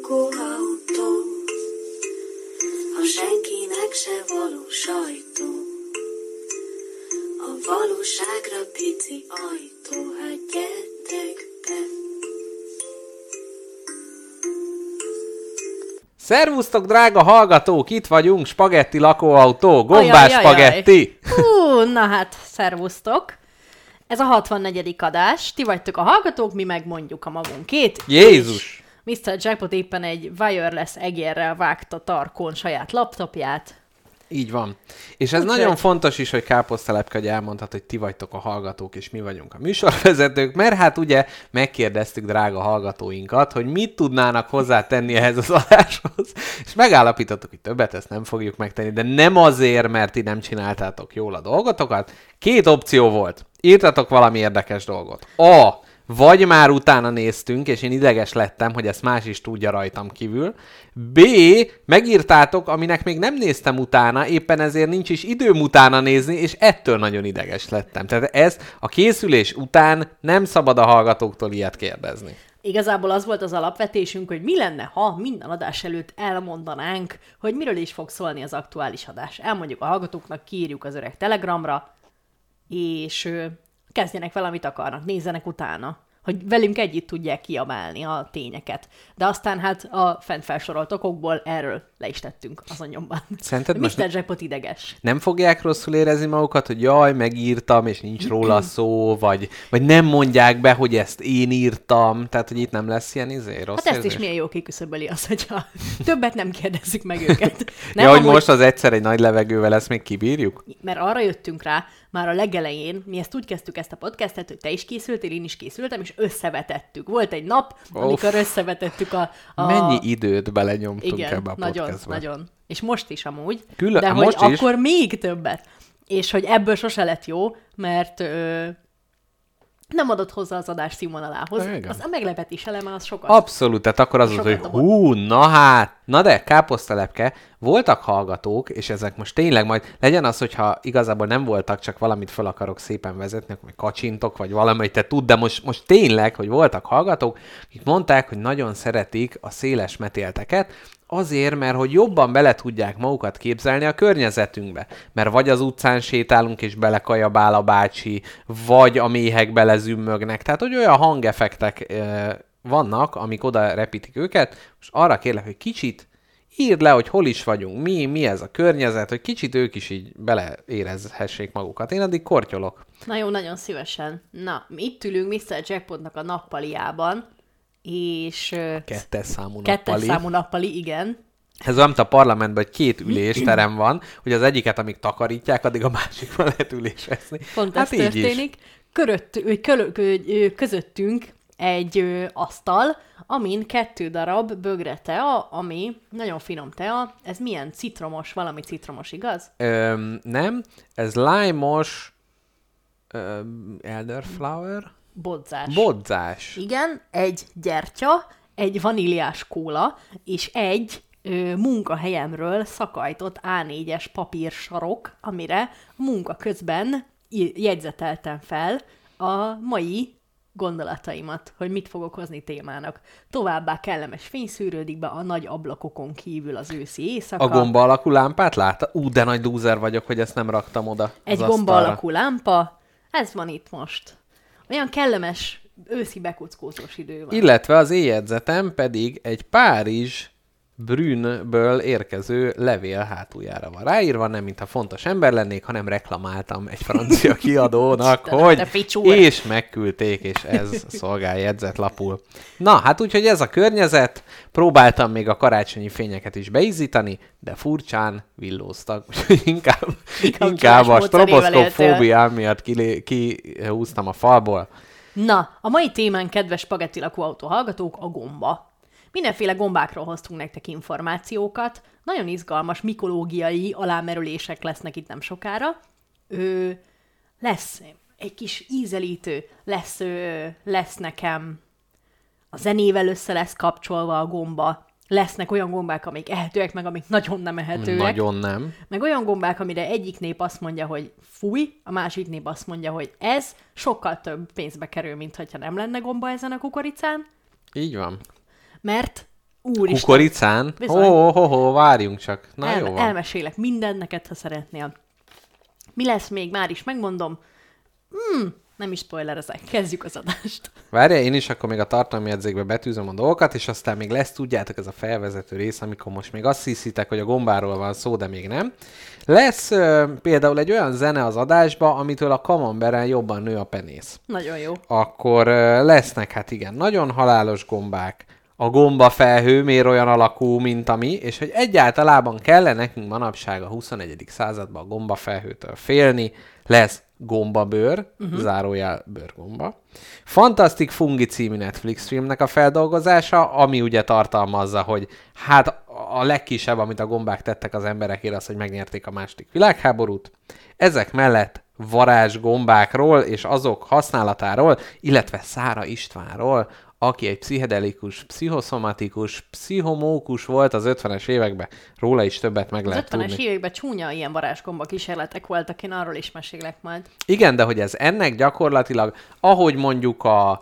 lakóautó, a senkinek se való sajtó, a valóságra pici ajtó, hát gyertek be. Szervusztok, drága hallgatók! Itt vagyunk, spagetti lakóautó, gombás spagetti! Na hát, szervusztok! Ez a 64. adás, ti vagytok a hallgatók, mi megmondjuk a magunkét. Jézus! Mr. Jackpot éppen egy wireless egérrel vágta tarkón saját laptopját. Így van. És ez nagyon fontos is, hogy Káposztelepke, hogy elmondhat, hogy ti vagytok a hallgatók, és mi vagyunk a műsorvezetők, mert hát ugye megkérdeztük drága hallgatóinkat, hogy mit tudnának hozzátenni ehhez az adáshoz, és megállapítottuk, hogy többet ezt nem fogjuk megtenni, de nem azért, mert ti nem csináltátok jól a dolgotokat. 2 opció volt. Írtatok valami érdekes dolgot. Vagy már utána néztünk, és én ideges lettem, hogy ezt más is tudja rajtam kívül. B. Megírtátok, aminek még nem néztem utána, éppen ezért nincs is időm utána nézni, és ettől nagyon ideges lettem. Tehát ez a készülés után nem szabad a hallgatóktól ilyet kérdezni. Igazából az volt az alapvetésünk, hogy mi lenne, ha minden adás előtt elmondanánk, hogy miről is fog szólni az aktuális adás. Elmondjuk a hallgatóknak, kiírjuk az öreg Telegramra, és kezdjenek vele, amit akarnak, nézzenek utána, hogy velünk együtt tudják kiabálni a tényeket. De aztán hát a fent felsorolt okokból erről le is tettünk azon nyomban. Szerinted Mr. Jackpot ideges. Nem fogják rosszul érezni magukat, hogy jaj, megírtam, és nincs róla szó, vagy nem mondják be, hogy ezt én írtam, tehát, hogy itt nem lesz ilyen rossz Hát ezt érzés? is milyen jó kiküszöböli az, hogyha többet nem kérdezzük meg őket. Nem, hogy most az egyszer egy nagy levegővel ezt még kibírjuk? Mert arra jöttünk rá, már a legelején, mi ezt úgy kezdtük ezt a podcastet, hogy te is készültél, én is készültem, és összevetettük. Volt egy nap, amikor összevetettük a... Mennyi időt belenyomtunk igen, ebbe a podcastba. nagyon. És most is amúgy, de hogy most is. akkor még többet. És hogy ebből sose lett jó, mert nem adott hozzá az adás színvonalához. Az a meglepetés eleme az sokat. Abszolút, tehát akkor az volt, hogy na de Káposztelepke, voltak hallgatók, és ezek most tényleg majd legyen az, hogyha igazából nem voltak, csak valamit fel akarok szépen vezetni, vagy kacsintok, vagy valami, te tudd, de most tényleg, hogy voltak hallgatók, akik mondták, hogy nagyon szeretik a széles metélteket, azért, mert hogy jobban bele tudják magukat képzelni a környezetünkbe. Mert vagy az utcán sétálunk, és belekajabál a bácsi, vagy a méhek belezümmögnek. Tehát, hogy olyan hangeffektek vannak, amik oda repítik őket. Most arra kérlek, hogy kicsit írd le, hogy hol is vagyunk, mi ez a környezet, hogy kicsit ők is így beleérezhessék magukat. Én addig kortyolok. Na jó, nagyon szívesen. Na, mi itt ülünk Mr. Jackpotnak a nappaliában, és... Kettes számú nappali, igen. Ez olyan, mint a parlamentben, hogy 2 ülésterem van, hogy az egyiket, amíg takarítják, addig a másikban lehet ülésezni. Pont ez történik. Közöttünk egy asztal, amin 2 darab bögre tea, ami nagyon finom tea. Ez milyen citromos, valami citromos, igaz? Nem, ez lime-os elderflower. Bodzás. Igen, egy gyertya, egy vaníliás kóla, és egy munkahelyemről szakajtott A4-es papírsarok, amire munka közben jegyzeteltem fel a mai gondolataimat, hogy mit fogok hozni témának. Továbbá kellemes fény szűrődik be a nagy ablakokon kívül az őszi éjszaka. A gomba alakú lámpát látta? De nagy dúzer vagyok, hogy ezt nem raktam oda. Egy gomba alakú lámpa, ez van itt most. Olyan kellemes őszi bekuckózós idő van. Illetve az éjjegyzetem pedig egy Párizs Brünből érkező levél hátuljára van ráírva, nem mintha fontos ember lennék, hanem reklamáltam egy francia kiadónak, hogy és megküldték, és ez szolgál jegyzetlapul. Na, hát úgyhogy ez a környezet, próbáltam még a karácsonyi fényeket is beizzítani, de furcsán villóztak, úgyhogy inkább a stroboszkóp fóbiám miatt kihúztam a falból. Na, a mai témán, kedves spagetti lakóautó hallgatók, a gomba. Mindenféle gombákról hoztunk nektek információkat, nagyon izgalmas mikológiai alámerülések lesznek itt nem sokára. Lesz egy kis ízelítő, lesz nekem a zenével össze lesz kapcsolva a gomba, lesznek olyan gombák, amik ehetőek, meg amik nagyon nem ehetőek. Nagyon nem. Meg olyan gombák, amire egyik nép azt mondja, hogy fúj, a másik nép azt mondja, hogy ez sokkal több pénzbe kerül, mint hogyha nem lenne gomba ezen a kukoricán. Így van. Mert Úristen. Kukoricán? Várjunk csak. Na jó van. Elmesélek mindent neked, ha szeretnél. Mi lesz még? Már is megmondom. Nem is spoilerezek. Kezdjük az adást. Várjál, én is akkor még a tartalmi jegyzékbe betűzöm a dolgokat, és aztán még lesz, tudjátok, ez a felvezető rész, amikor most még azt hiszitek, hogy a gombáról van szó, de még nem. Lesz például egy olyan zene az adásba, amitől a kamemberen jobban nő a penész. Nagyon jó. Akkor lesznek, hát igen, nagyon halálos gombák. A gombafelhő miért olyan alakú, mint a mi, és hogy egyáltalában kell nekünk manapság a 21. században a gombafelhőtől félni, lesz gombabőr, zárójel bőrgomba. Fantasztik Fungi című Netflix filmnek a feldolgozása, ami ugye tartalmazza, hogy hát a legkisebb, amit a gombák tettek az emberekért, az, hogy megnyerték a második világháborút. Ezek mellett varázsgombákról és azok használatáról, illetve Szára Istvánról, aki egy pszichedelikus, pszichoszomatikus, pszichomókus volt az 50-es években. Róla is többet meg lehet tudni. Az 50-es években csúnya ilyen varázsgomba kísérletek voltak, én arról is mesélek majd. Igen, de hogy ez ennek gyakorlatilag, ahogy mondjuk a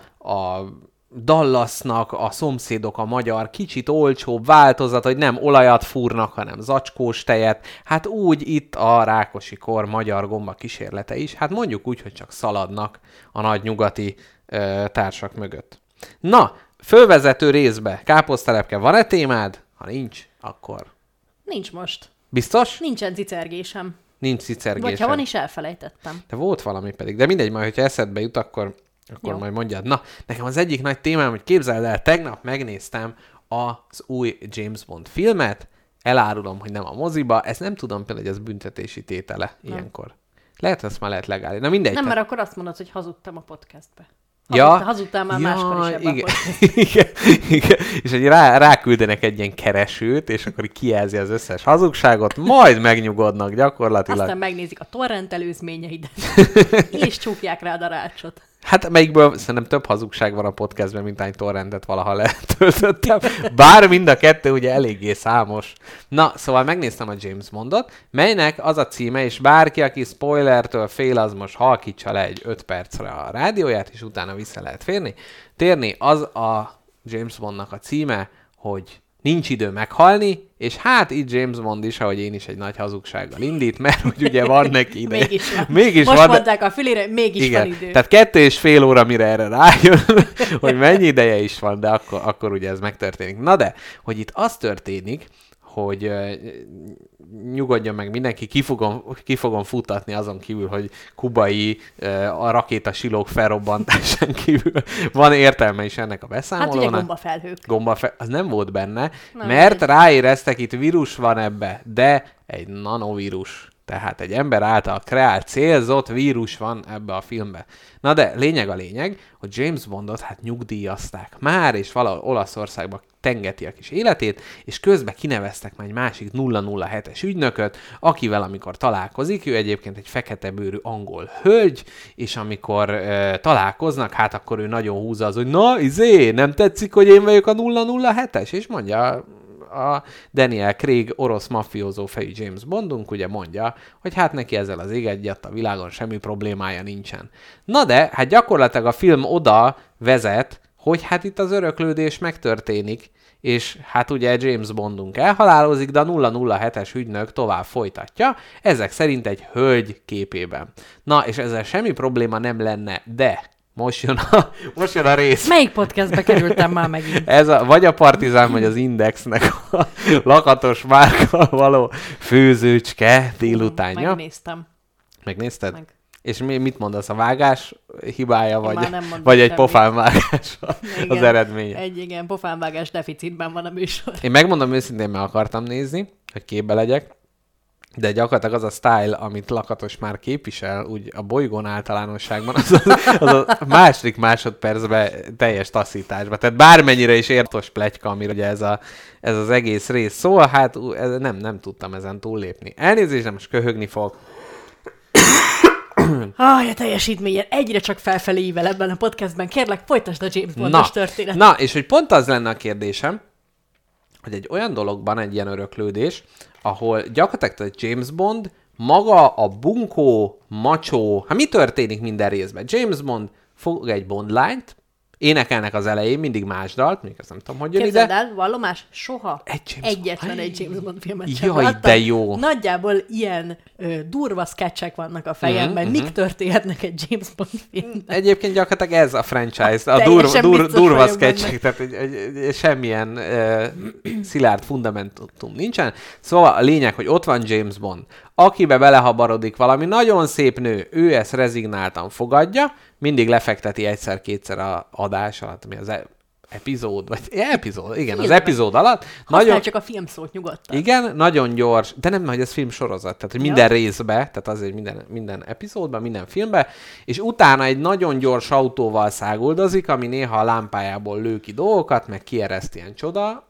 Dallasnak a szomszédok a magyar kicsit olcsóbb változat, hogy nem olajat fúrnak, hanem zacskós tejet, hát úgy itt a Rákosi kor magyar gomba kísérlete is, hát mondjuk úgy, hogy csak szaladnak a nagy nyugati társak mögött. Na, fölvezető részbe, káposztelepke, van-e témád? Ha nincs, akkor... Nincs most. Biztos? Nincsen cicergésem. Nincs cicergésem. Vagy ha van is, elfelejtettem. De volt valami pedig. De mindegy, majd, hogyha eszedbe jut, akkor majd mondjad. Na, nekem az egyik nagy témám, hogy képzeld el, tegnap megnéztem az új James Bond filmet, elárulom, hogy nem a moziba, ezt nem tudom például, hogy ez büntetési tétele ilyenkor. Lehet, ezt már lehet legális. Na mindegy. Nem, mert akkor azt mondod, hogy hazudtam a podcastbe. Hazudtál már máskor is ebben a podcastben. Igen. És hogy ráküldenek egy ilyen keresőt, és akkor kijelzi az összes hazugságot, majd megnyugodnak gyakorlatilag. Aztán megnézik a torrent előzményeidet, és csukják rád a rácsot. Hát melyikből szerintem több hazugság van a podcastben, mint hány torrentet valaha letöltöttem. Bár mind a kettő ugye eléggé számos. Na, szóval megnéztem a James Bondot, melynek az a címe, és bárki, aki spoilertől fél, az most halkítsa le egy 5 percre a rádióját, és utána vissza lehet térni. Az a James Bondnak a címe, hogy nincs idő meghalni, és hát így James Bond is, ahogy én is, egy nagy hazugsággal indít, mert hogy ugye van neki ideje. Mégis most mondták a fülére, mégis igen, van idő. Tehát 2,5 óra, mire erre rájön, hogy mennyi ideje is van, de akkor ugye ez megtörténik. Na de, hogy itt az történik, hogy nyugodjon meg mindenki, ki fogom futtatni azon kívül, hogy kubai a rakétasilók felrobbantásán kívül van értelme is ennek a beszámolónak. Hát ugye gombafelhők. Az nem volt benne, mert ráéreztek, itt vírus van ebbe, de egy nanovírus. Tehát egy ember által kreált, célzott vírus van ebbe a filmbe. Na de lényeg a lényeg, hogy James Bondot hát nyugdíjazták már, és valahol Olaszországban tengeti a kis életét, és közben kineveztek már egy másik 007-es ügynököt, akivel amikor találkozik, ő egyébként egy fekete bőrű angol hölgy, és amikor találkoznak, hát akkor ő nagyon húzza az, hogy na, nem tetszik, hogy én vagyok a 007-es? És mondja a Daniel Craig orosz mafiózó fejű James Bondunk, ugye mondja, hogy hát neki ezzel az ég egyet a világon semmi problémája nincsen. Na de, hát gyakorlatilag a film oda vezet, hogy hát itt az öröklődés megtörténik, és hát ugye James Bondunk elhalálozik, de a 007-es ügynök tovább folytatja, ezek szerint egy hölgy képében. Na, és ezzel semmi probléma nem lenne, de most jön a rész. Melyik podcastbe kerültem már megint? Ez vagy a Partizán, vagy az Indexnek a lakatos márka való főzőcske délutánja. Megnéztem. Megnézted? Meg. És mit mondasz, a vágás hibája, vagy egy semmit. Pofánvágás az eredménye? Egy pofánvágás deficitben van a műsor. Én megmondom őszintén, meg akartam nézni, hogy képbe legyek, de gyakorlatilag az a style, amit Lakatos már képvisel, úgy a bolygón általánosságban, az a második másodpercben teljes taszításban. Tehát bármennyire is értos pletyka, amire ugye ez az egész rész szól, hát nem tudtam ezen túllépni. Elnézést, de most köhögni fog. A teljesítményen egyre csak felfelé ível ebben a podcastben. Kérlek, folytasd a James Bondos történet. Na, és hogy pont az lenne a kérdésem, hogy egy olyan dologban egy ilyen öröklődés, ahol gyakorlatilag James Bond maga a bunkó, macsó, hát mi történik minden részben? James Bond fog egy Bond lányt, énekelnek az elején mindig más dalt, még azt nem tudom, hogy jön ide. Képzeld el, vallomás, soha egyetlen egy James Bond filmet sem Jaj, láttam. de jó. Nagyjából ilyen durva sketchek vannak a fejemben, mik történhetnek egy James Bond filmben. Egyébként gyakorlatilag ez a franchise, a Teljesen biztos durva vagyok sketchek, tehát semmilyen szilárd fundamentum nincsen. Szóval a lényeg, hogy ott van James Bond, akibe belehabarodik valami nagyon szép nő, ő ezt rezignáltan fogadja, mindig lefekteti egyszer-kétszer a adás alatt, ami az epizód, vagy epizód, igen, az epizód alatt. Használj csak a filmszót nyugodtan. Igen, nagyon gyors, de nem, hogy ez filmsorozat, tehát hogy minden részbe, tehát azért minden epizódban, minden filmben, és utána egy nagyon gyors autóval száguldozik, ami néha a lámpájából lő ki dolgokat, meg kiereszt ilyen csoda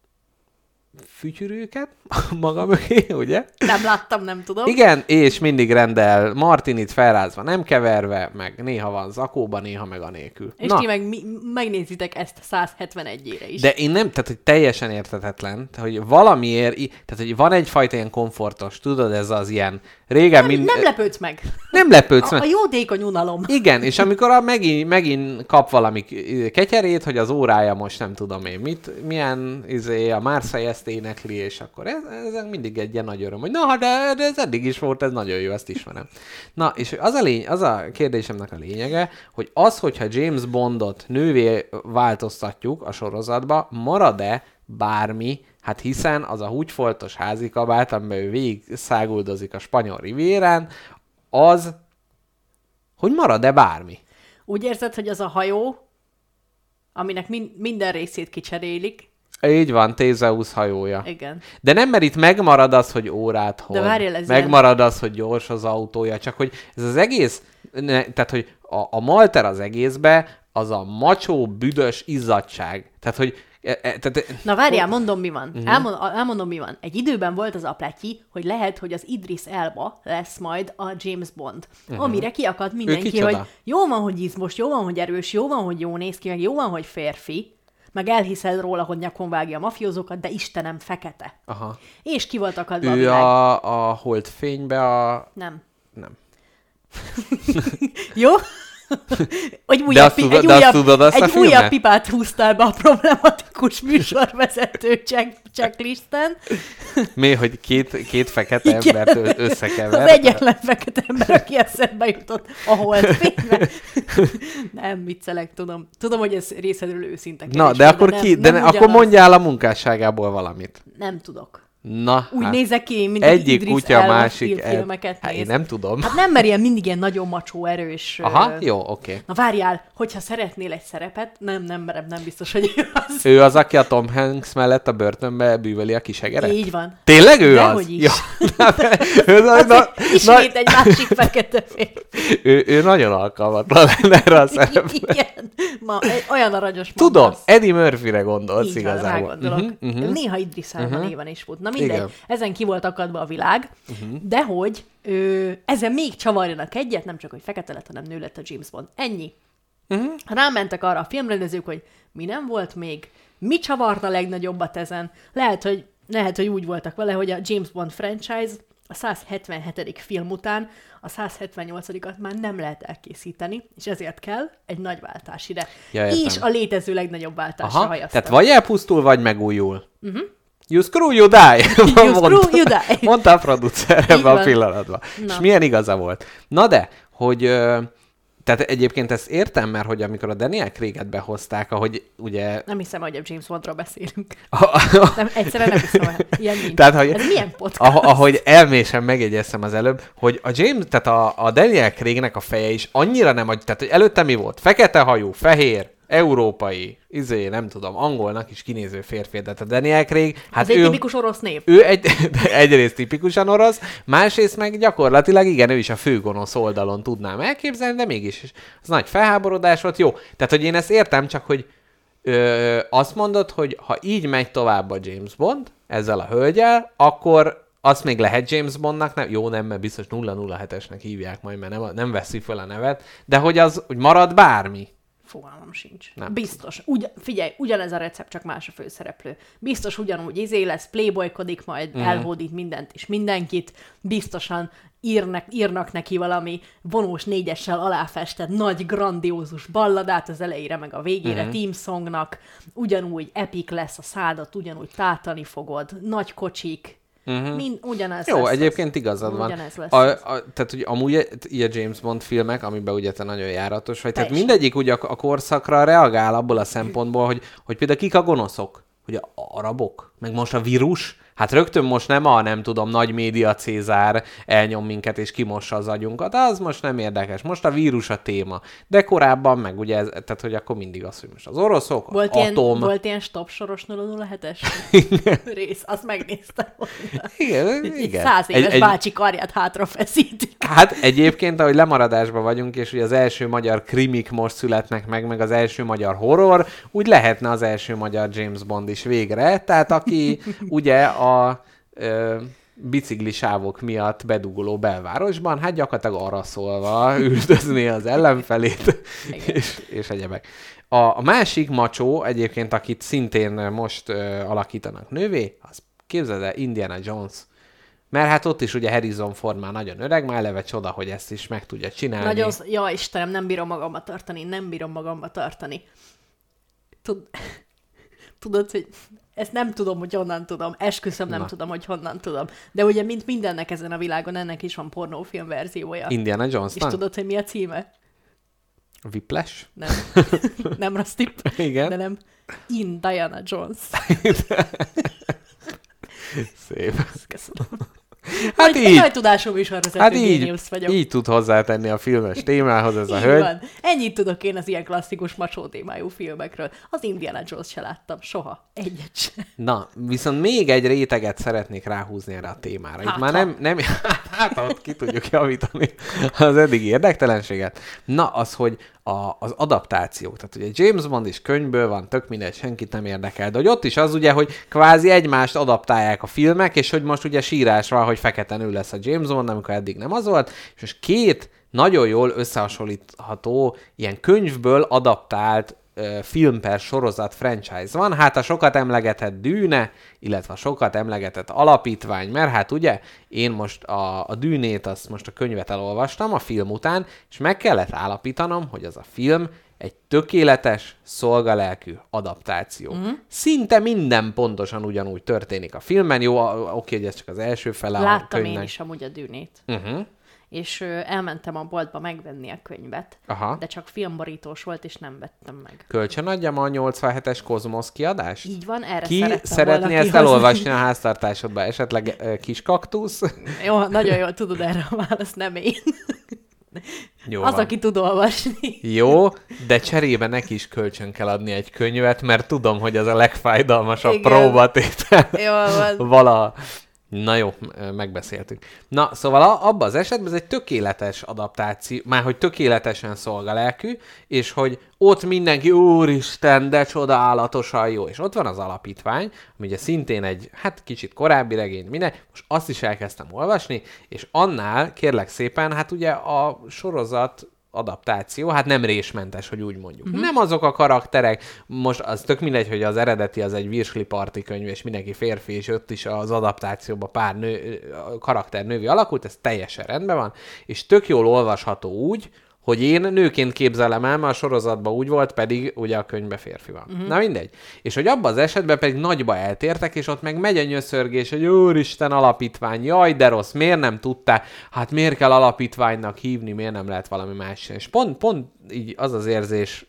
fütyülőket maga mögé, ugye? Nem láttam, nem tudom. Igen, és mindig rendel martinit felrázva, nem keverve, meg néha van zakóban, néha meg anélkül. És ti meg megnézitek ezt 171-ére is. De én nem, tehát hogy teljesen érthetetlen, hogy valamiért, tehát hogy van egyfajta ilyen komfortos, tudod, ez az ilyen régen... Nem lepődsz meg. Nem lepődsz meg. A jótékony unalom. Igen, és amikor megint kap valami ketyerét, hogy az órája most nem tudom én milyen a Marseille-ezt énekli, és akkor ez mindig egy ilyen nagy öröm, hogy na, de ez eddig is volt, ez nagyon jó, ezt ismerem. Na, és az a kérdésemnek a lényege, hogy az, hogyha James Bondot nővé változtatjuk a sorozatba, marad-e bármi, hát hiszen az a húgyfoltos házikabát, amiben ő végig száguldozik a spanyol rivérán, az, hogy marad-e bármi? Úgy érzed, hogy az a hajó, aminek minden részét kicserélik. Így van, Theseus hajója. Igen. De nem, mert itt megmarad az, hogy órát hord. De várjál, ez megmarad az, hogy gyors az autója. Csak hogy ez az egész, tehát hogy a malter az egészbe, az a macsó, büdös izzadság. Tehát, hogy na várjál, mondom mi van. Elmondom mi van. Egy időben volt az apletyi, hogy lehet, hogy az Idris Elba lesz majd a James Bond. Amire kiakadt mindenki, hogy jó van, hogy izmos, jó van, hogy erős, jó van, hogy jó néz ki, meg jó van, hogy férfi, meg elhiszed róla, hogy nyakon vágja a mafiózókat, de Istenem, fekete. Aha. És ki volt akadva a világ. A holdfénybe a... Nem. Nem. Jó? Egy újabb pipát húztál be a problematikus műsorvezető checklisten. Mi, hogy két fekete embert összekever? Az egyetlen fekete ember, aki eszembe jutott a holdfénybe. Nem, viccelek, tudom. Tudom, hogy ez részedről őszinte. Na, de akkor akkor mondjál a munkásságából valamit. Nem tudok. Na, úgy nézek ki, mint egyik Idris kutya, Elba másik filmeket néz. Én nem tudom. Hát nem, mert mindig ilyen nagyon macsó, erős. Aha, jó, oké. Na várjál, hogyha szeretnél egy szerepet, nem biztos, hogy ő az. Ő az, aki a Tom Hanks mellett a börtönbe bűvöli a kisegeret? Így van. Tényleg ő dehogy az? Is. Ja. Ismét egy másik fekete férfi. Ő nagyon alkalmatlan lenne erre a szerepre. Igen. Olyan aranyos. Tudom, Eddie Murphyre gondolsz igazából. Gondolok. Néha Idris Elba néven is fut. Na mindegy, igen. Ezen ki volt akadva a világ, de hogy ezen még csavarjanak egyet, nem csak, hogy fekete lett, hanem nő lett a James Bond. Ennyi. Rámentek arra a filmrendezők, hogy mi nem volt még, mi csavarna legnagyobbat ezen. Lehet, hogy úgy voltak vele, hogy a James Bond franchise a 177. film után a 178-at már nem lehet elkészíteni, és ezért kell egy nagy váltás ide. Ja, és a létező legnagyobb váltásra hajaztak. Tehát vagy elpusztul, vagy megújul. You screw, you die! Mondta a producer ebben a pillanatban. És milyen igaza volt. Na de, hogy... Tehát egyébként ezt értem, mert hogy amikor a Daniel Craig-et behozták, ahogy ugye... Nem hiszem, hogy a James Bondról beszélünk. Egyszerűen nem hiszem, hogy ilyen nincs. Tehát, hogy ez milyen podcast? Ahogy elmésen megjegyeztem az előbb, hogy a James, tehát a Daniel Craig-nek a feje is annyira nem, tehát hogy előtte mi volt? Fekete hajú, fehér, európai, nem tudom, angolnak is kinéző férfi, de a Daniel Craig... Hát egy tipikus orosz név. Ő egyrészt tipikusan orosz, másrészt meg gyakorlatilag igen, ő is a főgonosz oldalon tudnám elképzelni, de mégis az nagy felháborodás volt. Jó, tehát hogy én ezt értem, csak hogy azt mondod, hogy ha így megy tovább a James Bond, ezzel a hölgyel, akkor azt még lehet James Bondnak, nem, mert biztos 007-esnek hívják majd, mert nem veszi fel a nevet, de hogy az hogy marad bármi. Fogalmam sincs. Nem Biztos. Figyelj, ugyanez a recept, csak más a főszereplő. Biztos ugyanúgy lesz, playboykodik, majd elhódít mindent és mindenkit. Biztosan írnak neki valami vonós 4-essel aláfestett nagy, grandiózus balladát az elejére, meg a végére team songnak. Ugyanúgy epic lesz a szádat, ugyanúgy tátani fogod. Nagy kocsik. Ugyanez Jó, lesz egyébként igazad van. Tehát ugye amúgy ilyen James Bond filmek, amiben ugye te nagyon járatos vagy, tehát mindegyik ugye a korszakra reagál abból a szempontból, hogy például kik a gonoszok? Hogy a arabok? Meg most a vírus? Hát rögtön most nem tudom, nagy média Cézár elnyom minket és kimossa az agyunkat, az most nem érdekes. Most a vírus a téma. De korábban meg ugye, tehát hogy akkor mindig az, hogy most az oroszok, atom... Volt ilyen stop soros 007-es rész, azt megnéztem volna. Igen. 100 éves bácsi karját hátrafeszíti. Hát egyébként, ahogy lemaradásban vagyunk, és ugye az első magyar krimik most születnek meg az első magyar horror, úgy lehetne az első magyar James Bond is végre. Tehát aki ugye a biciklisávok miatt beduguló belvárosban, hát gyakorlatilag arra szólva üldözni az ellenfelét, és egyebek. A másik macsó egyébként, akit szintén most alakítanak nővé, az képzeld el, Indiana Jones. Mert hát ott is ugye Harrison Ford már nagyon öreg, már eleve csoda, hogy ezt is meg tudja csinálni. Nagyon, ja Istenem, nem bírom magamba tartani. Tudod, hogy ezt nem tudom, hogy honnan tudom. Esküszöm, nem tudom, hogy honnan tudom. De ugye, mint mindennek ezen a világon, ennek is van pornófilm verziója. Indiana Jones. És tudod, hogy mi a címe? Whiplash? Nem. Nem Rastip. Igen. De nem. Indiana Jones. Szép. Köszönöm. Hát így. Nagy tudású műsorvezető géniusz vagyok. Így tud hozzátenni a filmes témához ez a hölgy. Van. Ennyit tudok én az ilyen klasszikus macsó témájú filmekről. Az Indiana Jones se láttam soha. Egyet sem. Na, viszont még egy réteget szeretnék ráhúzni erre a témára. Itt már nem ott ki tudjuk javítani az eddigi érdektelenséget. Na, az, hogy az adaptációk. Tehát ugye James Bond is könyvből van, tök mindegy, senkit nem érdekel. De hogy ott is az ugye, hogy kvázi egymást adaptálják a filmek, és hogy most ugye sírás van, hogy fekete nő lesz a James Bond, amikor eddig nem az volt. És most két nagyon jól összehasonlítható, ilyen könyvből adaptált film per sorozat franchise van. Hát a sokat emlegetett Dűne, illetve a sokat emlegetett Alapítvány, mert hát ugye én most a Dűnét, azt most a könyvet elolvastam a film után, és meg kellett állapítanom, hogy az a film egy tökéletes, szolgalelkű adaptáció. Szinte minden pontosan ugyanúgy történik a filmben. Jó, oké, hogy ez csak az első fele a Láttam könyvnek. én is amúgy a Dűnét. És elmentem a boltba megvenni a könyvet, de csak filmborítós volt, és nem vettem meg. Kölcsön adjam a 87-es Kozmosz kiadást? Így van, erre Ki szeretné ezt elolvasni a háztartásodba? Esetleg kis kaktusz? Jó, nagyon jól tudod erre a választ, nem én. Jó az, van. aki tud olvasni. Jó, de cserébe neki is kölcsön kell adni egy könyvet, mert tudom, hogy az a legfájdalmasabb próbatétel. Jó van. Valaha. Na jó, megbeszéltük. Na, szóval abban az esetben ez egy tökéletes adaptáció, már hogy tökéletesen szolgalelkű, és hogy ott mindenki, úristen, de csodálatosan jó. És ott van az Alapítvány, ami ugye szintén egy, hát kicsit korábbi regény, minden, most azt is elkezdtem olvasni, és annál, kérlek szépen, hát ugye a sorozat adaptáció, hát nem résmentes, hogy úgy mondjuk. Nem azok a karakterek, most az tök mindegy, hogy az eredeti az egy virsli parti könyv, és mindenki férfi, és ott is az adaptációban pár karakter nővi alakult, ez teljesen rendben van, és tök jól olvasható úgy, hogy én nőként képzelem el, mert a sorozatban úgy volt, pedig ugye a könyvben férfi van. Na mindegy. És hogy abban az esetben pedig nagyba eltértek, és ott meg megy a nyöszörgés, hogy úristen, Alapítvány, jaj, de rossz, miért nem tudtál? Hát miért kell Alapítványnak hívni, miért nem lehet valami más? És pont így az az érzés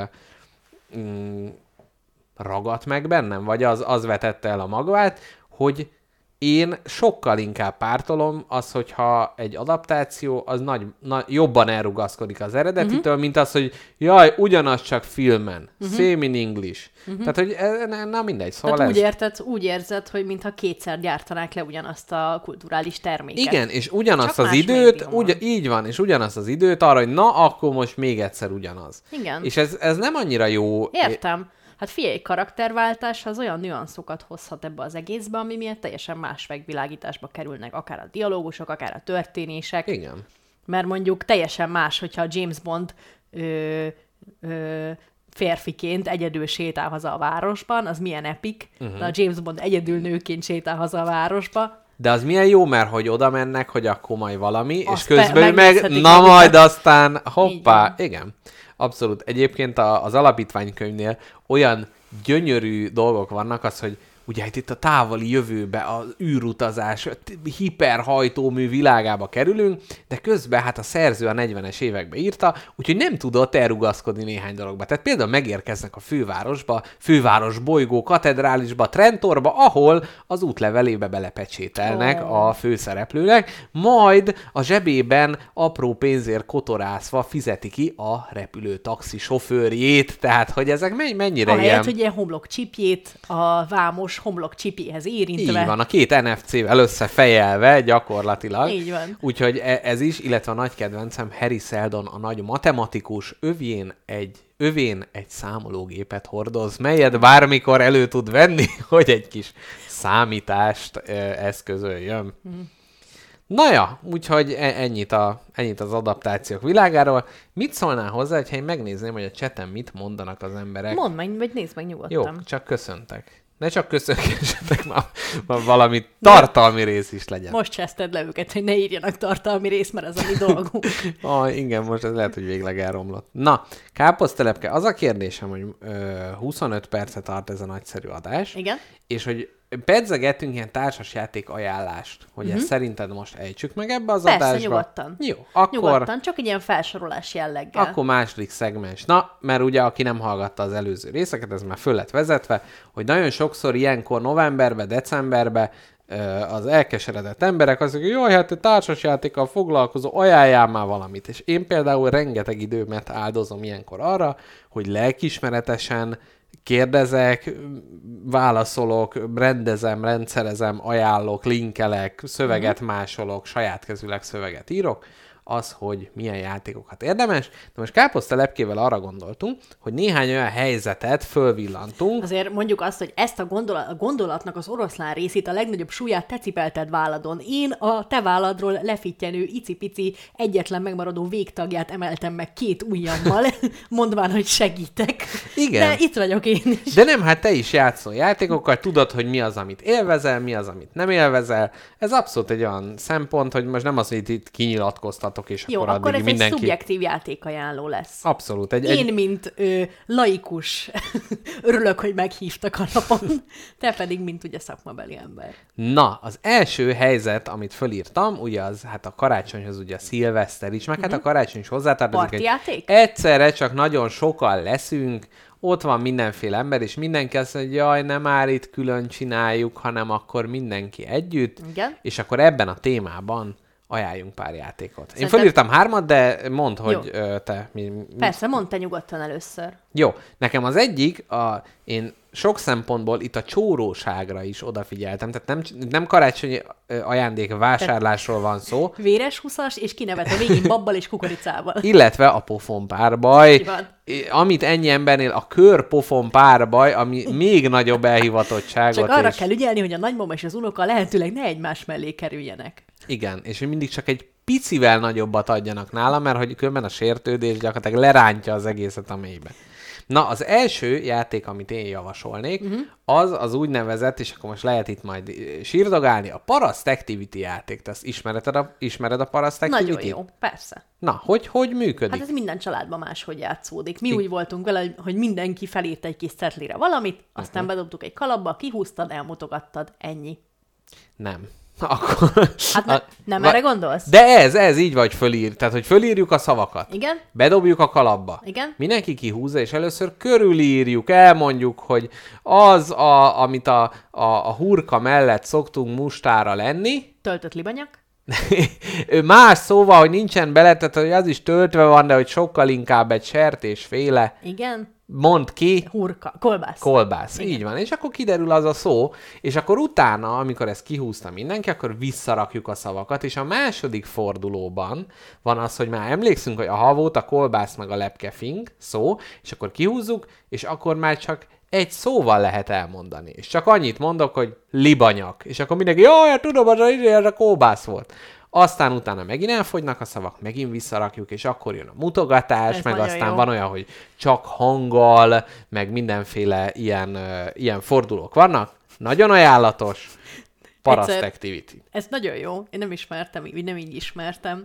ragadt meg bennem, vagy az vetette el a magvát, hogy én sokkal inkább pártolom az, hogyha egy adaptáció az jobban elrugaszkodik az eredetitől, mint az, hogy jaj, ugyanaz csak filmen, same in English. Tehát, hogy na mindegy, szóval tehát úgy érzed, hogy mintha kétszer gyártanák le ugyanazt a kulturális terméket. Igen, és ugyanazt az időt, így van, és ugyanazt az időt arra, hogy na, akkor most még egyszer ugyanaz. Igen. És ez nem annyira jó. Értem. Hát figyelj, karakterváltás az olyan nüanszokat hozhat ebbe az egészbe, ami miatt teljesen más megvilágításba kerülnek, akár a dialógusok, akár a történések. Igen. Mert mondjuk teljesen más, hogyha James Bond férfiként egyedül sétál haza a városban, az milyen epik, de a James Bond egyedül nőként sétál haza a városba. De az milyen jó, mert hogy oda mennek, hogy akkor majd valami, Azt és közben meg, megnézhetik na magukat. majd aztán, hoppá, igen. Abszolút. Egyébként az alapítványkönyvnél olyan gyönyörű dolgok vannak, az, hogy ugye itt a távoli jövőbe, az űrutazás, hiperhajtómű világába kerülünk, de közben hát a szerző a 40-es években írta, úgyhogy nem tudott elrugaszkodni néhány dologba. Tehát például megérkeznek a fővárosba, főváros bolygó, katedrálisba, Trentorba, ahol az útlevelébe belepecsételnek a főszereplőnek, majd a zsebében apró pénzért kotorászva fizeti ki a repülő taxi sofőrjét, tehát hogy ezek mennyire Ahelyett, ilyen... hogy ilyen homlokcsipjét a vámos homlokcsipéhez érintve. Így van, a két NFC-vel összefejelve gyakorlatilag. Így van. Úgyhogy ez is, illetve a nagy kedvencem Harry Seldon, a nagy matematikus, övén egy számológépet hordoz, melyet bármikor elő tud venni, hogy egy kis számítást eszközöljön. Na ja, úgyhogy ennyit az adaptációk világáról. Mit szólnál hozzá, hogyha én megnézném, hogy a chaten mit mondanak az emberek? Mondd meg, vagy nézd meg Jó, nyugodtan. csak köszöntek. Ne csak köszöngessetek, már valami tartalmi rész is legyen. Most cseszted le őket, hogy ne írjanak tartalmi részt, mert ez a mi dolgunk. Igen, most ez lehet, hogy végleg elromlott. Na, káposztelepke, az a kérdésem, hogy 25 percet tart ez a nagyszerű adás. Igen. És hogy pedzegettünk ilyen társasjáték ajánlást, hogy ezt szerinted most ejtsük meg ebbe az Persze, adásba? nyugodtan. Jó, akkor... Nyugodtan, csak egy ilyen felsorolás jelleggel. Akkor második szegmens. Na, mert ugye aki nem hallgatta az előző részeket, ez már föl lett vezetve, hogy nagyon sokszor ilyenkor novemberbe, decemberbe az elkeseredett emberek azt mondják, hogy jaj, hát te társasjátékkal foglalkozó, ajánljál már valamit. És én például rengeteg időmet áldozom ilyenkor arra, hogy lelkiismeretesen kérdezek, válaszolok, rendezem, rendszerezem, ajánlok, linkelek, szöveget másolok, saját kezűleg szöveget írok, az, hogy milyen játékokat érdemes. De most káposztelepkével arra gondoltunk, hogy néhány olyan helyzetet fölvillantunk. Azért mondjuk azt, hogy ezt a gondolatnak az oroszlán részét, a legnagyobb súlyát te cipelted válladon. Én a te válladról lefityenő icipici egyetlen megmaradó végtagját emeltem meg 2 ujjammal, mondván, hogy segítek. Igen. De itt vagyok én is. De nem, hát te is játszol játékokkal, tudod, hogy mi az, amit élvezel, mi az, amit nem élvezel. Ez abszolút egy olyan szempont, hogy most nem az, hogy itt kinyilatkoztatok, és Jó, akkor akkor addig ez mindenki... egy szubjektív játékajánló lesz. Abszolút. Én, mint laikus, örülök, hogy meghívtak a napon, te pedig, mint ugye szakmabeli ember. Na, az első helyzet, amit fölírtam, ugye az, hát a karácsonyhoz ugye a szilveszter is, meg hát a karácsony is hozzátartozik, hogy Partijáték? egyszerre csak nagyon sokan leszünk, ott van mindenféle ember, és mindenki azt mondja, hogy jaj, nem már itt külön csináljuk, hanem akkor mindenki együtt, Igen. és akkor ebben a témában ajánljunk pár játékot. Én Szerintem- fölírtam 3, de mondd, hogy te... Persze, mondd te nyugodtan először. Jó, nekem az egyik, én sok szempontból itt a csóróságra is odafigyeltem, tehát nem karácsonyi ajándék vásárlásról van szó, Véres 20-as, és kinevet a végén babbal és kukoricával. illetve a pofonpárbaj, Így van. amit ennyi embernél a kör pofonpárbaj, ami még nagyobb elhivatottságot. Csak arra és... kell ügyelni, hogy a nagymama és az unoka lehetőleg ne egymás mellé kerüljenek. Igen, és hogy mindig csak egy picivel nagyobbat adjanak nála, mert hogy különben a sértődés gyakorlatilag lerántja az egészet a mélybe. Na, az első játék, amit én javasolnék, az úgynevezett, és akkor most lehet itt majd sírdogálni, a Paraszt Activity játék. Te azt ismered a Paraszt Activity? Nagyon jó, persze. Na, hogy működik? Hát ez minden családban máshogy játszódik. Mi úgy voltunk vele, hogy mindenki felírt egy kis cetlire valamit, aztán bedobtuk egy kalapba, kihúztad, elmutogattad, ennyi. Nem. Akkor... Hát nem erre gondolsz? De ez így vagy fölír. Tehát, hogy fölírjuk a szavakat. Igen? Bedobjuk a kalapba. Igen? Mindenki kihúzza, és először körülírjuk, elmondjuk, hogy az, amit a hurka mellett szoktunk mustára lenni, Töltött libanyak? más szóval, hogy nincsen bele, tehát hogy az is töltve van, de hogy sokkal inkább egy sertésféle, Igen? mondd ki, Hurka, kolbász. kolbász. Igen. Így van. És akkor kiderül az a szó, és akkor utána, amikor ezt kihúzta mindenki, akkor visszarakjuk a szavakat, és a második fordulóban van az, hogy már emlékszünk, hogy a havót, a kolbász meg a lepkefing szó, és akkor kihúzzuk, és akkor már csak egy szóval lehet elmondani. És csak annyit mondok, hogy libanyak. És akkor mindenki, jaj, hát tudom, az a kolbász volt. aztán utána megint elfogynak a szavak, megint visszarakjuk, és akkor jön a mutogatás, Ez meg nagyon aztán jó. van olyan, hogy csak hanggal, meg mindenféle ilyen fordulók vannak. Nagyon ajánlatos. Paraszt Egyszer- activity. Ez nagyon jó. Én nem ismertem, így nem így ismertem.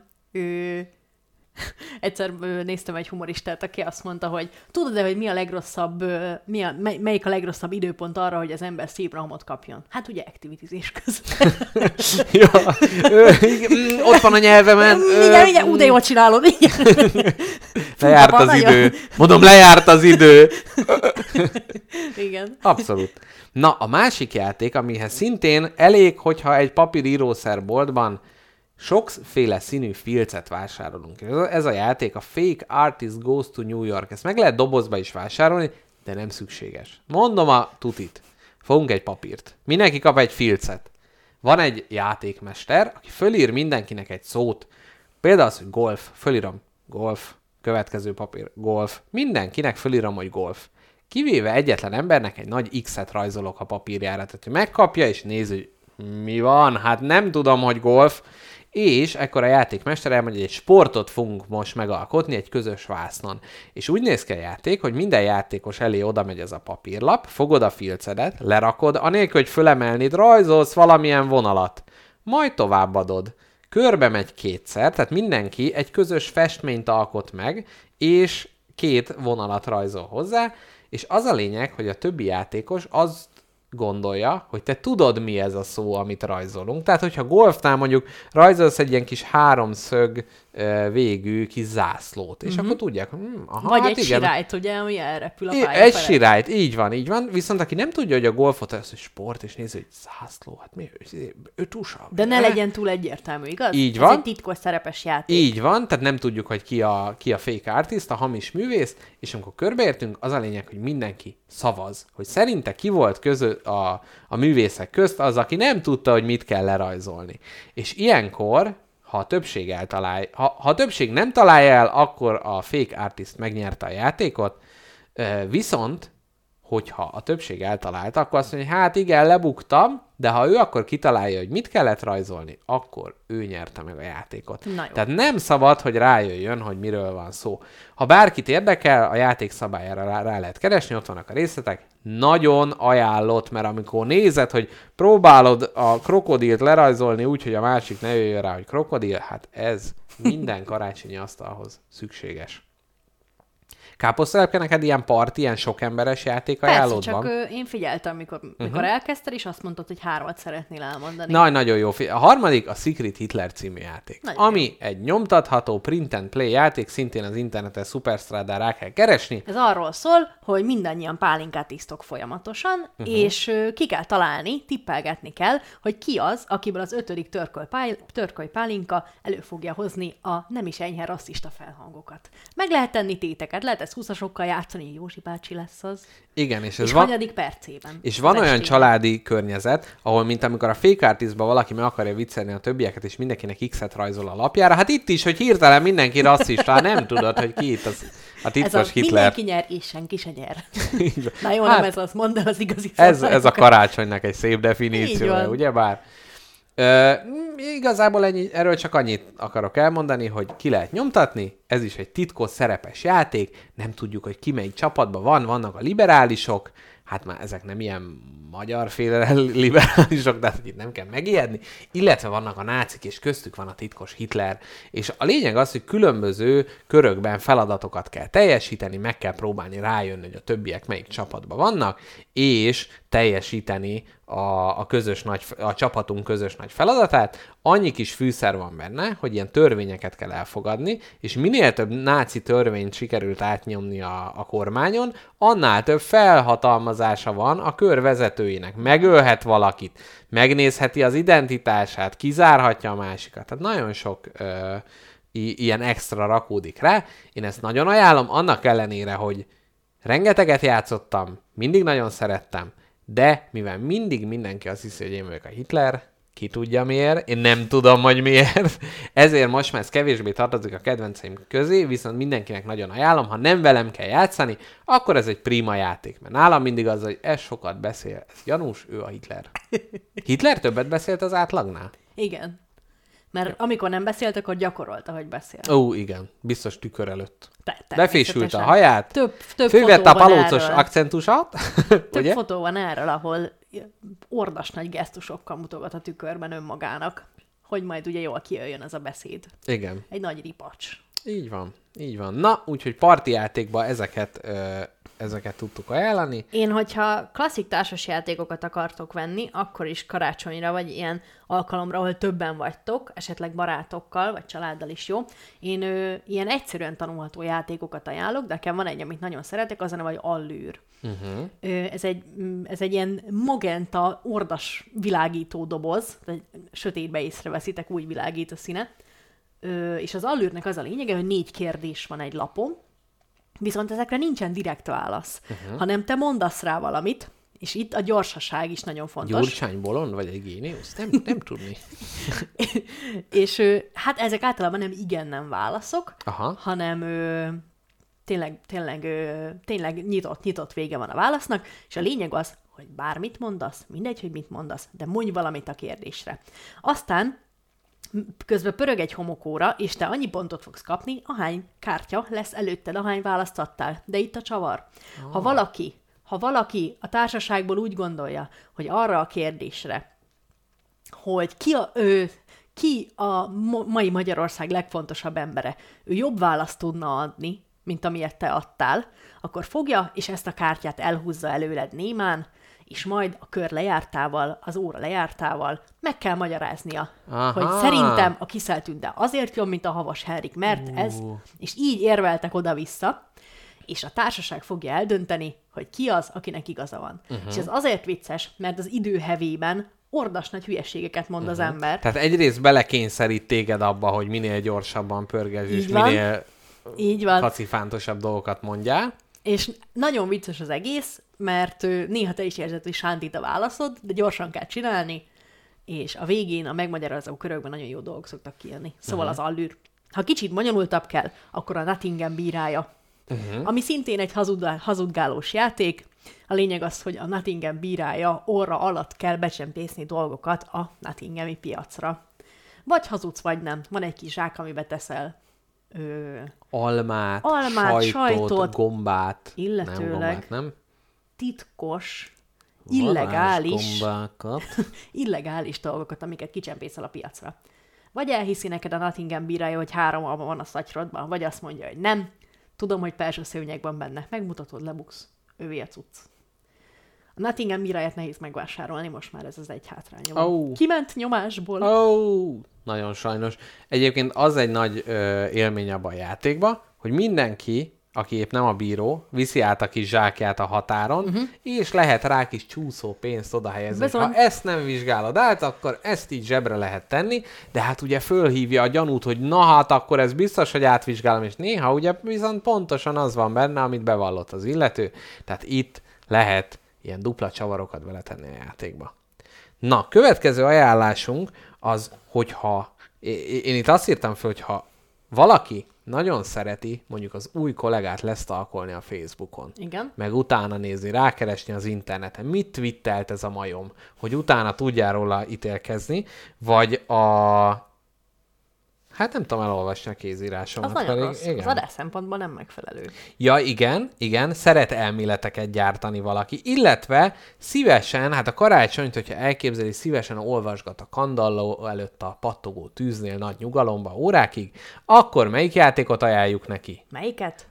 Egyszer néztem egy humoristát, aki azt mondta, hogy tudod-e, hogy mi a legrosszabb, melyik a legrosszabb időpont arra, hogy az ember szép rohamot kapjon? Hát ugye activitizés közben. Ja, igen, ott van a nyelvemen. Igen, de jól csinálod. Igen. Lejárt Fú, az nagyon- idő. Mondom, lejárt az idő. Igen. Abszolút. Na, a másik játék, amihez szintén elég, hogyha egy papírírószerboltban sokféle színű filcet vásárolunk. Ez a játék a Fake Artist Goes to New York. Ezt meg lehet dobozba is vásárolni, de nem szükséges. Mondom a tutit. Fogunk egy papírt. Mindenki kap egy filcet. Van egy játékmester, aki fölír mindenkinek egy szót. Például az, hogy golf. Fölírom golf. Következő papír. Golf. Mindenkinek fölírom, hogy golf. Kivéve egyetlen embernek egy nagy X-et rajzolok a papírjára. Tehát, hogy megkapja és néz, hogy mi van? Hát nem tudom, hogy golf. És ekkor a játékmester elmondja, hogy egy sportot fogunk most megalkotni egy közös vásznon. És úgy néz ki a játék, hogy minden játékos elé oda megy ez a papírlap, fogod a filcedet, lerakod, anélkül, hogy fölemelnéd, rajzolsz valamilyen vonalat. Majd továbbadod. Körbe megy kétszer, tehát mindenki egy közös festményt alkot meg, és 2 vonalat rajzol hozzá, és az a lényeg, hogy a többi játékos azt gondolja, hogy te tudod, mi ez a szó, amit rajzolunk. Tehát, hogyha golfnál mondjuk rajzolsz egy ilyen kis 3-szög végű kis zászlót, és akkor tudják, hogy Vagy hát egy igen. sirályt, ugye, ami elrepül a Egy pálya felett. sirályt, így van. Viszont aki nem tudja, hogy a golfot az, hogy sport, és nézi, hogy zászló, hát mi, ötusa. De ne legyen túl egyértelmű, igaz? Így Ez van. egy titkos szerepes játék. Így van, tehát nem tudjuk, hogy ki a fake artist, a hamis művész, és amikor körbeértünk, az a lényeg, hogy mindenki szavaz, hogy szerinte ki volt a művészek közt az, aki nem tudta, hogy mit kell lerajzolni. És ilyenkor, ha a többség ha a többség nem találja el, akkor a fake artist megnyerte a játékot, viszont hogyha a többség eltalálta, akkor azt mondja, hogy hát igen, lebuktam, de ha ő akkor kitalálja, hogy mit kellett rajzolni, akkor ő nyerte meg a játékot. Na jó. Tehát nem szabad, hogy rájöjjön, hogy miről van szó. Ha bárkit érdekel, a játék szabályára rá lehet keresni, ott vannak a részletek. Nagyon ajánlott, mert amikor nézed, hogy próbálod a krokodilt lerajzolni úgy, hogy a másik ne jöjjön rá, hogy krokodil, hát ez minden karácsonyi asztalhoz szükséges. Káposztelepke, neked ilyen parti, ilyen sok emberes játék Persze, ajánlód csak van? én figyeltem, mikor elkezdted, és azt mondtad, hogy 3-at szeretnél elmondani. Nagyon jó. A harmadik a Secret Hitler című játék, Nagyon ami egy nyomtatható print and play játék, szintén az interneten Superstrádán rá kell keresni. Ez arról szól, hogy mindannyian pálinkát isztok folyamatosan, és ki kell találni, tippelgetni kell, hogy ki az, akiből az 5. törköly pálinka elő fogja hozni a nem is enyhe rasszista felhangokat. Meg lehet tenni téteket, lehet ezt 20-asokkal játszani, Józsi bácsi lesz az. Igen, és ez És van... hanyadik percében. És van az olyan estében. családi környezet, ahol mint amikor a fake artistban valaki meg akarja viccelni a többieket, és mindenkinek X-et rajzol a lapjára, hát itt is, hogy hirtelen mindenki rasszista, hát nem tudod, hogy ki itt a Ez titkos az, Hitler. mindenki nyer, és senki se nyer. Így van. Na jó, Hát, nem ez az, mondd el az igazi ez a szabályokat. karácsonynak egy szép Így definíciója, van. ugyebár? Igazából erről csak annyit akarok elmondani, hogy ki lehet nyomtatni, ez is egy titkos szerepes játék, nem tudjuk, hogy ki melyik csapatban vannak a liberálisok, hát már ezek nem ilyen magyarféle liberálisok, de itt nem kell megijedni, illetve vannak a nácik, és köztük van a titkos Hitler, és a lényeg az, hogy különböző körökben feladatokat kell teljesíteni, meg kell próbálni rájönni, hogy a többiek melyik csapatban vannak, és teljesíteni a csapatunk közös nagy feladatát. Annyi kis fűszer van benne, hogy ilyen törvényeket kell elfogadni, és minél több náci törvényt sikerült átnyomni a kormányon, annál több felhatalmazása van a kör vezetőinek. Megölhet valakit, megnézheti az identitását, kizárhatja a másikat. Tehát nagyon sok ilyen extra rakódik rá. Én ezt nagyon ajánlom, annak ellenére, hogy rengeteget játszottam, mindig nagyon szerettem, de mivel mindig mindenki azt hiszi, hogy én vagyok a Hitler, ki tudja miért, én nem tudom, hogy miért, ezért most már ez kevésbé tartozik a kedvenceim közé, viszont mindenkinek nagyon ajánlom, ha nem velem kell játszani, akkor ez egy prima játék, mert nálam mindig az, hogy ez sokat beszél, ez Janus, ő a Hitler. Hitler többet beszélt az átlagnál? Igen. Mert amikor nem beszélt, akkor gyakorolta, hogy beszél. Ó, igen. Biztos tükör előtt. Befésült a Természetesen. haját, Több fölvette a fotó van palócos erről. akcentusát, Több ugye? fotó van erről, ahol ordas nagy gesztusokkal mutogat a tükörben önmagának, hogy majd ugye jól kijöjjön ez a beszéd. Igen. Egy nagy ripacs. Így van. Így van. Na, úgyhogy parti játékban ezeket tudtuk ajánlani. Én, hogyha klasszik társasjátékokat akartok venni, akkor is karácsonyra, vagy ilyen alkalomra, ahol többen vagytok, esetleg barátokkal, vagy családdal is jó. Én ilyen egyszerűen tanulható játékokat ajánlok, de nekem van egy, amit nagyon szeretek, az a neve, hogy Allure. Ez egy ilyen magenta, ordas világító doboz, sötétbe észreveszitek, úgy világít a színe. És az Allure-nek az a lényege, hogy 4 kérdés van egy lapon, viszont ezekre nincsen direkt válasz, hanem te mondasz rá valamit, és itt a gyorsaság is nagyon fontos. Gyurcsány bolond, vagy egy géniusz? Nem tudni. És hát ezek általában nem igen-nem válaszok, hanem tényleg nyitott vége van a válasznak, és a lényeg az, hogy bármit mondasz, mindegy, hogy mit mondasz, de mondj valamit a kérdésre. Aztán közben pörög egy homokóra, és te annyi pontot fogsz kapni, ahány kártya lesz előtted, ahány választ adtál. De itt a csavar. Ha valaki a társaságból úgy gondolja, hogy arra a kérdésre, hogy ki a mai Magyarország legfontosabb embere, ő jobb választ tudna adni, mint amilyet te adtál, akkor fogja, és ezt a kártyát elhúzza előled némán, és majd a kör lejártával, az óra lejártával meg kell magyaráznia, hogy szerintem a Kiszeltünde azért jobb, mint a Havas Henrik, mert ez, és így érveltek oda-vissza, és a társaság fogja eldönteni, hogy ki az, akinek igaza van. És ez azért vicces, mert az idő hevében ordas nagy hülyeségeket mond az ember. Tehát egyrészt belekényszerít téged abba, hogy minél gyorsabban pörgesd, és minél kacifántosabb dolgokat mondjál. És nagyon vicces az egész, mert néha te is érzed, hogy sántít a válaszod, de gyorsan kell csinálni, és a végén a megmagyarázó körökben nagyon jó dolgok szoktak kijönni. Szóval az Allure. Ha kicsit bonyolultabb kell, akkor a Nottingham bírája, ami szintén egy hazudgálós játék. A lényeg az, hogy a Nottingham bírája orra alatt kell becsempészni dolgokat a nottinghami piacra. Vagy hazudsz, vagy nem. Van egy kis zsák, amiben teszel almát, sajtot, gombát. Illetőleg nem? Titkos, illegális dolgokat, amiket kicsempészel a piacra. Vagy elhiszi neked a Nottingham bírája, hogy 3 alma van a szatyrodban, vagy azt mondja, hogy nem. Tudom, hogy perzsa szőnyeg van benne. Megmutatod, lebuksz. Ővé a cucc. A Nottingham bíráját nehéz megvásárolni, most már ez az egy hátránya. Kiment nyomásból. Nagyon sajnos. Egyébként az egy nagy élmény abban a játékban, hogy mindenki, aki épp nem a bíró, viszi át a kis zsákját a határon, és lehet rá kis csúszó pénzt oda helyezni. Ha ezt nem vizsgálod át, akkor ezt így zsebre lehet tenni, de hát ugye fölhívja a gyanút, hogy na hát akkor ez biztos, hogy átvizsgálom, és néha ugye viszont pontosan az van benne, amit bevallott az illető. Tehát itt lehet ilyen dupla csavarokat beletenni a játékba. Na, következő ajánlásunk az, hogyha én itt azt írtam fel, hogyha valaki nagyon szereti mondjuk az új kollégát lesztalkolni a Facebookon. Igen. Meg utána nézni, rákeresni az interneten, mit twittelt ez a majom, hogy utána tudjál róla ítélkezni, vagy hát nem tudom elolvasni a kézírásomat. Az nagyon rossz. Az adás szempontból nem megfelelő. Ja, igen, szeret elméleteket gyártani valaki, illetve szívesen, hát a karácsonyt, hogyha elképzeli, szívesen olvasgat a kandalló előtt a pattogó tűznél nagy nyugalomba órákig, akkor melyik játékot ajánljuk neki? Melyiket?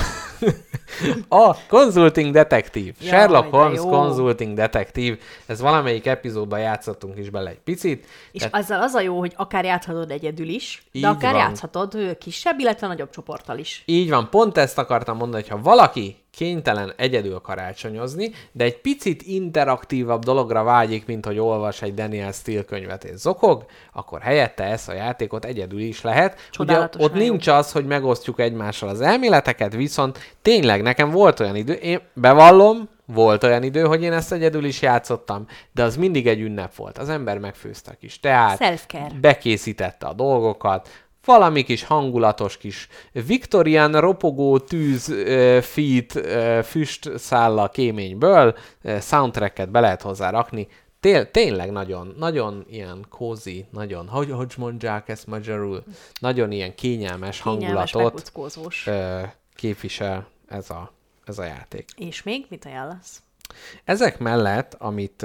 A Consulting Detective. Sherlock Holmes Consulting Detective. Ez valamelyik epizódban játszottunk is bele egy picit. És azzal az a jó, hogy akár játszhatod egyedül is, de akár játszhatod kisebb, illetve nagyobb csoporttal is. Így van, pont ezt akartam mondani, hogy ha valaki kénytelen egyedül karácsonyozni, de egy picit interaktívabb dologra vágyik, mint hogy olvas egy Daniel Steele könyvet és zokog, akkor helyette ezt a játékot egyedül is lehet. Ugye ott nincs az, hogy megosztjuk egymással az elméleteket, viszont tényleg nekem volt olyan idő, én bevallom, volt olyan idő, hogy én ezt egyedül is játszottam, de az mindig egy ünnep volt. Az ember megfőzte a kis teát, bekészítette a dolgokat, valami kis hangulatos kis Victorian ropogó tűz füst száll a kéményből, soundtracket be lehet hozzá rakni, Tényleg nagyon, nagyon ilyen cozy, nagyon, hogy mondják ezt magyarul, nagyon ilyen kényelmes hangulatot képvisel ez a játék. És még mit ajánlasz? Ezek mellett, amit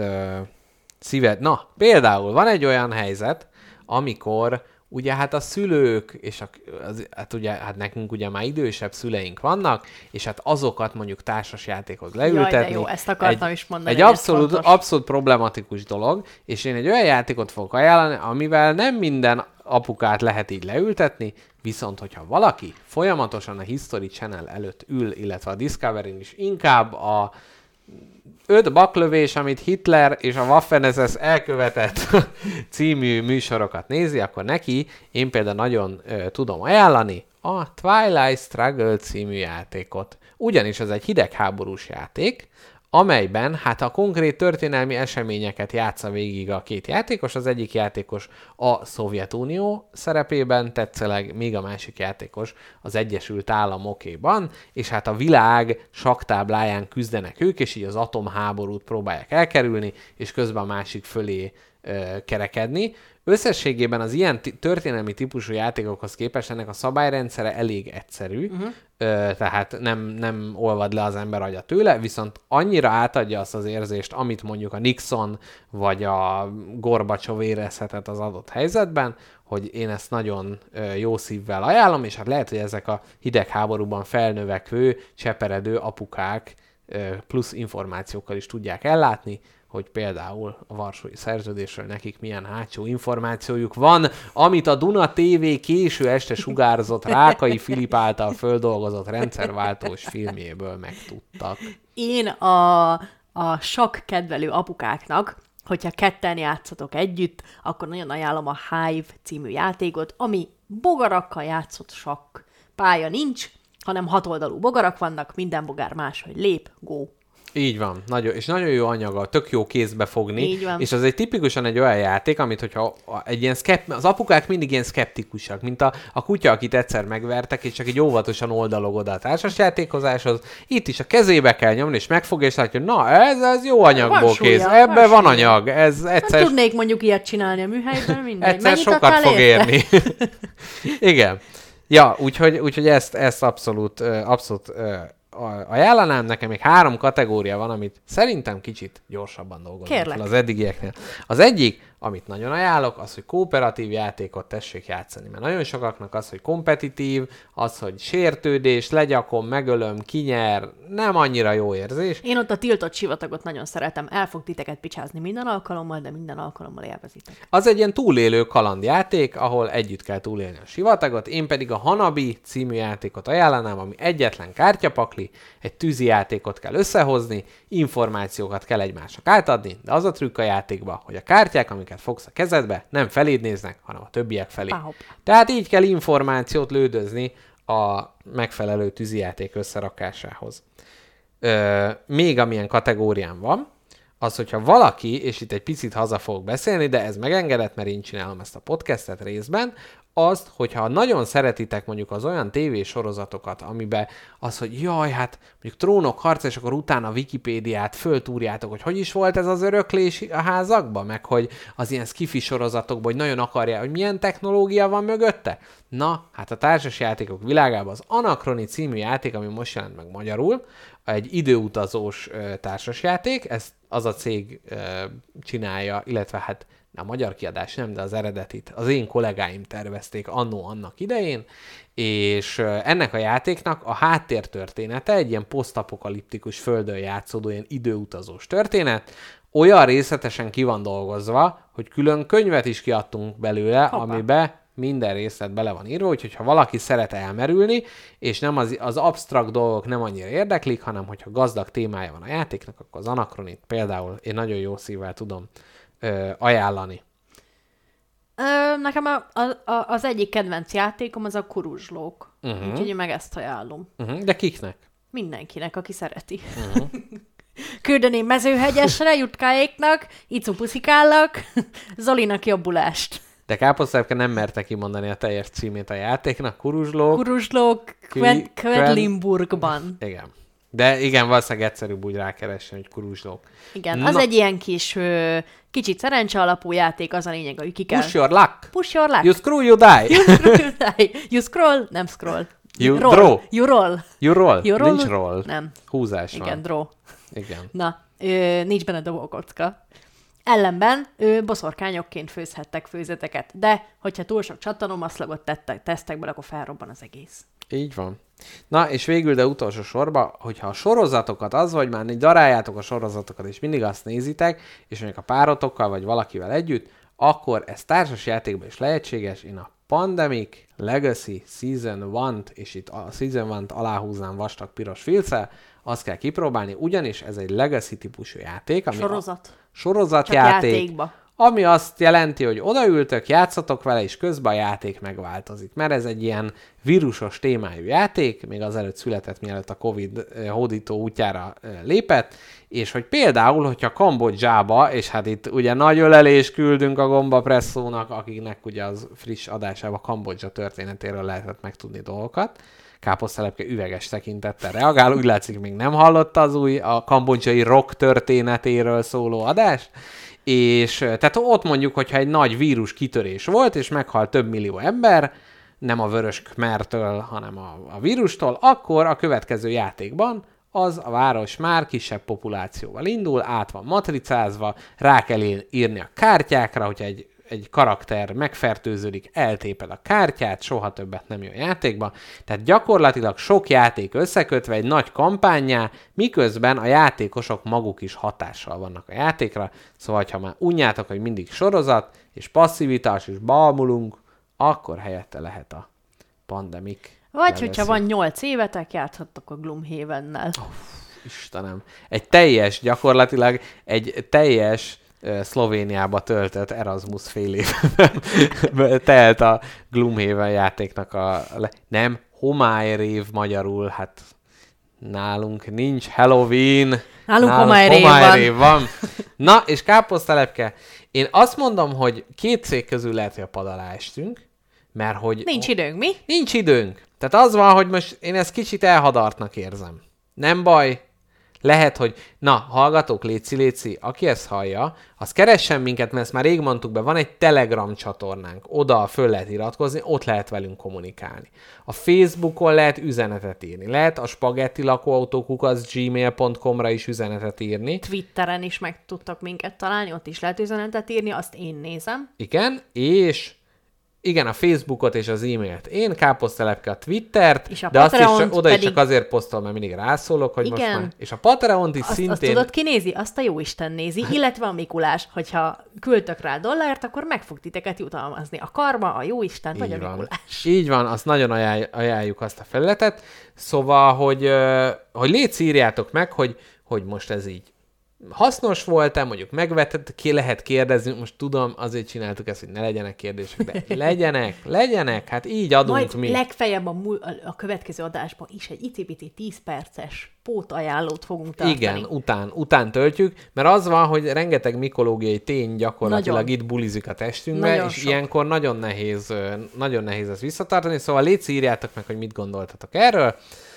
Na, például van egy olyan helyzet, amikor ugye hát a szülők, és hát nekünk ugye már idősebb szüleink vannak, és hát azokat mondjuk társasjátékhoz leültetni. Jaj, de jó, ezt akartam is mondani. Egy abszolút problematikus dolog, és én egy olyan játékot fogok ajánlani, amivel nem minden apukát lehet így leültetni, viszont hogyha valaki folyamatosan a History Channel előtt ül, illetve a Discovery-n is inkább a 5 baklövés, amit Hitler és a Waffen-SS elkövetett című műsorokat nézi, akkor neki én például nagyon tudom ajánlani a Twilight Struggle című játékot. Ugyanis ez egy hidegháborús játék, amelyben hát a konkrét történelmi eseményeket játsza végig a két játékos. Az egyik játékos a Szovjetunió szerepében tetszeleg, még a másik játékos az Egyesült Államokéban, és hát a világ sakktábláján küzdenek ők, és így az atomháborút próbálják elkerülni, és közben a másik fölé kerekedni. Összességében az ilyen történelmi típusú játékokhoz képest ennek a szabályrendszere elég egyszerű, tehát nem olvad le az ember agya tőle, viszont annyira átadja azt az érzést, amit mondjuk a Nixon vagy a Gorbacsov érezhetett az adott helyzetben, hogy én ezt nagyon jó szívvel ajánlom, és hát lehet, hogy ezek a hidegháborúban felnövekvő, cseperedő apukák plusz információkkal is tudják ellátni, hogy például a Varsói Szerződésről nekik milyen hátsó információjuk van, amit a Duna TV késő este sugárzott Rákai Filip által földolgozott rendszerváltós filmjéből megtudtak. Én a sakk kedvelő apukáknak, hogyha ketten játszatok együtt, akkor nagyon ajánlom a Hive című játékot, ami bogarakkal játszott sakk. Pálya nincs, hanem 6 oldalú bogarak vannak, minden bogár máshogy lép, go. Így van, nagyon jó anyaga, tök jó kézbe fogni, és az egy tipikusan egy olyan játék, amit hogyha egy ilyen az apukák mindig ilyen szkeptikusak, mint a kutya, akit egyszer megvertek, és csak így óvatosan oldalog oda a társasjátékozáshoz, itt is a kezébe kell nyomni, és megfogja, és látja, na ez jó anyagból kész, ebben van anyag, ez egyszer... Hát tudnék mondjuk ilyet csinálni a műhelyben, mindegy. Egyszer sokat fog érni. Igen. Ja, úgyhogy ezt abszolút ajánlanám. Nekem még 3 kategória van, amit szerintem kicsit gyorsabban dolgozom fel az eddigieknél. Az egyik, amit nagyon ajánlok, az, hogy kooperatív játékot tessék játszani. Mert nagyon sokaknak az, hogy kompetitív, az, hogy sértődés, legyakom, megölöm, kinyer, nem annyira jó érzés. Én ott a tiltott sivatagot nagyon szeretem. El fog titeket picsázni minden alkalommal, de minden alkalommal élvezitek. Az egy ilyen túlélő kalandjáték, ahol együtt kell túlélni a sivatagot. Én pedig a Hanabi című játékot ajánlanám, ami egyetlen kártyapakli, egy tűzijátékot kell összehozni, információkat kell egymásnak átadni, de az a trükk a játékban, hogy a kártyák, amiket fogsz a kezedbe, nem feléd néznek, hanem a többiek felé. Tehát így kell információt lődözni a megfelelő tűzijáték összerakásához. Még amilyen kategórián van, az, hogyha valaki, és itt egy picit haza fogok beszélni, de ez megengedett, mert én csinálom ezt a podcastet részben, azt, hogyha nagyon szeretitek mondjuk az olyan tévésorozatokat, amiben az, hogy jaj, hát mondjuk Trónok harca, és akkor utána Wikipédiát föltúrjátok, hogy is volt ez az öröklés a házakban, meg hogy az ilyen sci-fi sorozatokban, hogy nagyon akarják, hogy milyen technológia van mögötte. Na, hát a társasjátékok világában az Anachrony című játék, ami most jelent meg magyarul, egy időutazós társasjáték, ezt az a cég csinálja, illetve hát a magyar kiadás nem, de az eredetit az én kollégáim tervezték annó annak idején, és ennek a játéknak a háttértörténete egy ilyen posztapokaliptikus földön játszódó ilyen időutazós történet, olyan részletesen ki van dolgozva, hogy külön könyvet is kiadtunk belőle, amiben minden részlet bele van írva, úgyhogy ha valaki szeret elmerülni, és nem az absztrakt dolgok nem annyira érdeklik, hanem hogyha gazdag témája van a játéknak, akkor az Anachronit például én nagyon jó szívvel tudom ajánlani. Nekem az egyik kedvenc játékom az a Kuruzslók. Úgyhogy én meg ezt ajánlom. De kiknek? Mindenkinek, aki szereti. Küldeném Mezőhegyesre, Jutkáéknak, Icu puszikállak, Zolinak jobbulást. De Káposztelepke nem merte kimondani a teljes címét a játéknak. Kuruzslók. Kuruzslók Quedlinburgban. Igen. De igen, valószínűleg egyszerűbb úgy rákeresni, hogy kuruzslók. Igen, az egy ilyen kis, kicsit szerencse alapú játék, az a lényeg, hogy ki kell... Push your luck. Push your luck. You screw, you die. You screw, you die. You scroll, nem scroll. You roll. draw. You roll. You roll. You roll. Nincs roll. Nem. Húzás Igen, van. draw. Igen. Na, nincs benne dobókocka. Ellenben boszorkányokként főzhettek főzeteket, de hogyha túl sok csattanómaszlagot tesztek bele, akkor felrobban az egész. Így van. Na, és végül, de utolsó sorba, hogyha a sorozatokat, az vagy már daráljátok a sorozatokat, és mindig azt nézitek, és mondjuk a párotokkal, vagy valakivel együtt, akkor ez társas játékban is lehetséges. Én a Pandemic Legacy Season 1-t, és itt a Season 1-t aláhúznám vastag piros filccel, azt kell kipróbálni, ugyanis ez egy Legacy típusú játék. Ami sorozatjáték, ami azt jelenti, hogy odaültök, játszatok vele, és közben a játék megváltozik. Mert ez egy ilyen vírusos témájú játék, még azelőtt született, mielőtt a Covid hódító útjára lépett, és hogy például, hogyha Kambodzsába, és hát itt ugye nagy ölelést küldünk a Gomba Presszónak, akiknek ugye az friss adásában Kambodzsa történetéről lehetett megtudni dolgokat, Káposztelepke üveges tekintettel reagál, úgy látszik, még nem hallotta az új, a kambodzsai rock történetéről szóló adást, és tehát ott mondjuk, hogyha egy nagy vírus kitörés volt, és meghalt több millió ember, nem a vörös khmertől, hanem a vírustól, akkor a következő játékban az a város már kisebb populációval indul, át van matricázva, rá kell írni a kártyákra, hogyha egy karakter megfertőződik, eltéped a kártyát, soha többet nem jön játékba. Tehát gyakorlatilag sok játék összekötve egy nagy kampánnyá, miközben a játékosok maguk is hatással vannak a játékra. Szóval, ha már unjátok, hogy mindig sorozat, és passzivitás, és balmulunk, akkor helyette lehet a Pandemic. Vagy, hogyha van 8 évetek, játszhattok a Gloomhavennel. Istenem. Gyakorlatilag egy teljes Szlovéniába töltött Erasmus fél évben telt a Gloomhaven játéknak nem, homályrév magyarul, hát nálunk nincs Halloween. Nálunk homályrév van. Na, és Káposztelepke, én azt mondom, hogy 2 cég közül lehet, hogy a pad alá estünk, mert hogy... Nincs időnk, mi? Nincs időnk. Tehát az van, hogy most én ezt kicsit elhadartnak érzem. Nem baj. Lehet, hogy na, hallgatók, léci, aki ezt hallja, az keressen minket, mert ezt már rég mondtuk be, van egy Telegram csatornánk, oda föl lehet iratkozni, ott lehet velünk kommunikálni. A Facebookon lehet üzenetet írni, lehet a spagettilakóautók@gmail.com-ra is üzenetet írni. Twitteren is meg tudtak minket találni, ott is lehet üzenetet írni, azt én nézem. Igen, és igen, a Facebookot és az e-mailt. Én Káposztelepke a Twittert, és a de azt is oda pedig... is csak azért posztol, mert mindig rászólok, hogy igen. most már... És a Patreont is szintén... Azt tudod, ki nézi? Azt a Jóisten nézi, illetve a Mikulás. Hogyha küldtök rá $, akkor meg fog titeket jutalmazni. A karma, a Jóisten vagy a Mikulás. Így van, azt nagyon ajánljuk azt a felületet. Szóval, hogy légy írjátok meg, hogy most ez így hasznos volt-e, mondjuk megvetett, ki lehet kérdezni, most tudom, azért csináltuk ezt, hogy ne legyenek kérdések, de legyenek, hát így adunk majd mi. Legfeljebb a következő adásban is egy icipici 10 perces pótajánlót fogunk tartani. Igen, után töltjük, mert az van, hogy rengeteg mikológiai tény gyakorlatilag itt bulizik a testünkbe, nagyon és sok. Ilyenkor nagyon nehéz ezt visszatartani, szóval légy írjátok meg, hogy mit gondoltatok erről.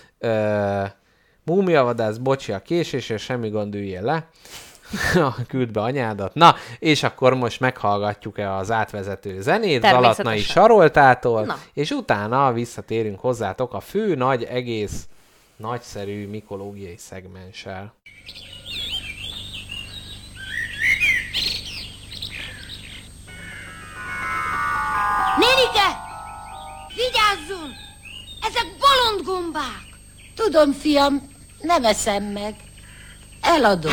Múmiavadász, bocsi a késésre, semmi gond, üljél le. Küld be anyádat. Na, és akkor most meghallgatjuk-e az átvezető zenét Zalatnai Saroltától, és utána visszatérünk hozzátok a fő, nagy, egész, nagyszerű mikológiai szegmenssel. Nénike! Vigyázzon! Ezek bolond gombák! Tudom, fiam, nem eszem meg. Eladom.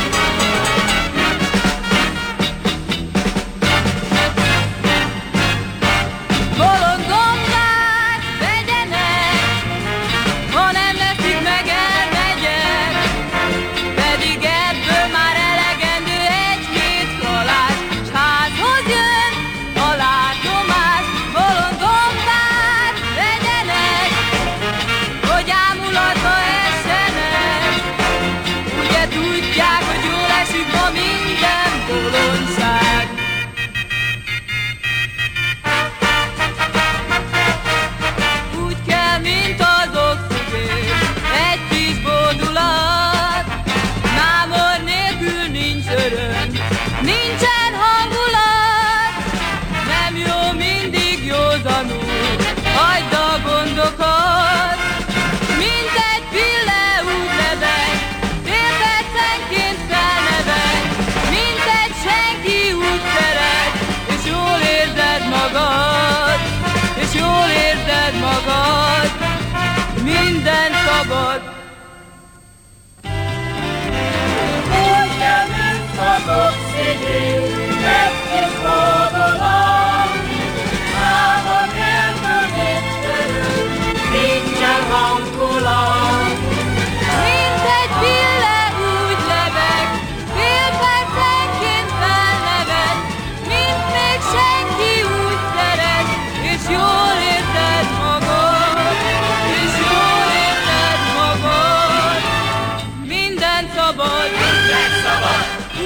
Bolond gombák, vegyenek, ha nem leszik meg, elmegyek. Pedig ebből már elegendő egy-két kalács, s házhoz jön a látomás. Bolond gombák, vegyenek, hogy ámulatba essenek. Ugye tudják, hogy jól esik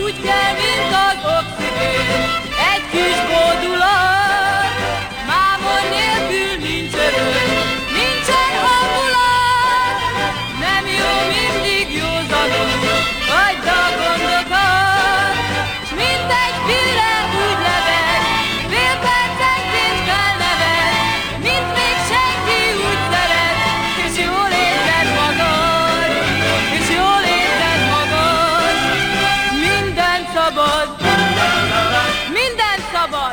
úgy kell, mint az oxigén. Egy kis bódulat, mámor nélkül nincs öröm, nincsen hangulat. Nem jó mindig józanul, hagyd a gondokat, s mint egy fülre úgy leved, fél percenként felneved, mint még senki úgy szeret, és jól érzed magad, és jól érzed magad. Minden szabad, minden szabad.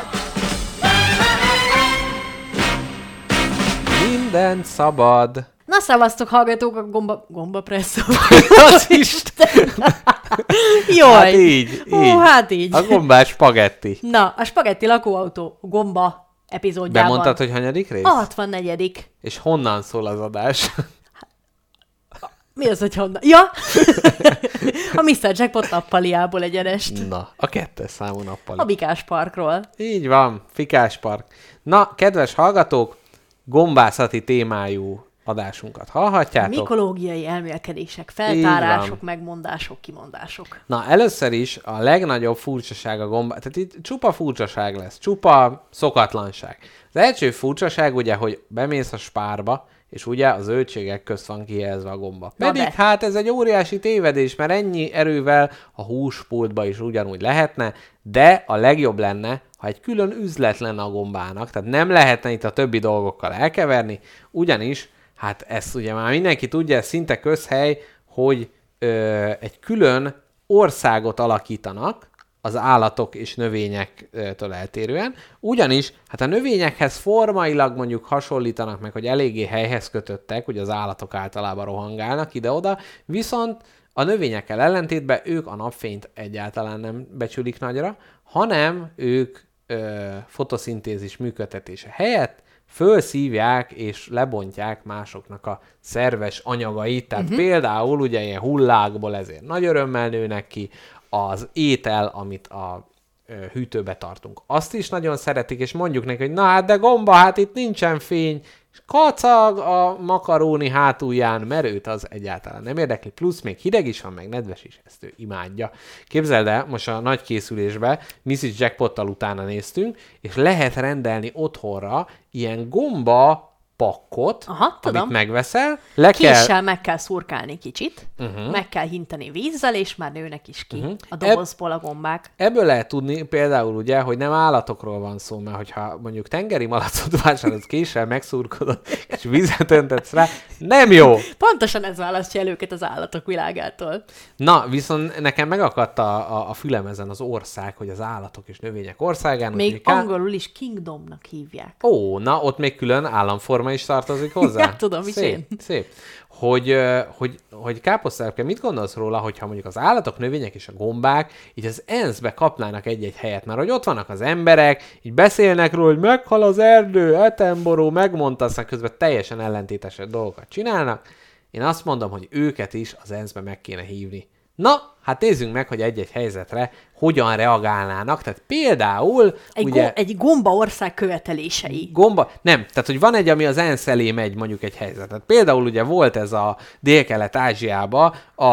Minden szabad. Na, szavaztok, hallgatók, a gomba presszó. Az Isten! Jaj! Hát így, Ó, így. hát így. A gombás spagetti. Na, a spagetti lakóautó gomba epizódjában. Bemondtad, hogy hanyadik rész? A 64. És honnan szól az adás? Mi az, hogy honnan? Ja! A Mr. Jackpot nappaliából egyenest. Na, a 2. számú nappali. A Bikás Parkról. Így van, Fikás Park. Na, kedves hallgatók, gombászati témájú adásunkat hallhatjátok. Mikológiai elmélkedések, Így feltárások, van. megmondások, kimondások. Na, először is a legnagyobb furcsaság a gombá... Tehát itt csupa furcsaság lesz, csupa szokatlanság. Az első furcsaság ugye, hogy bemész a Spárba, és ugye a zöldségek közt van kihelyezve a gomba. Na Pedig de. hát ez egy óriási tévedés, mert ennyi erővel a húspultba is ugyanúgy lehetne, de a legjobb lenne, ha egy külön üzlet lenne a gombának, tehát nem lehetne itt a többi dolgokkal elkeverni, ugyanis, hát ezt ugye már mindenki tudja, ez szinte közhely, hogy egy külön országot alakítanak az állatok és növényektől eltérően, ugyanis hát a növényekhez formailag mondjuk hasonlítanak meg, hogy eléggé helyhez kötöttek, ugye az állatok általában rohangálnak ide-oda, viszont a növényekkel ellentétben ők a napfényt egyáltalán nem becsülik nagyra, hanem ők fotoszintézis működtetése helyett fölszívják és lebontják másoknak a szerves anyagait, tehát például ugye ilyen hullákból ezért nagy örömmel nőnek ki, az étel, amit a hűtőbe tartunk, azt is nagyon szeretik, és mondjuk neki, hogy na hát de gomba, hát itt nincsen fény, és kacag a makaróni hátulján, mert őt az egyáltalán nem érdekli, plusz még hideg is van, meg nedves is, ezt ő imádja. Képzeld el, most a nagy készülésbe Mrs. Jackpottal utána néztünk, és lehet rendelni otthonra ilyen gomba pakkot, Aha, tudom. amit megveszel, Késsel meg kell szurkálni kicsit, meg kell hintani vízzel, és már nőnek is ki a dobozból a gombák. Ebből lehet tudni például ugye, hogy nem állatokról van szó, mert hogyha mondjuk tengeri malacot vásárolsz késsel, megszurkodod, és vizet öntetsz rá, nem jó! Pontosan ez választja el őket az állatok világától. Na, viszont nekem megakadt a fülem ezen az ország, hogy az állatok és növények országán. Még angolul is Kingdomnak hívják. Ó, na, ott még külön államforma is tartozik hozzá? Ja, tudom, is én. Szép. Hogy káposztelepke, mit gondolsz róla, hogyha mondjuk az állatok, növények és a gombák így az ENSZ-be kapnának egy-egy helyet, mert hogy ott vannak az emberek, így beszélnek róla, hogy meghal az erdő, Attenborough megmondta, aztán közben teljesen ellentétes dolgokat csinálnak. Én azt mondom, hogy őket is az ENSZ-be meg kéne hívni. Na, hát nézzünk meg, hogy egy-egy helyzetre hogyan reagálnának. Tehát például... Egy gomba ország követelései. Nem, tehát hogy van egy, ami az ENSZ elé megy mondjuk egy helyzet. Tehát például ugye volt ez a Dél-Kelet-Ázsiában,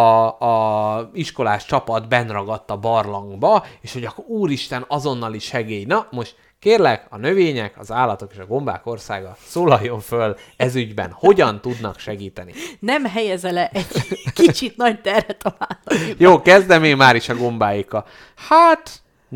a iskolás csapat benragadt a barlangba, és hogy akkor úristen, azonnali segély. Na, most kérlek, a növények, az állatok és a gombák országa szólaljon föl ez ügyben. Hogyan tudnak segíteni? Nem helyezele egy kicsit nagy terhet a vállaljuk. Jó, kezdem én már is a gombáikkal. Hát,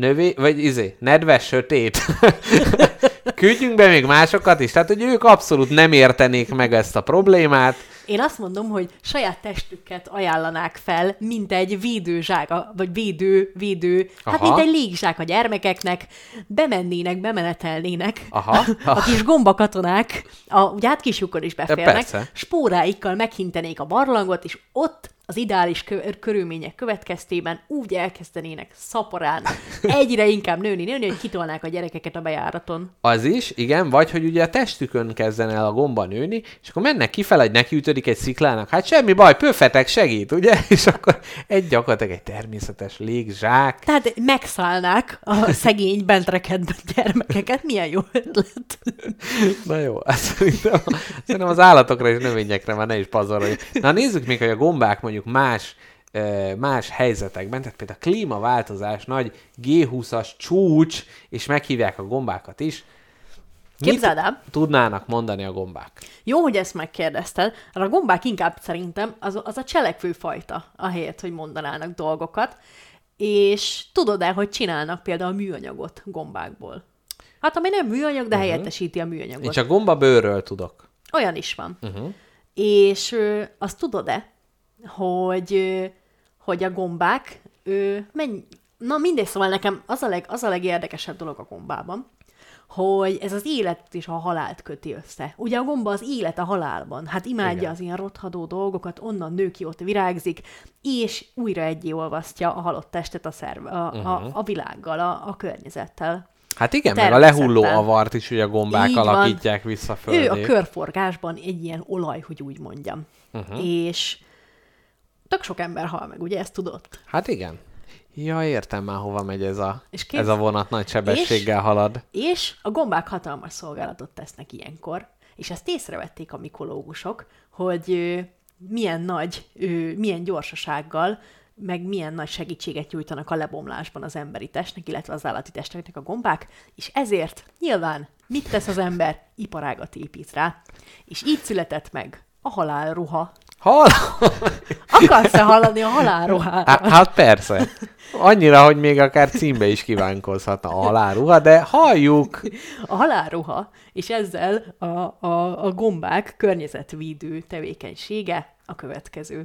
nedves, sötét. Küldjünk be még másokat is, tehát hogy ők abszolút nem értenék meg ezt a problémát. Én azt mondom, hogy saját testüket ajánlanák fel, mint egy védőzsák, vagy hát mint egy légzsák a gyermekeknek, bemenetelnének a kis gombakatonák, ugye hát kisjukon is beférnek, spóráikkal meghintenék a barlangot, és ott az ideális körülmények következtében úgy elkezdenének szaporán egyre inkább nőni, hogy kitolnák a gyerekeket a bejáraton. Az is, igen, vagy hogy ugye a testükön kezdene el a gomba nőni, és akkor mennek kifele, hogy nekiütödik egy sziklának. Hát semmi baj, pöfetek segít, ugye? És akkor gyakorlatilag egy természetes légzsák. Tehát megszállnák a szegény bentrekedben gyermekeket. Milyen jó ötlet. Na jó, szerintem az állatokra és növényekre már ne is pazarolj. Na nézzük még, hogy a gombák mondjuk más más helyzetekben, tehát például a klímaváltozás, nagy G20-as csúcs, és meghívják a gombákat is. Képzeld el. Mit tudnának mondani a gombák? Jó, hogy ezt megkérdezted. A gombák inkább szerintem az a cselekvő fajta, ahelyett, hogy mondanának dolgokat. És tudod-e, hogy csinálnak például műanyagot gombákból? Hát ami nem műanyag, de helyettesíti a műanyagot. Én csak gombabőrről tudok. Olyan is van. És azt tudod-e, hogy a gombák, na mindegy, szóval nekem az a legérdekesebb dolog a gombában, hogy ez az életet és a halált köti össze. Ugye a gomba az élet a halálban. Hát imádja Igen. az ilyen rothadó dolgokat, onnan nő ki, ott virágzik, és újra egyé olvasztja a halott testet a világgal, a környezettel. Hát igen, meg a lehulló Természettel. avart is ugye a gombák Így van. alakítják vissza földé. Ő a körforgásban egy ilyen olaj, hogy úgy mondjam. És tök sok ember hal meg, ugye ezt tudod? Hát igen. Ja, értem már, hova megy És ez a vonat, nagy sebességgel halad. És a gombák hatalmas szolgálatot tesznek ilyenkor, és ezt észrevették a mikológusok, hogy milyen gyorsasággal, meg milyen nagy segítséget nyújtanak a lebomlásban az emberi testnek, illetve az állati testeknek a gombák, és ezért nyilván mit tesz az ember? Iparágat épít rá. És így született meg a halálruha. Akarsz-e hallani a halálruháról? Hát persze. Annyira, hogy még akár címbe is kívánkozhatna a halálruha, de halljuk. A halálruha, és ezzel a gombák környezetvédő tevékenysége a következő.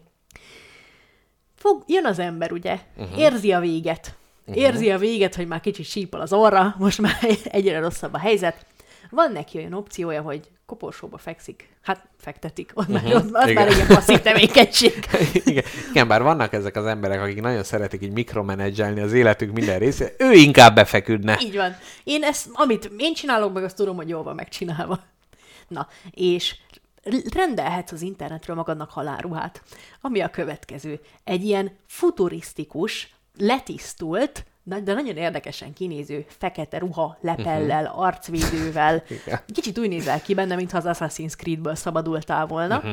Jön az ember, ugye? Érzi a véget. Érzi a véget, hogy már kicsit sípol az orra, most már egyre rosszabb a helyzet. Van neki olyan opciója, hogy koporsóba fekszik. Hát fektetik. Az már egy passzív tevékenység. Igen, bár vannak ezek az emberek, akik nagyon szeretik így mikromenedzselni az életük minden részét, ő inkább befeküdne. Így van. Amit én csinálok, meg azt tudom, hogy jól van megcsinálva. Na, és rendelhetsz az internetről magadnak halálruhát, ami a következő. Egy ilyen futurisztikus, letisztult, de nagyon érdekesen kinéző fekete ruha, lepellel, arcvédővel. Kicsit úgy nézel ki benne, mintha az Assassin's Creedből szabadultál volna.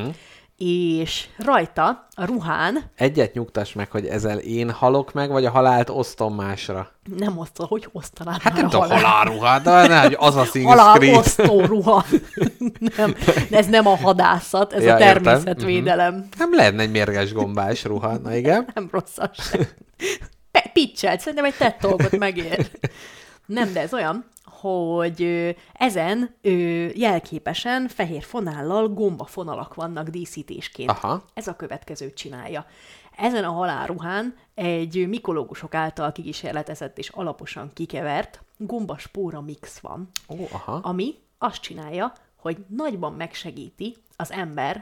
És rajta, a ruhán... Egyet nyugtass meg, hogy ezzel én halok meg, vagy a halált osztom másra. Nem osztol, hogy osztanád Hát már nem a tudom, halálruha, de hogy Assassin's Creed. halálosztó ruha. Nem, ez nem a hadászat, ez a természetvédelem. Nem lehetne egy mérges gombás ruha, na igen. Nem rossz az sem. Pitchelt, szerintem egy tett dolgot megér. Nem, de ez olyan, hogy ezen jelképesen fehér fonállal gombafonalak vannak díszítésként. Aha. Ez a következőt csinálja. Ezen a halálruhán egy mikológusok által kikísérletezett és alaposan kikevert gombaspóra mix van, ami azt csinálja, hogy nagyban megsegíti az ember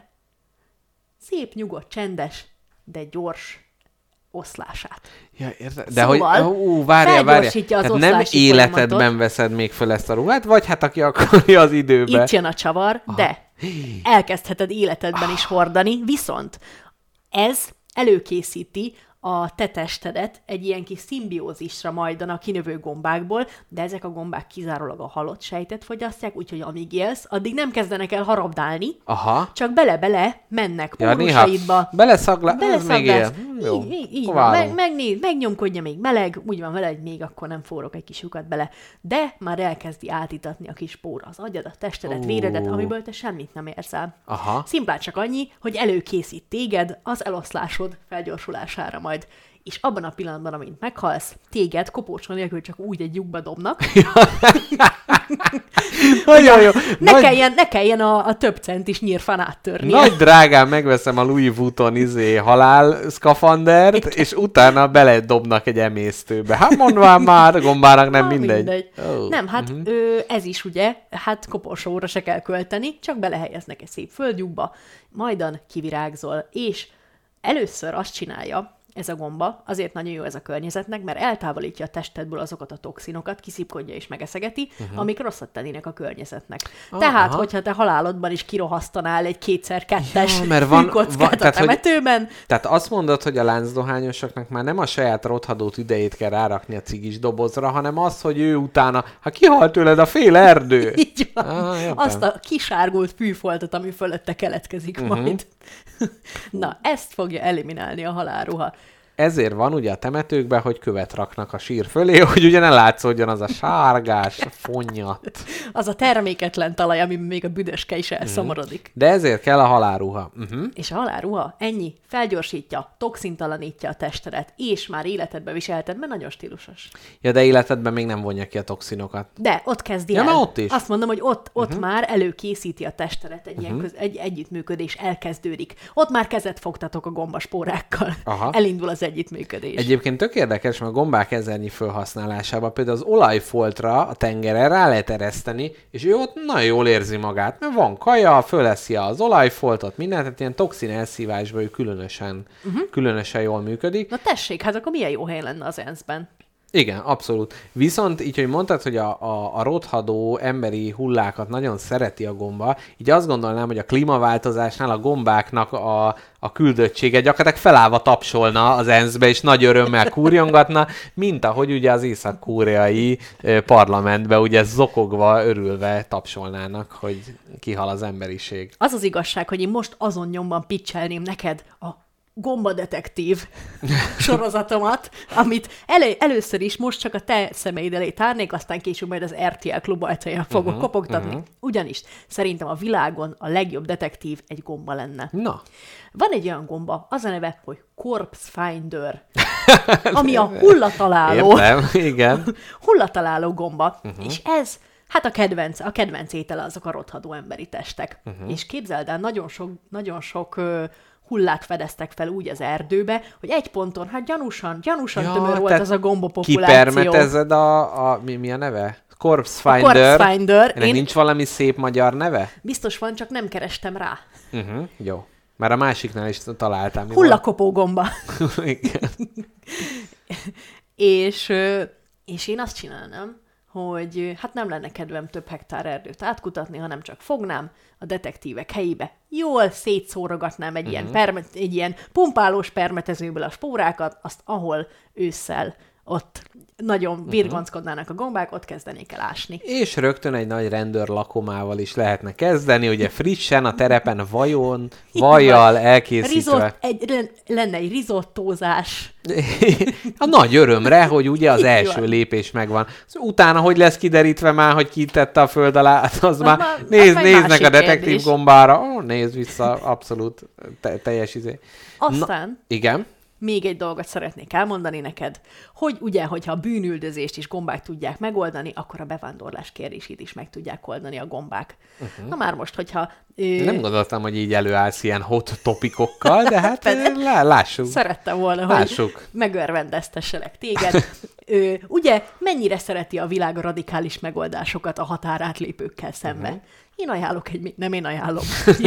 szép, nyugodt, csendes, de gyors oszlását. Ja, érted? De szóval hogy, várjál. felgyorsítja az Tehát nem oszlási életedben folyamatot. veszed még föl ezt a ruhát, vagy hát aki akarja az időbe. Itt jön a csavar, de elkezdheted életedben is hordani, viszont ez előkészíti a te testedet egy ilyen kis szimbiózisra majdan a kinövő gombákból, de ezek a gombák kizárólag a halott sejtet fogyasztják, úgyhogy amíg élsz, addig nem kezdenek el harabdálni, csak bele-bele mennek pórusaidba. Beleszaglász, még él. Jó, Így van, megnyomkodja, még meleg, úgy van vele, hogy még akkor nem forrok egy kis lyukat bele, de már elkezdi átítatni a kis póra az agyad, a testedet, véredet, amiből te semmit nem érzel. Szimplán csak annyi, hogy előkészít téged az eloszlásod felgyorsulására majd. És abban a pillanatban, amint meghalsz, téged kopócsa nélkül csak úgy egy lyukba dobnak. Nagyon jó. Ne kelljen a több centis nyírfán áttörnie. Nagy drágán megveszem a Louis Vuitton halál szkafandert, és utána beledobnak egy emésztőbe. Hát mondván már, gombának nem mindegy. Nem, hát ez is ugye, hát koporsóra se kell költeni, csak belehelyeznek egy szép földlyukba, majdan kivirágzol, és először azt csinálja ez a gomba, azért nagyon jó ez a környezetnek, mert eltávolítja a testedből azokat a toxinokat, kiszipkodja és megeszegeti, amik rosszat tennének a környezetnek. Tehát, hogyha te halálodban is kirohasztanál egy 2x2-es fűkockát a temetőben... Tehát azt mondod, hogy a láncdohányosoknak már nem a saját rothadót idejét kell rárakni a cigis dobozra, hanem az, hogy ő utána, ha kihalt tőled a fél erdő. Így van. Azt a kisárgult fűfoltot, ami fölötte keletkezik majd. Na, ezt fogja eliminálni a halálruha. Ezért van ugye a temetőkben, hogy követ raknak a sír fölé, hogy ugye ne látszódjon az a sárgás fonnyat. Az a terméketlen talaj, ami még a büdöske is elszomorodik. De ezért kell a halálruha. És a halálruha ennyi, felgyorsítja, toxintalanítja a testedet, és már életedbe viselheted, mert nagyon stílusos. Ja, de életedben még nem vonja ki a toxinokat. De ott kezdi el. Ott is. Azt mondom, hogy ott már előkészíti a testedet, egy együttműködés elkezdődik. Ott már kezet fogtatok a gombaspórákkal. Elindul az együttműködés. Egyébként tök érdekes, mert a gombák ezernyi felhasználásában például az olajfoltra a tengeren rá lehet ereszteni, és ő ott nagyon jól érzi magát, mert van kaja, föleszi az olajfoltot, mindent, tehát ilyen toxin elszívásban ő különösen jól működik. Na tessék, hát akkor milyen jó hely lenne az ENSZ-ben? Igen, abszolút. Viszont így, hogy mondtad, hogy a rothadó emberi hullákat nagyon szereti a gomba, így azt gondolnám, hogy a klímaváltozásnál a gombáknak a küldöttsége gyakorlatilag felállva tapsolna az ENSZ-be, és nagy örömmel kúrjongatna, mint ahogy ugye az észak-koreai parlamentbe ugye zokogva, örülve tapsolnának, hogy kihal az emberiség. Az az igazság, hogy én most azon nyomban pitchelném neked a Gombadetektív sorozatomat, amit először is most csak a te szemeid elé tárnék, aztán később majd az RTL klub ajtaján fogok kopogtatni. Ugyanis szerintem a világon a legjobb detektív egy gomba lenne. Na. Van egy olyan gomba, az a neve, hogy Corpse Finder, ami a hullataláló. Értem, igen. Hullataláló gomba, és ez hát a kedvenc étele azok a rothadó emberi testek. És képzeld el, nagyon sok hullát fedeztek fel úgy az erdőbe, hogy egy ponton, hát gyanúsan tömör volt az a gomba populáció. Kipermetezed mi a neve? Corpse Finder. Ennek nincs valami szép magyar neve? Biztos van, csak nem kerestem rá. Jó. Már a másiknál is találtam. Hullakopó gomba. Igen. És én azt csinálnám, hogy hát nem lenne kedvem több hektár erdőt átkutatni, hanem csak fognám a detektívek helyébe, jól szétszórogatnám egy ilyen pumpálós permetezőből a spórákat, azt ahol ősszel ott nagyon virgonckodnának a gombák, ott kezdenék el ásni. És rögtön egy nagy rendőr lakomával is lehetne kezdeni, ugye frissen a terepen vajjal elkészítve. Lenne egy rizottózás. A nagy örömre, hogy ugye az első lépés megvan. Utána, hogy lesz kiderítve már, hogy ki tette a föld alá, az már néznek a detektív gombára. Nézd vissza, abszolút teljes izé. Aztán... Igen. Még egy dolgot szeretnék elmondani neked, hogy ugye, hogyha a bűnüldözést is gombák tudják megoldani, akkor a bevándorlás kérdését is meg tudják oldani a gombák. Na már most, hogyha... Nem gondoltam, hogy így előállsz ilyen hot topikokkal, de hát lássuk. Szerettem volna, hogy megörvendeztesselek téged. Ugye, mennyire szereti a világ a radikális megoldásokat a határátlépőkkel szemben? Én ajánlok nem én ajánlom.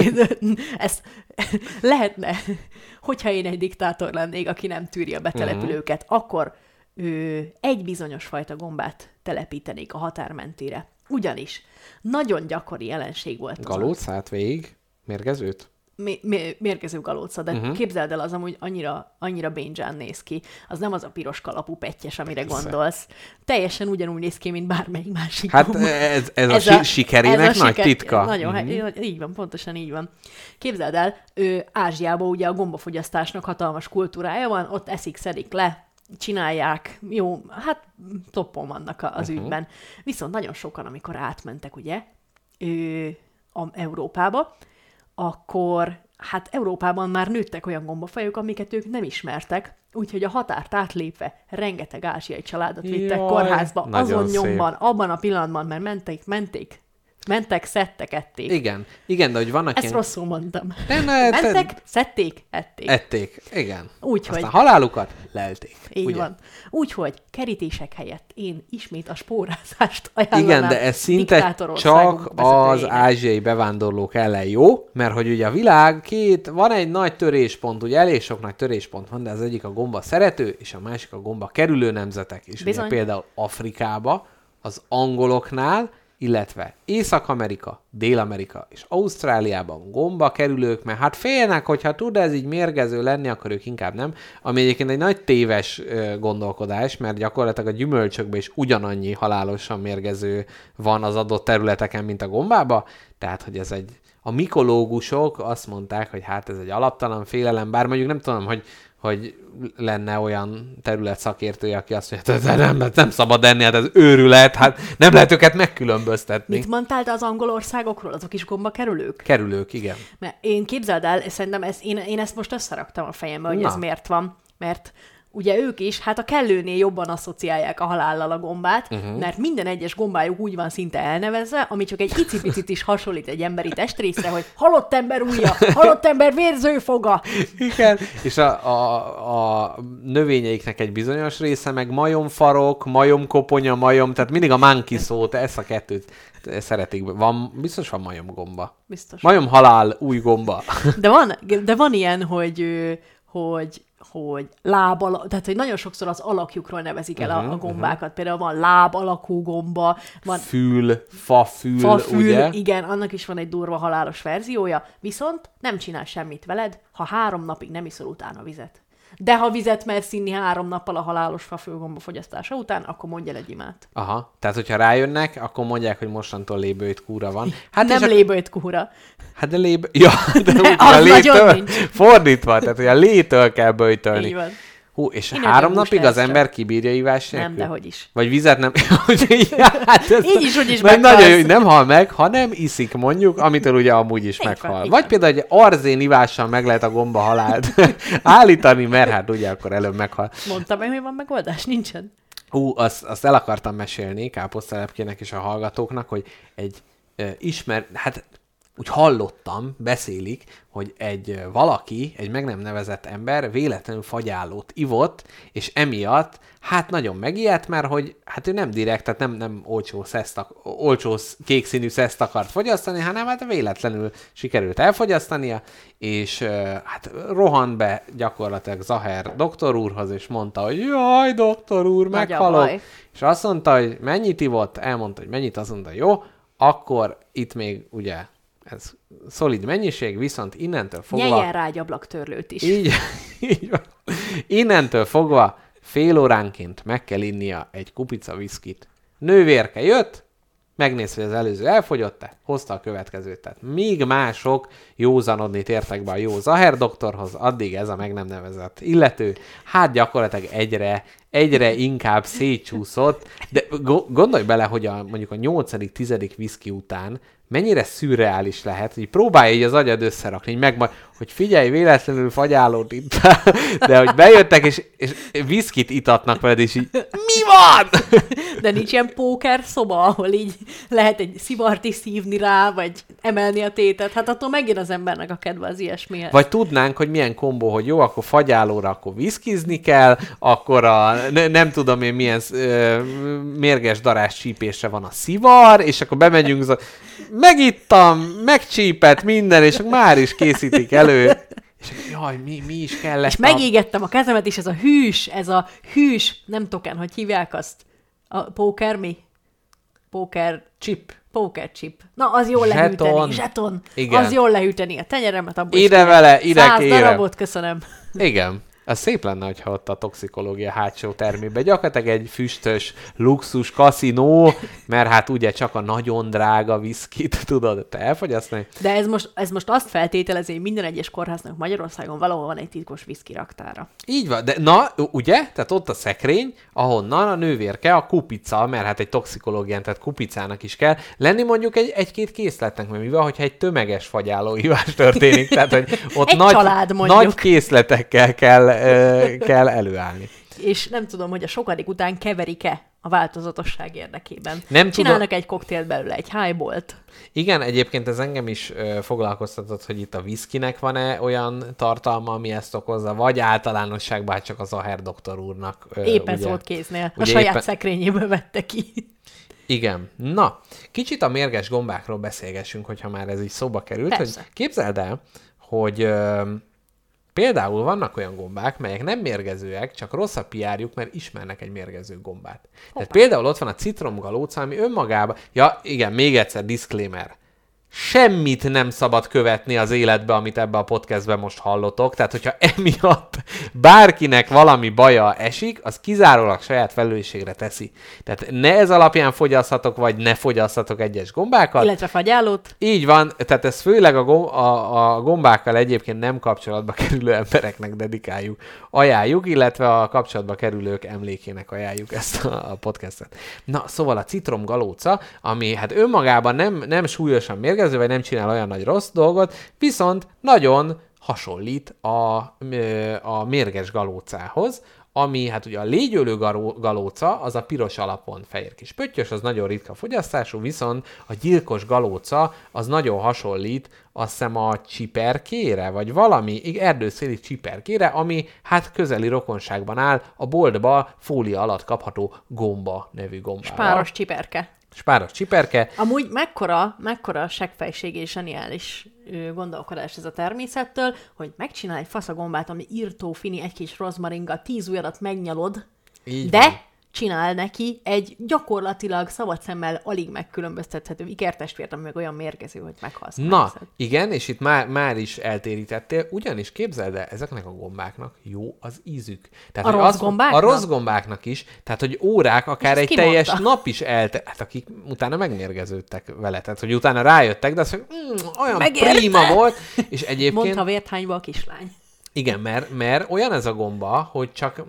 Ez lehetne, hogyha én egy diktátor lennék, aki nem tűri a betelepülőket, akkor egy bizonyos fajta gombát telepítenék a határ mentére. Ugyanis nagyon gyakori jelenség volt. Galócát végig? Mérgezőt? Mérgező galóca, de képzeld el, az amúgy annyira bénzsán néz ki. Az nem az a piros kalapú pettyes, amire gondolsz. Teljesen ugyanúgy néz ki, mint bármelyik másik. Hát ez a sikerének nagy titka. Nagyon, így van, pontosan így van. Képzeld el, Ázsiában ugye a gombafogyasztásnak hatalmas kultúrája van, ott eszik, szedik le, csinálják, jó, hát toppon vannak az ügyben. Viszont nagyon sokan, amikor átmentek ugye Európába, akkor hát Európában már nőttek olyan gombafajok, amiket ők nem ismertek, úgyhogy a határt átlépve rengeteg ázsiai családot vittek kórházba, azon nyomban, abban a pillanatban, mert menték Mentek, szedtek, ették. Igen, de hogy vannak Ezt rosszul mondtam. Mentek, szedték, ették. ették. Igen. Úgyhogy. Aztán halálukat lelték. Így ugye? van. Úgyhogy kerítések helyett én ismét a spórázást ajánlanám. Igen, de ez szinte diktátorországok csak az vezetőjének. ázsiai bevándorlók ellen jó, mert hogy ugye a világ van egy nagy töréspont, ugye elég sok nagy töréspont van, de az egyik a gomba szerető, és a másik a gomba kerülő nemzetek is. Ugye például Afrikába, az angoloknál, illetve Észak-Amerika, Dél-Amerika és Ausztráliában gomba kerülők, mert hát félnek, hogyha tud ez így mérgező lenni, akkor ők inkább nem. Ami egyébként egy nagy téves gondolkodás, mert gyakorlatilag a gyümölcsökben is ugyanannyi halálosan mérgező van az adott területeken, mint a gombába. Tehát, hogy ez a mikológusok azt mondták, hogy hát ez egy alaptalan félelem, bár mondjuk nem tudom, hogy lenne olyan terület szakértője, aki azt mondja, hogy nem szabad enni, hát ez őrület, hát nem lehet őket megkülönböztetni. Mit mondtál te az angol országokról? Azok is gomba kerülők? Kerülők, igen. Mert én képzeld el, szerintem én ezt most összeraktam a fejembe, hogy ez miért van. Mert ugye ők is, hát a kellőnél jobban asszociálják a halállal a gombát, mert minden egyes gombájuk úgy van szinte elnevezve, ami csak egy icipicit is hasonlít egy emberi testrészre, hogy halott ember ujja, halott ember vérző foga. Igen, és a növényeiknek egy bizonyos része, meg majomfarok, majomkoponya, tehát mindig a monkey szót, ezt a kettőt szeretik. Biztos van majomgomba. Biztos. Majomhalál, új gomba. De van ilyen, hogy láb alakú, tehát hogy nagyon sokszor az alakjukról nevezik el a gombákat. Például van láb alakú gomba, van fafül, ugye? Igen, annak is van egy durva halálos verziója, viszont nem csinál semmit veled, ha 3 napig nem iszol utána vizet. De ha vizet mersz inni 3 nappal a halálos fafülgomba fogyasztása után, akkor mondj el egy imát. Aha, tehát hogyha rájönnek, akkor mondják, hogy mostantól lébőjt kúra van. Hát nem lébőjt kúra. Hát de ja, de úgy, az nagyon nincs. Fordítva, tehát hogy a létől kell böjtölni. Így van. Hú, és innen 3 napig az ember kibírja ivás nélkül? Nem, dehogy is. Vagy vizet nem... hát így is, úgy is nagyon jó, hogy nem hal meg, hanem iszik mondjuk, amitől ugye amúgy is meghal. Vagy például egy arzén ivással meg lehet a gomba halált állítani, mert hát ugye akkor előbb meghal. Mondtam én, hogy van megoldás? Nincsen. Azt el akartam mesélni káposztelepkének és a hallgatóknak, hogy egy hát úgy hallottam, beszélik, hogy egy meg nem nevezett ember véletlenül fagyálót ivott, és emiatt hát nagyon megijedt, mert hogy hát ő nem direkt, tehát nem olcsó kék színű szeszt akart fogyasztani, hanem hát véletlenül sikerült elfogyasztania, és hát rohant be gyakorlatilag Zaher doktor úrhoz, és mondta, hogy jaj, doktor úr, meghalok. És azt mondta, hogy mennyit ivott, elmondta, hogy mennyit, azt mondta, jó, akkor itt még ugye ez szolid mennyiség, viszont innentől fogva... Nyeljen rá egy ablaktörlőt is. Így van. Innentől fogva fél óránként meg kell innia egy kupica viszkit. Nővérke jött, megnézte, hogy az előző elfogyott-e, hozta a következőt. Tehát míg mások józanodni tértek be a jó Zaher doktorhoz, addig ez a meg nem nevezett illető, hát gyakorlatilag egyre inkább szétcsúszott, de gondolj bele, hogy mondjuk a 8.-10. viszki után mennyire szürreális lehet, hogy próbálja így az agyad összerakni, hogy figyelj, véletlenül fagyálót itt, de hogy bejöttek, és viszkit itatnak veled, és így, mi van? De nincs ilyen póker szoba, ahol így lehet egy szivart is szívni rá, vagy emelni a tétet, hát attól megjön az embernek a kedve az ilyesmihez. Vagy tudnánk, hogy milyen kombó, hogy jó, akkor fagyálóra, akkor viszkizni kell, akkor nem tudom én milyen mérges darás csípésre van a szivar, és akkor bemegyünk, megittam, megcsípett minden, és már is készítik elő. És jaj, mi is kellett. És megégettem a kezemet, és ez a hűs, nem token, hogy hívják azt? A póker mi? Póker chip. Póker chip. Na, az jól lehűteni. Zseton. Igen. Az jól lehűteni a tenyeremet. Abból ide vele, ide 100 kérem. darabot, köszönöm. Igen. Az szép lenne, hogyha ott a toxikológia hátsó termében gyakorlatilag egy füstös luxus kaszinó, mert hát ugye csak a nagyon drága viszkit tudod te elfogyasztani. De ez most azt feltételezi, hogy minden egyes kórháznak Magyarországon valahol van egy titkos viszki raktára. Így van, de na, ugye? Tehát ott a szekrény, ahonnan a nővérke, a kupica, mert hát egy toxikológián, tehát kupicának is kell lenni mondjuk egy-két készletnek, mert mivel, hogyha egy tömeges fagyálóívás történik, tehát hogy ott nagy készletekkel kell kell előállni. És nem tudom, hogy a sokadik után keverik-e a változatosság érdekében. Nem Csinálnak egy koktélt belőle, egy highballt. Igen, egyébként ez engem is foglalkoztatott, hogy itt a viszkinek van-e olyan tartalma, ami ezt okozza, vagy általánosságban hát csak az Aher doktor úrnak. Éppen ugye, szólt kéznél. A ugye saját szekrényéből vette ki. Igen. Na, kicsit a mérges gombákról beszélgessünk, hogyha már ez így szóba került. Persze. Hogy képzeld el, hogy például vannak olyan gombák, melyek nem mérgezőek, csak rossz a PR-juk, mert ismernek egy mérgező gombát. Tehát például ott van a citromgalóca, ami önmagában... Ja, igen, még egyszer, disclaimer. Semmit nem szabad követni az életbe, amit ebbe a podcastben most hallotok. Tehát, hogyha emiatt bárkinek valami baja esik, az kizárólag saját felelősségre teszi. Tehát ne ez alapján fogyasszatok, vagy ne fogyasszatok egyes gombákat. Illetve fagyálót. Így van, tehát ez főleg a gombákkal egyébként nem kapcsolatba kerülő embereknek dedikáljuk, ajánljuk, illetve a kapcsolatba kerülők emlékének ajánljuk ezt a podcastet. Na, szóval a citromgalóca, ami hát önmagában nem súlyosan mérgező, vagy nem csinál olyan nagy rossz dolgot, viszont nagyon hasonlít a mérges galócához, ami hát ugye a légyölő galóca, az a piros alapon fehér kis pöttyös, az nagyon ritka fogyasztású, viszont a gyilkos galóca az nagyon hasonlít azt hiszem a csiperkére, vagy valami erdőszéli csiperkére, ami hát közeli rokonságban áll a boltba fólia alatt kapható gomba nevű gombával. Spáros csiperke. Spáros csiperke. Amúgy mekkora seggfejség és zseniális gondolkodás ez a természettől, hogy megcsinál egy faszagombát, ami írtó fini, egy kis rozmaringgal, 10 ujjadat megnyalod, Így de van. csinál neki egy gyakorlatilag szabad szemmel alig megkülönböztethető ikertestvért, ami meg olyan mérgező, hogy meghalsz. Na, igen, és itt már is eltérítettél, ugyanis képzeld el, ezeknek a gombáknak jó az ízük. Tehát, A hogy rossz gombáknak? A rossz gombáknak is, tehát hogy órák, akár ezt egy ki teljes mondta? nap is hát akik utána megmérgeződtek vele, tehát hogy utána rájöttek, de azt mondják, olyan Megérte. prima volt, és egyébként... Mondta vérthányba a kislány. Igen, mert olyan ez a gomba, hogy csak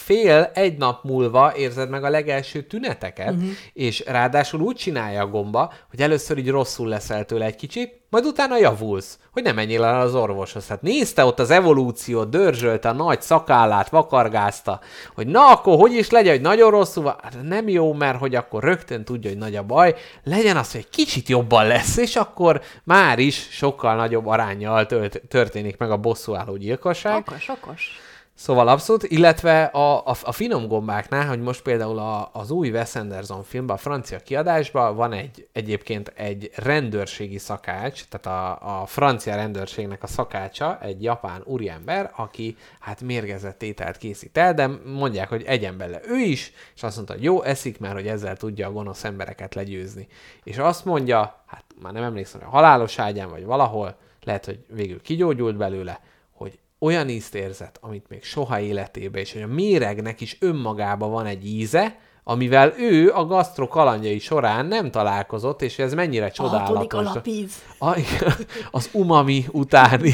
egy nap múlva érzed meg a legelső tüneteket, és ráadásul úgy csinálja a gomba, hogy először így rosszul leszel tőle egy kicsit, majd utána javulsz, hogy nem menjél el az orvoshoz. Hát nézte ott az evolúciót, dörzsölte a nagy szakállát, vakargázta, hogy na akkor hogy is legyen, hogy nagyon rosszul van. Hát nem jó, mert hogy akkor rögtön tudja, hogy nagy a baj, legyen az, hogy egy kicsit jobban lesz, és akkor már is sokkal nagyobb aránnyal történik meg a bosszúálló gyilkosság. Okos. Szóval abszolút, illetve a finom gombáknál, hogy most például az új Wes Anderson filmben, a francia kiadásban van egyébként egy rendőrségi szakács, tehát a francia rendőrségnek a szakácsa, egy japán úriember, aki hát mérgezett ételt készít el, de mondják, hogy egyen bele ő is, és azt mondta, hogy jó, eszik már, hogy ezzel tudja a gonosz embereket legyőzni. És azt mondja, hát már nem emlékszem, hogy a halálos ágyán vagy valahol, lehet, hogy végül kigyógyult belőle, hogy olyan ízt érzett, amit még soha életében, és hogy a méregnek is önmagában van egy íze, amivel ő a gasztro kalandjai során nem találkozott, és ez mennyire csodálatos. Alapíz. Az umami utáni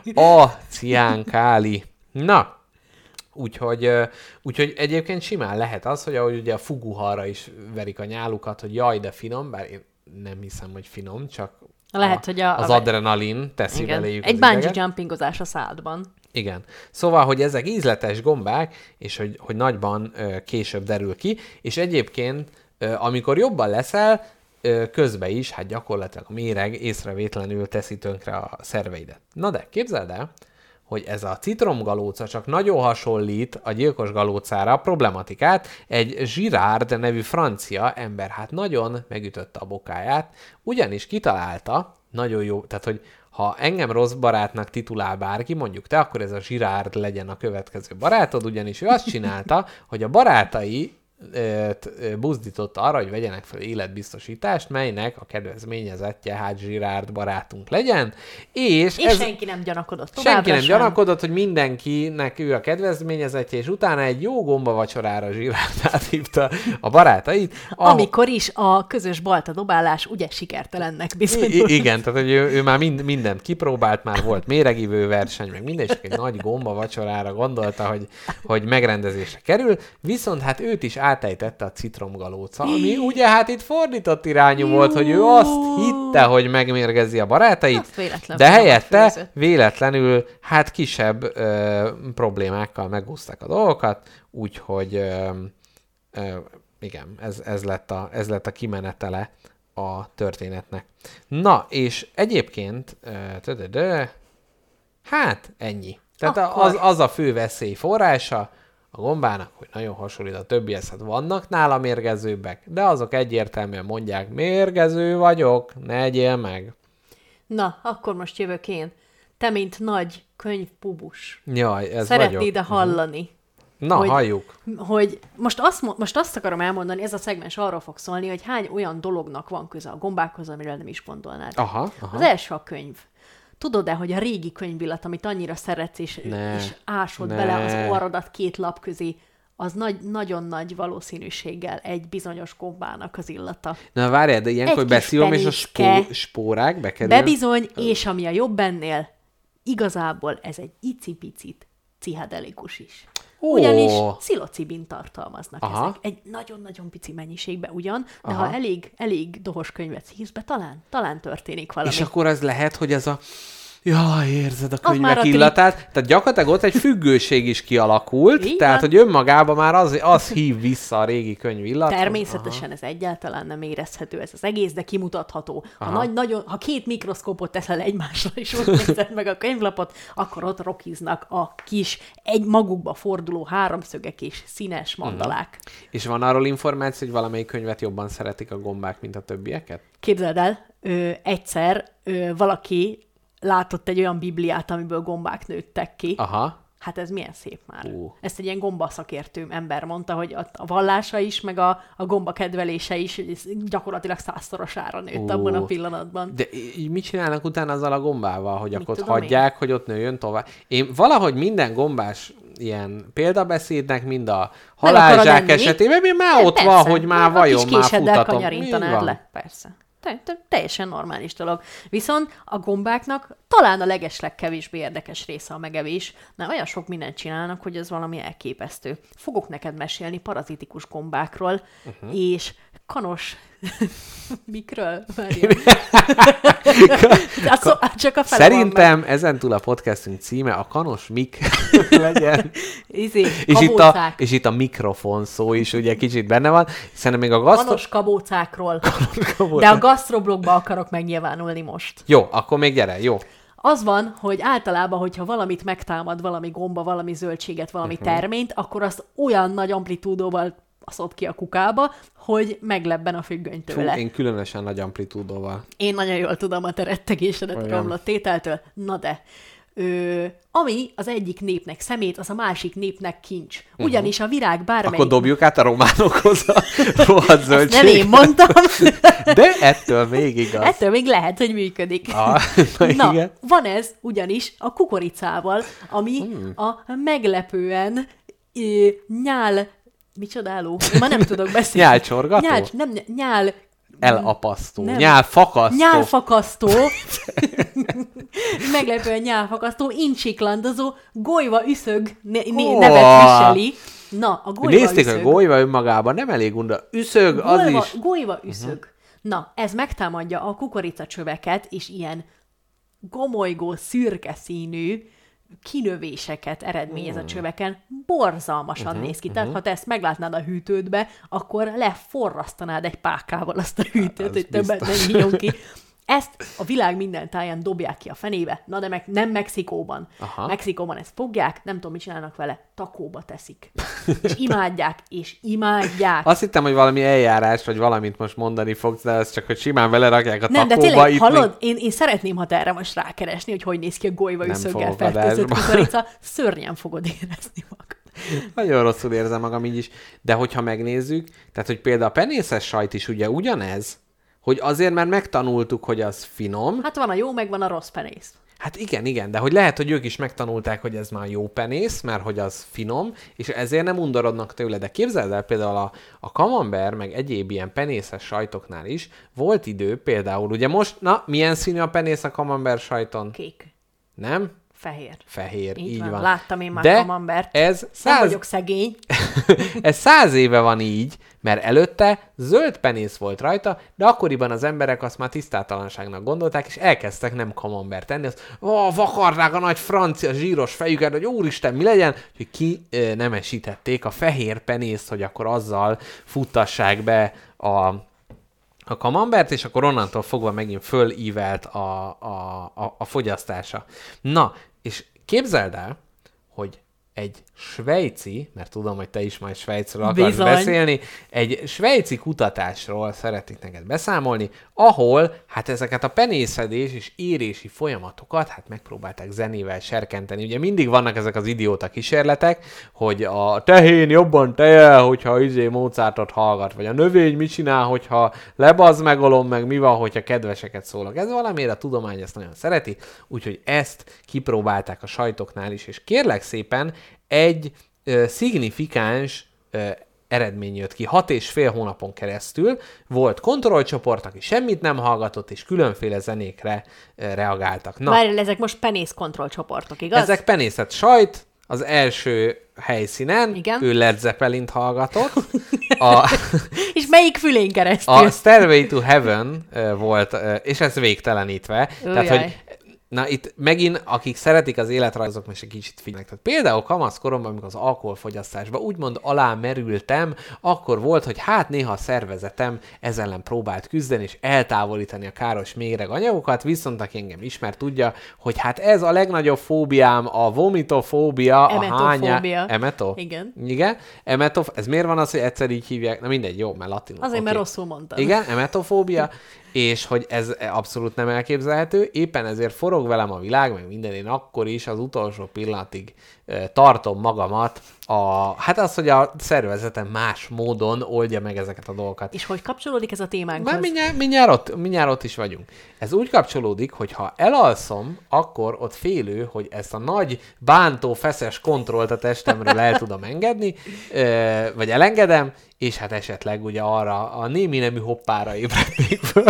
ciánkáli. Na, úgyhogy egyébként simán lehet az, hogy ahogy ugye a fuguharra is verik a nyálukat, hogy jaj, de finom, bár én nem hiszem, hogy finom, csak Lehet, hogy az adrenalin teszi igen. beléjük Egy az bungee ideget. jumpingozás a szádban. Igen. Szóval, hogy ezek ízletes gombák, és hogy nagyban később derül ki, és egyébként, amikor jobban leszel, közben is, hát gyakorlatilag a méreg észrevétlenül teszi tönkre a szerveidet. Na de, képzeld el, hogy ez a citromgalóca csak nagyon hasonlít a gyilkos galócára, a problematikát. Egy Girard nevű francia ember hát nagyon megütötte a bokáját, ugyanis kitalálta, nagyon jó, tehát hogy ha engem rossz barátnak titulál bárki, mondjuk te, akkor ez a Girard legyen a következő barátod, ugyanis ő azt csinálta, hogy a barátai buzdította arra, hogy vegyenek fel életbiztosítást, melynek a kedvezményezettje hát Girard barátunk legyen, és senki nem gyanakodott továbbra senki nem sem. gyanakodott, hogy mindenkinek ő a kedvezményezettje, és utána egy jó gomba vacsorára Girard áthívta a barátait. Amikor is a közös baltadobálás ugye sikertelennek bizonyult. Igen, tehát hogy ő már mindent kipróbált, már volt méregívő verseny, meg minden, és egy nagy gomba vacsorára gondolta, hogy megrendezésre kerül, viszont hát őt is átejtette a citromgalóca, ami ugye hát itt fordított irányú volt, hogy ő azt hitte, hogy megmérgezi a barátait, de helyette véletlenül hát kisebb problémákkal megúszták a dolgokat, úgyhogy igen, ez lett a kimenetele a történetnek. Na, és egyébként hát ennyi. Tehát az a fő veszély forrása a gombának, hogy nagyon hasonlít a többihez, hát vannak nála mérgezőbbek, de azok egyértelműen mondják, mérgező vagyok, ne egyél meg. Na, akkor most jövök én. Te, mint nagy könyvpubus. Jaj, ez szeretnéd-e hallani? Na, halljuk. Hogy most azt akarom elmondani, ez a szegmens arról fog szólni, hogy hány olyan dolognak van köze a gombákhoz, amiről nem is gondolnád. Aha. Az első a könyv. Tudod-e, hogy a régi könyvillat, amit annyira szeretsz, és ásod bele az orrodat 2 lap közé, az nagyon nagy valószínűséggel egy bizonyos gombának az illata. Na várjál, de ilyenkor beszívom, és a spórák bekerül. Bebizony, és ami a jobb ennél, igazából ez egy icipicit pszichedelikus is. Ugyanis pszilocibin tartalmaznak ezek. Egy nagyon-nagyon pici mennyiségben ugyan, de ha elég dohos könyvet szívsz be, talán történik valami. És akkor az lehet, hogy ez a... Jaj, érzed a könyvek illatát. Tehát gyakorlatilag ott egy függőség is kialakult, így tehát, hogy önmagában már az hív vissza a régi könyv illathoz. Természetesen ez egyáltalán nem érezhető, ez az egész, de kimutatható. Ha 2 mikroszkópot teszel egymásra, és ott nézed meg a könyvlapot, akkor ott rokiznak a kis, magukba forduló háromszögek és színes mandalák. És van arról információ, hogy valamelyik könyvet jobban szeretik a gombák, mint a többieket? Képzeld el, egyszer valaki látott egy olyan bibliát, amiből gombák nőttek ki. Aha. Hát ez milyen szép már. Ezt egy ilyen gombaszakértő ember mondta, hogy a vallása is, meg a gomba kedvelése is gyakorlatilag 100-szorosára nőtt abban a pillanatban. De mit csinálnak utána azzal a gombával, hogy akkor ott hagyják, hogy ott nőjön tovább? Én valahogy minden gombás ilyen példabeszédnek, mind a halálzsák esetében, mi már ott van, hogy már vajon már futatom. Kanyarintanád le, persze. Teljesen normális dolog. Viszont a gombáknak talán a legeslegkevésbé érdekes része a megevés, mert olyan sok mindent csinálnak, hogy ez valami elképesztő. Fogok neked mesélni parazitikus gombákról, és kanos... Mikről? Csak a fele szerintem ezentúl a podcastünk címe a kanos mik legyen. És itt a mikrofon szó is ugye kicsit benne van. Szerintem még a kanos kabócákról. De a gasztroblogba akarok megnyilvánulni most. Jó, akkor még gyere, jó. Az van, hogy általában, hogyha valamit megtámad, valami gomba, valami zöldséget, valami terményt, akkor azt olyan nagy amplitúdóval baszod ki a kukába, hogy meglebben a függöny tőle. Én különösen nagy amplitúdóval. Én nagyon jól tudom a te rettegésedet a romlott tételtől. Na de, ami az egyik népnek szemét, az a másik népnek kincs. Ugyanis a virág bármelyik... Akkor dobjuk át a románokhoz a rohadt zöldség. Ezt nem én mondtam. De ettől még igaz. Ettől még lehet, hogy működik. Na, igen. Van ez ugyanis a kukoricával, ami a meglepően nyál... Micsodáló? Én már nem tudok beszélni. Nyálcsorgató? Nyál... Elapasztó. Nyálfakasztó. Nyálfakasztó. Meglepően nyálfakasztó, incsiklandozó, golyva üszög nevet viseli. Na, a golyva nézték, üszög. A golyva önmagában nem elég unda. Üszög, az is. Golyva üszög. Na, ez megtámadja a kukoricacsöveket, és ilyen gomolygó, szürke színű kinövéseket eredményez a csöveken, borzalmasan néz ki. Tehát, ha te ezt meglátnád a hűtődbe, akkor leforrasztanád egy pákával azt a hűtőt, hogy többet nem nyíljon ki. Ezt a világ minden táján dobják ki a fenébe, na de nem Mexikóban. Mexikóban ezt fogják, nem tudom, mit csinálnak vele, takóba teszik. És imádják. Azt hittem, hogy valami eljárás, vagy valamit most mondani fogsz, de ez csak, hogy simán belerakják a takóba. Nem, de tényleg, hallod, én szeretném, ha te erre most rákeresni, hogy néz ki a golyva üszöggel fertőzött kukorica, szörnyen fogod érezni magad. Nagyon rosszul érzem magam így is. De hogyha megnézzük, tehát, hogy például a penészes sajt is ugye ugyanez, hogy azért, mert megtanultuk, hogy az finom. Hát van a jó, meg van a rossz penész. Hát igen, de hogy lehet, hogy ők is megtanulták, hogy ez már jó penész, mert hogy az finom, és ezért nem undorodnak tőle. De képzeld el, például a camembert, meg egyéb ilyen penészes sajtoknál is volt idő, például ugye most, milyen színű a penész a camembert sajton? Kék. Nem? Fehér. Fehér, így van. Láttam én már camembert. Ez nem vagyok szegény. Ez 100 éve van így, mert előtte zöld penész volt rajta, de akkoriban az emberek azt már tisztátalanságnak gondolták, és elkezdtek nem camembert tenni. Azt, vakarták a nagy francia zsíros fejüket, hogy úristen, mi legyen? Úgyhogy ki nemesítették a fehér penészt, hogy akkor azzal futtassák be a camembert, és akkor onnantól fogva megint fölívelt a fogyasztása. Na, és képzeld el, hogy egy svejci, mert tudom, hogy te is majd Svájcról akarsz beszélni, egy svejci kutatásról szeretnék neked beszámolni, ahol hát ezeket a penészedés és érési folyamatokat hát megpróbálták zenével serkenteni. Ugye mindig vannak ezek az idióta kísérletek, hogy a tehén jobban tejel, hogyha Mozartot hallgat, vagy a növény mit csinál, hogyha lebazd megolom, meg mi van, hogyha kedveseket szólok. Ez valamiért a tudomány ezt nagyon szereti, úgyhogy ezt kipróbálták a sajtoknál is, és kérlek szépen egy szignifikáns eredmény jött ki. 6,5 hónapon keresztül volt kontrollcsoport, aki semmit nem hallgatott, és különféle zenékre reagáltak. Na, várjál, ezek most penész kontrollcsoportok, igaz? ezek penészet sajt, az első helyszínen, igen. Ő Led Zeppelint hallgatott. És melyik fülén keresztül? A Stairway to Heaven volt, és ez végtelenítve. Tehát, hogy na itt megint, akik szeretik az életrajzok, most egy kicsit figyelnek. Tehát például kamaszkoromban, amikor az alkoholfogyasztásban úgymond alámerültem, akkor volt, hogy hát néha a szervezetem ezzel ellen próbált küzdeni, és eltávolítani a káros méreg-anyagokat, viszont aki engem ismer, tudja, hogy hát ez a legnagyobb fóbiám, a vomitofóbia, emetofóbia. Emeto? Igen. Igen. Ez miért van az, hogy egyszer így hívják? Na mindegy, jó, mert latinul. Azért, mert rosszul mondtad. Igen, emetofóbia. És hogy ez abszolút nem elképzelhető, éppen ezért forog velem a világ, meg minden, én akkor is az utolsó pillanatig tartom magamat, hát az, hogy a szervezetem más módon oldja meg ezeket a dolgokat. És hogy kapcsolódik ez a témánkhoz? Már mindjárt ott is vagyunk. Ez úgy kapcsolódik, hogy ha elalszom, akkor ott félő, hogy ezt a nagy, bántó, feszes kontrollt a testemről el tudom engedni, vagy elengedem, és hát esetleg ugye arra a némi nemű hoppára ébrednék föl.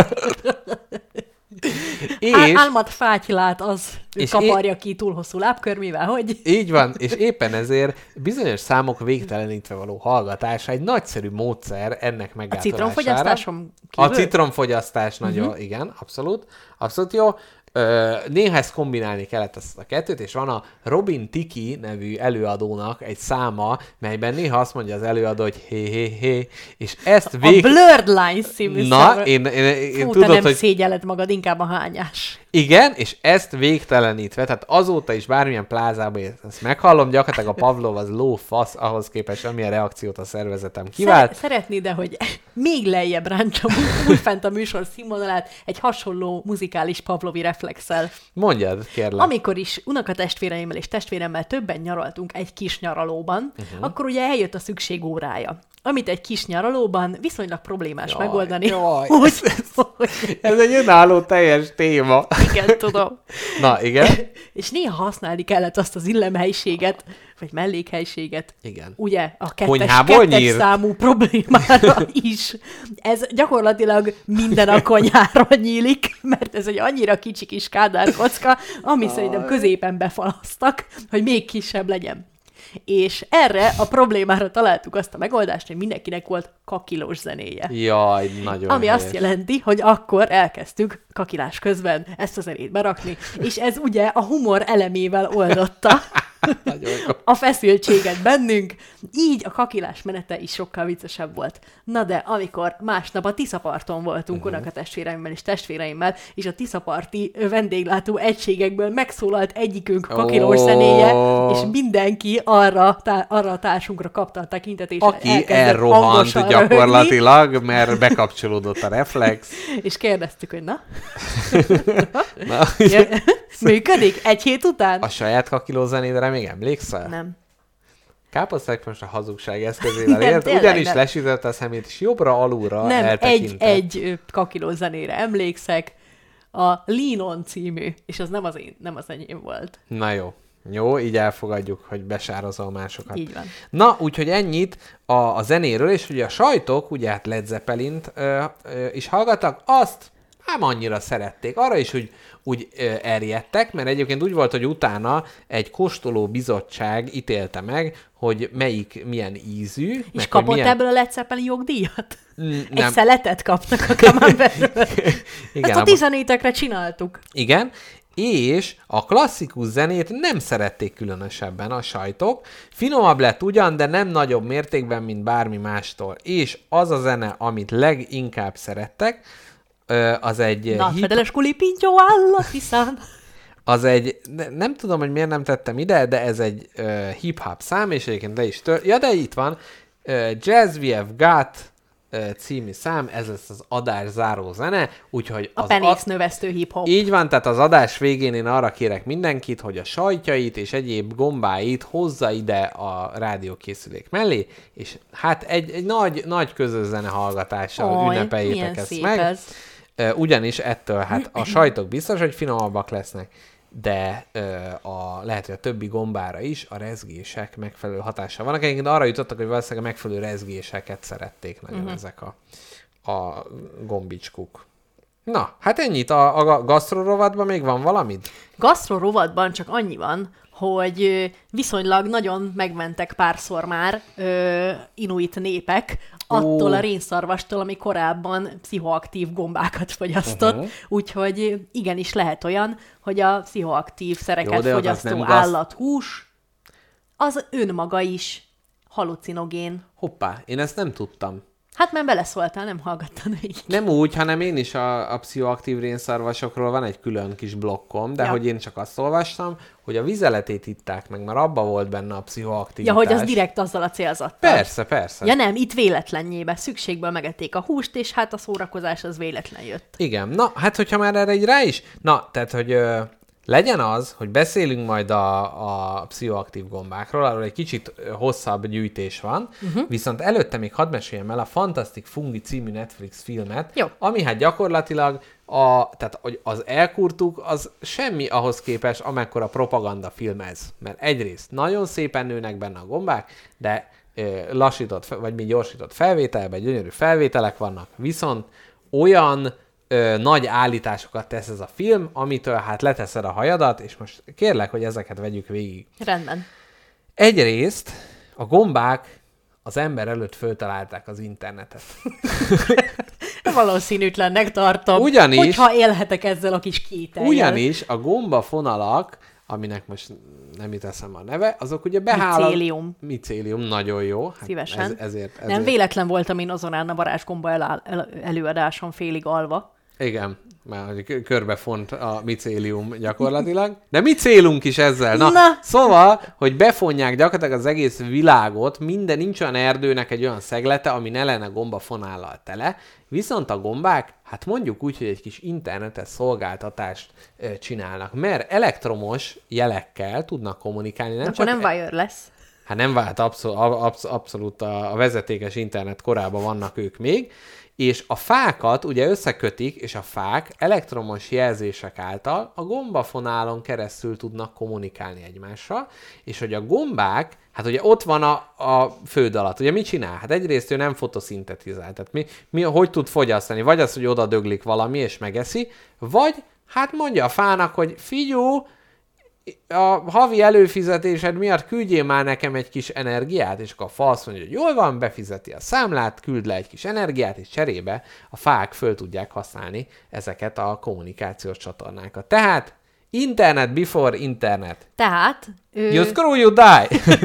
Álmat fátylát az kaparja ki túl hosszú lábkörmével, hogy... Így van, és éppen ezért bizonyos számok végtelenítve való hallgatása egy nagyszerű módszer ennek meggátolására. A citromfogyasztáson kívül? A citromfogyasztás nagyon, igen, abszolút jó. Néha ezt kombinálni kellett ezt a kettőt, és van a Robin Tiki nevű előadónak egy száma, melyben néha azt mondja az előadó, hogy hé, és ezt A Blurred Lines című Na, én tudod, te nem szégyelled magad, inkább a hányás. Igen, és ezt végtelenítve, tehát azóta is bármilyen plázában ezt meghallom, gyakorlatilag a Pavlov az lófasz ahhoz képest, amilyen reakciót a szervezetem kivált. Szeretnéd, de hogy még lejjebb ráncsam újfent a műsor színvonalát egy hasonló muzikális pavlovi reflexel. Mondjad, kérlek. Amikor is unokatestvéreimmel és testvéremmel többen nyaraltunk egy kis nyaralóban, akkor ugye eljött a szükség órája, amit egy kis nyaralóban viszonylag problémás megoldani. Ez egy önálló teljes téma. Igen, tudom. Na, igen. És néha használni kellett azt az illemhelyiséget, vagy mellékhelyiséget. Igen. Ugye a kettes számú problémára is. Ez gyakorlatilag minden a konyhára nyílik, mert ez egy annyira kicsi kis kádárkocka, ami szerintem középen befalasztak, hogy még kisebb legyen. És erre a problémára találtuk azt a megoldást, hogy mindenkinek volt kakilós zenéje. Jaj, nagyon Ami helyes. azt jelenti, hogy akkor elkezdtük kakilás közben ezt a zenét berakni, és ez ugye a humor elemével oldotta a feszültséget bennünk, így a kakilás menete is sokkal viccesebb volt. Na de amikor másnap a Tiszaparton voltunk unokatestvéreimmel és testvéreimmel, és a tiszaparti vendéglátó egységekből megszólalt egyikünk kakilós zenéje, és mindenki arra a társunkra kapta a tekintet, és aki elrohant gyakorlatilag, mert bekapcsolódott a reflex. És kérdeztük, hogy na? Na. Működik? Egy hét után? A saját kakiló zenédre még emlékszel? Nem. Káposzták most a hazugság eszközével Nem, ért, tényleg ugyanis nem. lesütött a szemét, és jobbra-alulra Nem, eltekintett. egy kakiló zenére emlékszek, a Lean On című, és az nem az enyém volt. Na jó. Jó, így elfogadjuk, hogy besározol másokat. Így van. Na, úgyhogy ennyit a zenéről, és ugye a sajtok, ugye hát Led Zeppelint is hallgattak, azt hát annyira szerették. Arra is úgy erjedtek, mert egyébként úgy volt, hogy utána egy kóstoló bizottság ítélte meg, hogy melyik milyen ízű. És kapott ebből a Led Zeppelin jogdíjat? Nem. Egy szeletet kaptak a Camembertről. Igen, Ezt a 14-ekre csináltuk. Igen, és a klasszikus zenét nem szerették különösebben a sajtok. Finomabb lett ugyan, de nem nagyobb mértékben, mint bármi mástól. És az a zene, amit leginkább szerettek, az egy... Fedeles kulipintyó állati szám. Az egy, nem tudom, hogy miért nem tettem ide, de ez egy hip-hop szám, és egyébként le is ja, de itt van. Jazz We Have Got című szám, ez lesz az adás záró zene, úgyhogy a penész növesztő hip-hop. Így van, tehát az adás végén én arra kérek mindenkit, hogy a sajtjait és egyéb gombáit hozza ide a rádiókészülék mellé, és hát egy nagy közös zene hallgatással ünnepeljétek ezt meg. Ez. Ugyanis ettől hát a sajtok biztos, hogy finomabbak lesznek, de lehet, hogy a többi gombára is a rezgések megfelelő hatással vannak. Egyébként arra jutottak, hogy valószínűleg a megfelelő rezgéseket szerették nagyon ezek a gombicskuk. Na, hát ennyit. A gasztrorovatban még van valamit? Gasztrorovatban csak annyi van, hogy viszonylag nagyon megmentek párszor már inuit népek attól a rénszarvastól, ami korábban pszichoaktív gombákat fogyasztott. Úgyhogy igenis lehet olyan, hogy a pszichoaktív szereket fogyasztó állathús az önmaga is halucinogén. Hoppá, én ezt nem tudtam. Hát mert beleszóltál, nem hallgattad végig. Nem úgy, hanem én is a pszichoaktív rénszarvasokról van egy külön kis blokkom, de hogy én csak azt olvastam, hogy a vizeletét itták meg, mert abba volt benne a pszichoaktivitás. Ja, hogy az direkt azzal a célzattal. Persze. Ja nem, itt véletlenjébe, szükségből megették a húst, és hát a szórakozás az véletlen jött. Igen, na, hát hogyha már erre így rá is, tehát, hogy legyen az, hogy beszélünk majd a pszichoaktív gombákról, arról egy kicsit hosszabb gyűjtés van, viszont előtte még hadd meséljem el a Fantastic Fungi című Netflix filmet, ami hát gyakorlatilag tehát hogy az elkurtuk, az semmi ahhoz képest, amekkora propaganda film ez. Mert egyrészt nagyon szépen nőnek benne a gombák, de lassított, vagy még gyorsított felvételben, gyönyörű felvételek vannak, viszont olyan nagy állításokat tesz ez a film, amitől hát leteszed a hajadat, és most kérlek, hogy ezeket vegyük végig. Rendben. Egyrészt a gombák az ember előtt föltalálták az internetet. Valószínűtlennek tartom, ugyanis, hogyha élhetek ezzel a kis kétellyel. Ugyanis a gombafonalak, aminek most nem jut eszembe a neve, azok ugye Micélium, nagyon jó. Hát szívesen. Ezért. Nem véletlen voltam én azon a varázsgomba előadáson félig alva. Igen, már körbefont a micélium gyakorlatilag. De mi célunk is ezzel? Na. Szóval, hogy befonják gyakorlatilag az egész világot, nincs olyan erdőnek egy olyan szeglete, ami ne lenne gombafonállal tele, viszont a gombák, hát mondjuk úgy, hogy egy kis internetes szolgáltatást csinálnak, mert elektromos jelekkel tudnak kommunikálni. Akkor nem wireless. Hát nem vált abszolút a vezetékes internet korában vannak ők még, és a fákat ugye összekötik, és a fák elektromos jelzések által a gombafonálon keresztül tudnak kommunikálni egymással, és hogy a gombák, hát ugye ott van a föld alatt, ugye mit csinál? Hát egyrészt ő nem fotoszintetizál, tehát hogy tud fogyasztani? Vagy az, hogy oda döglik valami, és megeszi, vagy hát mondja a fának, hogy figyú, a havi előfizetésed miatt küldjél már nekem egy kis energiát, és akkor a fa azt mondja, hogy jól van, befizeti a számlát, küld le egy kis energiát, és cserébe a fák föl tudják használni ezeket a kommunikációs csatornákat. Tehát internet before internet. Tehát... You screw, you die!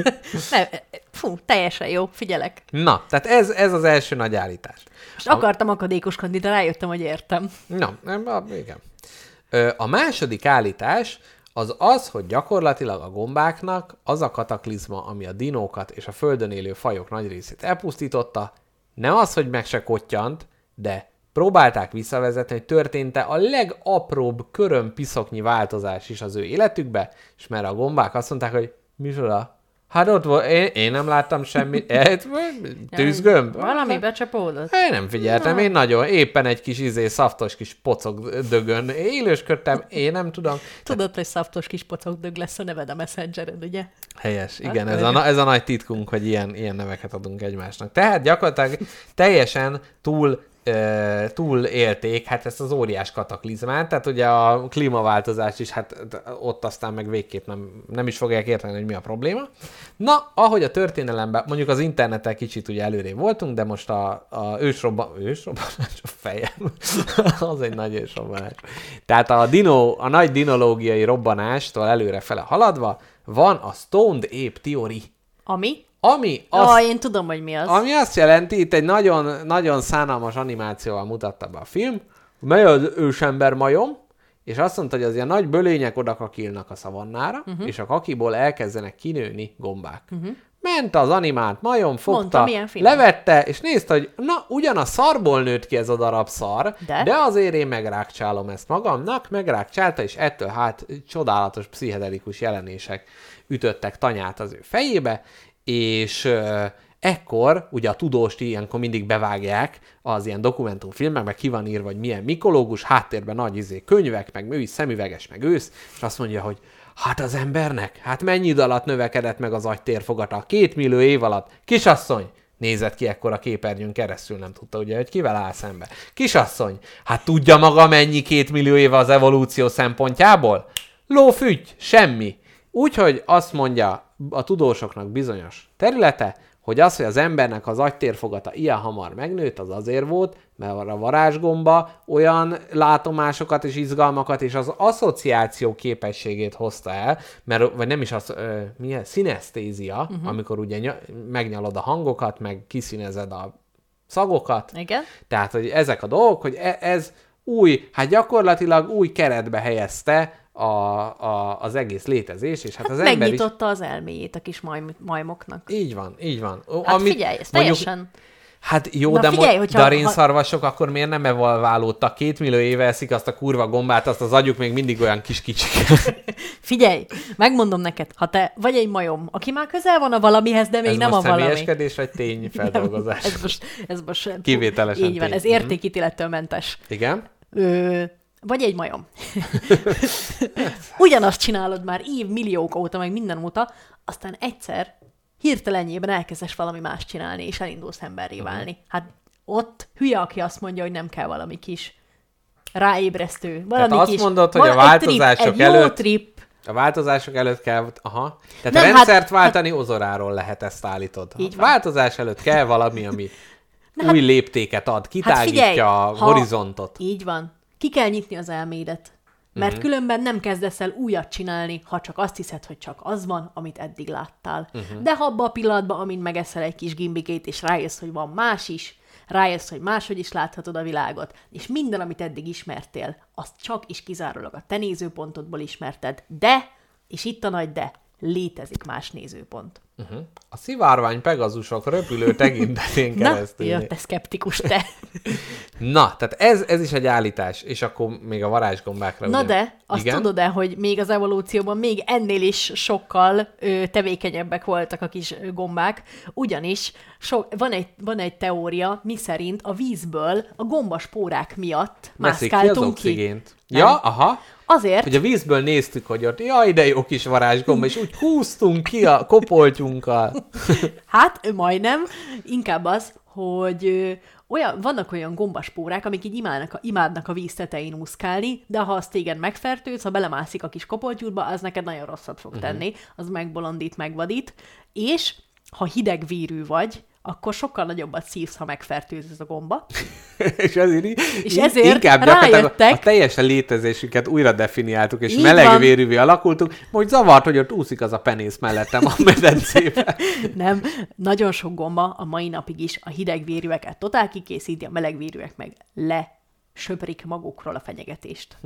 Teljesen jó, figyelek. Na, tehát ez az első nagy állítás. És akartam akadékoskodni, de rájöttem, hogy értem. Na, igen. A második állítás az, hogy gyakorlatilag a gombáknak az a kataklizma, ami a dinókat és a földön élő fajok nagy részét elpusztította, nem az, hogy meg se kottyant, de próbálták visszavezetni, hogy történt-e a legapróbb körömpiszoknyi változás is az ő életükbe, és mert a gombák azt mondták, hogy micsoda? Hát ott volt, én nem láttam semmit. Tűzgömb? Valami becsapódott. Én nem figyeltem, én nagyon, éppen egy kis szaftos kis pocok dögön élősködtem, én nem tudom. Tudod, hogy szaftos kis pocok dög lesz a neved a Messengered, ugye? Helyes, igen, ez a nagy titkunk, hogy ilyen neveket adunk egymásnak. Tehát gyakorlatilag teljesen túl túlélték hát ezt az óriás kataklizmát, tehát ugye a klímaváltozás is, hát ott aztán meg végképp nem is fogják érteni, hogy mi a probléma. Na, ahogy a történelemben, mondjuk az interneten kicsit ugye előrébb voltunk, de most a ősrobbanás a fejem, az egy nagy ősrobbanás. Tehát a nagy dinológiai robbanástól előrefele haladva van a Stoned Ape Theory. Ami én tudom, hogy mi az. Ami azt jelenti, itt egy nagyon, nagyon szánalmas animációval mutatta be a film, mely az ősember majom, és azt mondta, hogy az ilyen nagy bölények oda kakilnak a szavannára, és a kakiból elkezdenek kinőni gombák. Ment az animált majom, fogta, levette, és nézte, hogy na, ugyan a szarból nőtt ki ez a darab szar, de azért én megrákcsálom ezt magamnak, megrákcsálta, és ettől hát csodálatos pszichedelikus jelenések ütöttek tanyát az ő fejébe, és ekkor, ugye a tudóst ilyenkor mindig bevágják az ilyen dokumentumfilmek, meg ki van írva, hogy milyen mikológus, háttérben nagy könyvek, meg ő is szemüveges, meg ősz, és azt mondja, hogy hát az embernek, hát mennyi idő alatt növekedett meg az agytérfogata? 2 millió év alatt. Kisasszony, nézett ki ekkor a képernyőn keresztül, nem tudta ugye, hogy kivel áll szembe. Kisasszony, hát tudja maga mennyi 2 millió éve az evolúció szempontjából? Lófügy, semmi. Úgyhogy azt mondja a tudósoknak bizonyos területe, hogy az, hogy az embernek az agytérfogata ilyen hamar megnőtt, az azért volt, mert a varázsgomba olyan látomásokat és izgalmakat és az asszociáció képességét hozta el, vagy nem is az, milyen szinesztézia, amikor ugye megnyalod a hangokat, meg kiszínezed a szagokat. Igen. Tehát, hogy ezek a dolgok, hogy ez gyakorlatilag új keretbe helyezte az egész létezés, és hát az ember megnyitotta az elméjét a kis majmoknak. Így van. Hát figyelj, ez teljesen... Hát jó, de a rénszarvasok akkor miért nem evolválódtak? 2 millió éve eszik azt a kurva gombát, azt az agyuk még mindig olyan kicsik. Figyelj, megmondom neked, ha te vagy egy majom, aki már közel van a valamihez, de még ez nem a valami. Ez most személyeskedés, vagy tényfeldolgozás? Ez most kivételesen így van, ez értékítélettől mentes. Igen? Vagy egy majom. Ugyanazt csinálod már évmilliók óta, meg minden óta, aztán egyszer hirtelenjében elkezdesz valami más csinálni, és elindulsz emberré válni. Hát ott hülye, aki azt mondja, hogy nem kell valami kis ráébresztő. Valami tehát kis, azt mondod, hogy a változások előtt... A változások előtt kell... Aha. Tehát nem, a rendszert váltani Ozoráról lehet, ezt állítod. A változás előtt kell valami, ami új léptéket ad, kitágítja a horizontot. Így van. Ki kell nyitni az elmédet. Mert különben nem kezdesz el újat csinálni, ha csak azt hiszed, hogy csak az van, amit eddig láttál. De ha abban a pillanatban, amint megeszel egy kis gimbikét, és rájössz, hogy van más is, rájössz, hogy máshogy is láthatod a világot, és minden, amit eddig ismertél, azt csak is kizárólag a te nézőpontodból ismerted, de, és itt a nagy de, létezik más nézőpont. A szivárvány pegazusok röpülő tekintetén keresztül. Na, te szkeptikus te. Na, tehát ez is egy állítás, és akkor még a varázsgombákra. Na ugye. de, azt tudod-e, hogy még az evolúcióban még ennél is sokkal tevékenyebbek voltak a kis gombák, ugyanis van egy teória, miszerint a vízből a gombaspórák miatt mászkáltunk ki. Ja, aha. Azért. Hogy a vízből néztük, hogy ott jaj, de jó kis varázsgomba, és úgy húztunk ki a kopoltyunkkal. Hát, majdnem. Inkább az, hogy vannak olyan gombaspórák, amik így imádnak a víz tetején úszkálni, de ha az téged megfertőz, ha belemászik a kis kopoltyúdba, az neked nagyon rosszat fog tenni, az megbolondít, megvadít, és ha hidegvérű vagy, akkor sokkal nagyobbat szívsz, ha megfertőz ez a gomba. és ezért inkább rájöttek, a teljes létezésünket újra definiáltuk, és melegvérűvé alakultunk, hogy zavart, hogy ott úszik az a penész mellettem a medencébe. Nem, nagyon sok gomba a mai napig is a hidegvérűeket totál kikészíti, a melegvérűek meg lesöprik magukról a fenyegetést.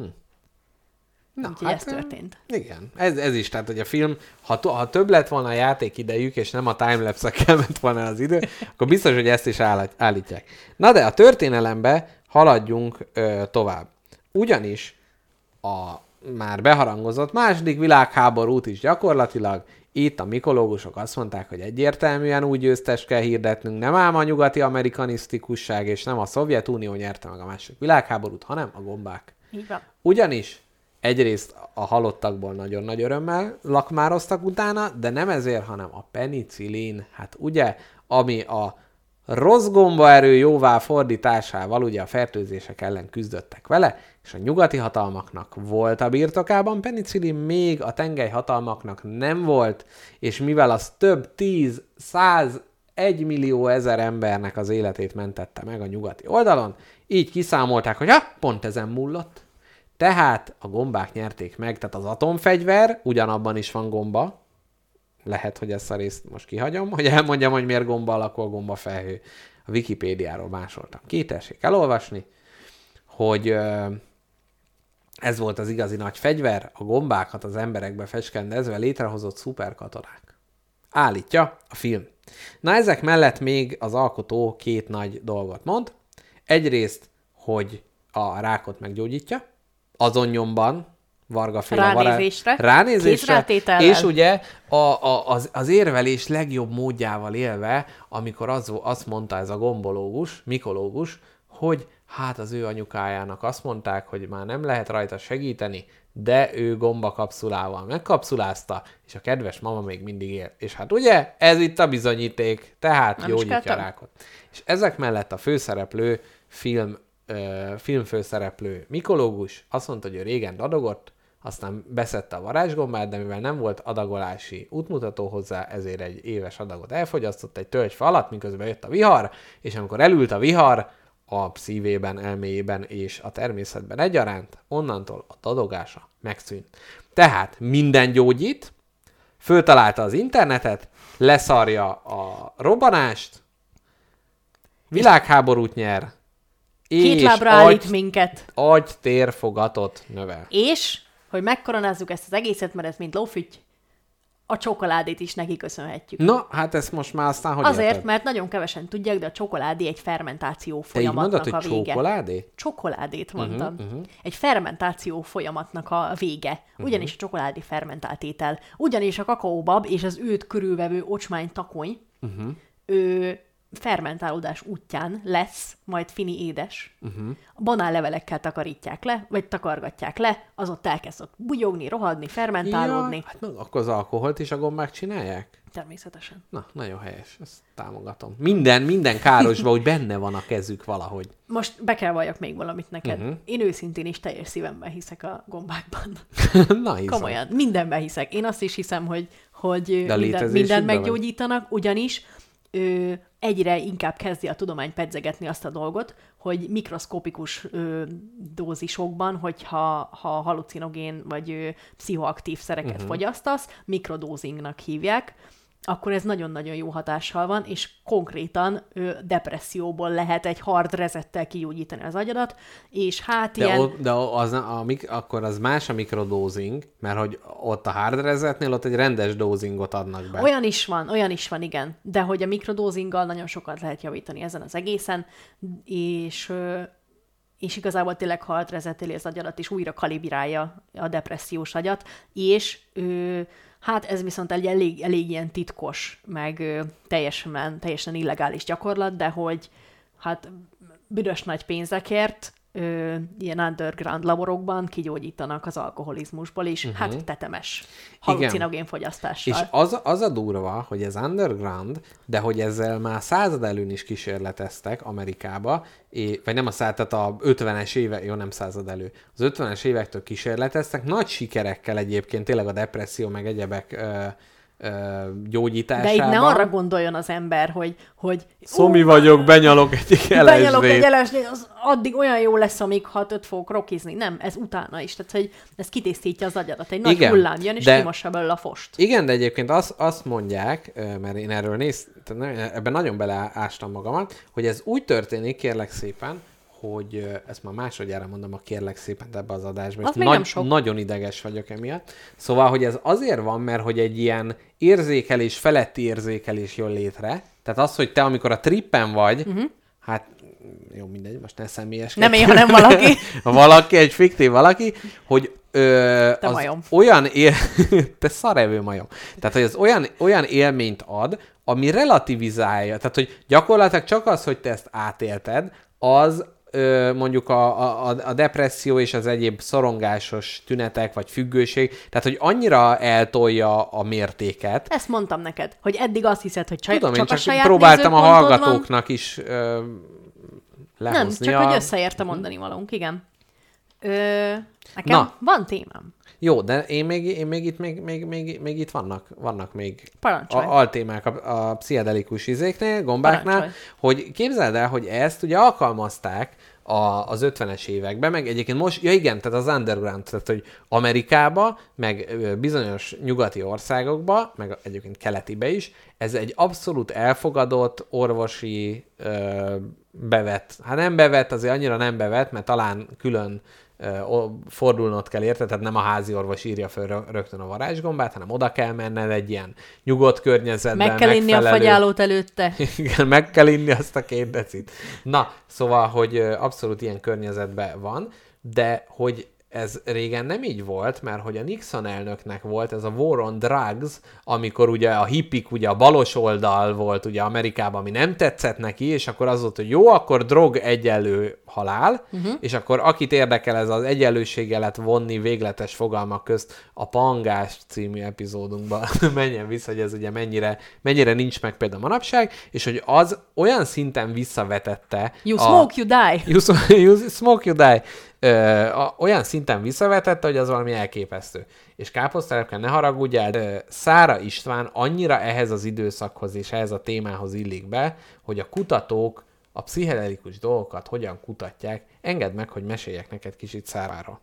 Na, úgyhogy ez történt. Igen, ez is, tehát hogy a film, ha több lett volna a játék idejük, és nem a timelapse-ekkel ment volna az idő, akkor biztos, hogy ezt is állítják. Na de a történelembe haladjunk tovább. Ugyanis a már beharangozott második világháborút is gyakorlatilag itt a mikológusok azt mondták, hogy egyértelműen úgy győztes kell hirdetnünk, nem ám a nyugati amerikanisztikusság, és nem a Szovjetunió nyerte meg a második világháborút, hanem a gombák. Így van. Ugyanis egyrészt a halottakból nagyon nagy örömmel lakmároztak utána, de nem ezért, hanem a penicillin, hát ugye, ami a rossz gombaerő jóvá fordításával ugye a fertőzések ellen küzdöttek vele, és a nyugati hatalmaknak volt a birtokában penicillin, még a tengely hatalmaknak nem volt, és mivel az több 10, 100, 1 millió ezer embernek az életét mentette meg a nyugati oldalon, így kiszámolták, hogy pont ezen múlott. Tehát a gombák nyerték meg, tehát az atomfegyver, ugyanabban is van gomba, lehet, hogy ezt a részt most kihagyom, hogy elmondjam, hogy miért gomba alakú, a gomba felhő. A Wikipédiáról másoltam ki, tessék elolvasni, hogy ez volt az igazi nagy fegyver, a gombákat az emberekbe fecskendezve létrehozott szuperkatonák. Állítja a film. Na ezek mellett még az alkotó 2 nagy dolgot mond. Egyrészt, hogy a rákot meggyógyítja, azon nyomban, Varga-féle ránézésre, és ugye az érvelés legjobb módjával élve, amikor azt mondta ez a gombológus, mikológus, hogy hát az ő anyukájának azt mondták, hogy már nem lehet rajta segíteni, de ő gombakapszulával megkapszulázta, és a kedves mama még mindig él. És hát ugye, ez itt a bizonyíték, tehát gyógyítja a rákot. És ezek mellett a főszereplő, filmfőszereplő mikológus azt mondta, hogy ő régen dadogott, aztán beszedte a varázsgombát, de mivel nem volt adagolási útmutató hozzá, ezért egy éves adagot elfogyasztott egy tölgyfa alatt, miközben jött a vihar, és amikor elült a vihar, a szívében, elméjében és a természetben egyaránt, onnantól a dadogása megszűnt. Tehát minden gyógyít, föltalálta az internetet, leszarja a robbanást, világháborút nyer, Két lábra állít minket. Agytérfogatot növel. És, hogy megkoronázzuk ezt az egészet, mert ez mind lófüty, a csokoládét is neki köszönhetjük. Na, hát ezt most már aztán hogy Azért, érted? mert nagyon kevesen tudják, de a csokoládé egy fermentáció Te így mondod, folyamatnak hogy a vége. csokoládé? Csokoládét mondtam. Egy fermentáció folyamatnak a vége. Ugyanis a csokoládé fermentált étel. Ugyanis a kakaóbab és az őt körülvevő ocsmány takony fermentálódás útján lesz majd fini édes. A banánlevelekkel takarítják le, vagy takargatják le, az ott elkezd ott bugyogni, rohadni, fermentálódni. Ja, hát akkor az alkoholt is a gombák csinálják? Természetesen. Na, nagyon helyes, ezt támogatom. Minden károsban, hogy benne van a kezük valahogy. Most be kell valljak még valamit neked. Én őszintén is teljes szívemben hiszek a gombákban. Na, hiszem. Komolyan, mindenben hiszek. Én azt is hiszem, hogy mindent létezésükben meggyógyítanak, ugyanis egyre inkább kezdi a tudomány pedzegetni azt a dolgot, hogy mikroszkopikus dózisokban, hogyha halucinogén vagy pszichoaktív szereket fogyasztasz, mikrodózingnak hívják, akkor ez nagyon-nagyon jó hatással van, és konkrétan depresszióból lehet egy hard resettel kigyógyítani az agyadat, és hát ilyen... De akkor az más a mikrodózing, mert hogy ott a hard resetnél ott egy rendes dózingot adnak be. Olyan is van, igen. De hogy a mikrodózinggal nagyon sokat lehet javítani ezen az egészen, és igazából tényleg hard reseteli az agyadat, és újra kalibrálja a depressziós agyat, és hát ez viszont egy elég ilyen titkos, meg teljesen illegális gyakorlat, de hogy hát büdös nagy pénzekért ilyen underground laborokban kigyógyítanak az alkoholizmusból is, hát tetemes halucinogén fogyasztással. És az a durva, hogy ez underground, de hogy ezzel már századelőn is kísérleteztek Amerikába, vagy nem tehát a 50-es évek, jó, nem századelő, az 50-es évektől kísérleteztek, nagy sikerekkel egyébként tényleg a depresszió meg egyebek gyógyításában. De itt ne arra gondoljon az ember, hogy Szomi vagyok, benyalok egy LSD-t, az addig olyan jó lesz, amíg 6-5 fogok rokizni. Nem, ez utána is. Tehát, hogy ez kitésztítja az agyadat. Egy nagy hullám jön, és kimossa belőle a fost. Igen, de egyébként azt mondják, mert én erről ebben nagyon beleástam magamat, hogy ez úgy történik, kérlek szépen, hogy ezt már másodjára mondom a kérlek szépen ebbe az adásba, és nagyon ideges vagyok emiatt. Szóval, hogy ez azért van, mert hogy egy ilyen érzékelés, feletti érzékelés jön létre. Tehát az, hogy te amikor a trippen vagy, hát jó, mindegy, most ne személyeskedj. Nem én, hanem valaki. Valaki, egy fiktív valaki, hogy te az majom. te szarevő majom. Tehát, hogy az olyan élményt ad, ami relativizálja. Tehát, hogy gyakorlatilag csak az, hogy te ezt átélted, az mondjuk a depresszió és az egyéb szorongásos tünetek, vagy függőség, tehát hogy annyira eltolja a mértéket. Ezt mondtam neked, hogy eddig azt hiszed, hogy Tudom, csak én a saját próbáltam a nézőpontod hallgatóknak is lehozni. Nem, csak hogy összeérte mondani valónk, igen. Nekem van témám. Jó, de én még itt vannak még altémák a pszichedelikus izéknél, gombáknál, hogy képzeld el, hogy ezt ugye alkalmazták az 50-es években, meg egyébként most, ja igen, tehát az underground, tehát hogy Amerikába, meg bizonyos nyugati országokba, meg egyébként keletibe is, ez egy abszolút elfogadott orvosi bevett, hát nem bevett, azért annyira nem bevett, mert talán külön fordulnod kell érte, tehát nem a házi orvos írja föl rögtön a varázsgombát, hanem oda kell menned egy ilyen nyugodt környezetben. Meg kell inni a fagyálót előtte. Igen, meg kell inni azt a 2 decit. Na, szóval, hogy abszolút ilyen környezetben van, de hogy ez régen nem így volt, mert hogy a Nixon elnöknek volt ez a War on Drugs, amikor ugye a hippik, ugye a balos oldal volt ugye Amerikában, ami nem tetszett neki, és akkor az volt, hogy jó, akkor drog egyenlő halál, és akkor akit érdekel ez az egyenlőséggel lehet vonni végletes fogalmak közt a Pangás című epizódunkban menjen vissza, hogy ez ugye mennyire nincs meg például manapság, és hogy az olyan szinten visszavetette smoke, you die. You smoke, you die. Olyan szinten visszavetette, hogy az valami elképesztő. És káposztelepke, ne haragudjál, Szára István annyira ehhez az időszakhoz és ehhez a témához illik be, hogy a kutatók a pszichedelikus dolgokat hogyan kutatják. Engedd meg, hogy meséljek neked kicsit Száráról.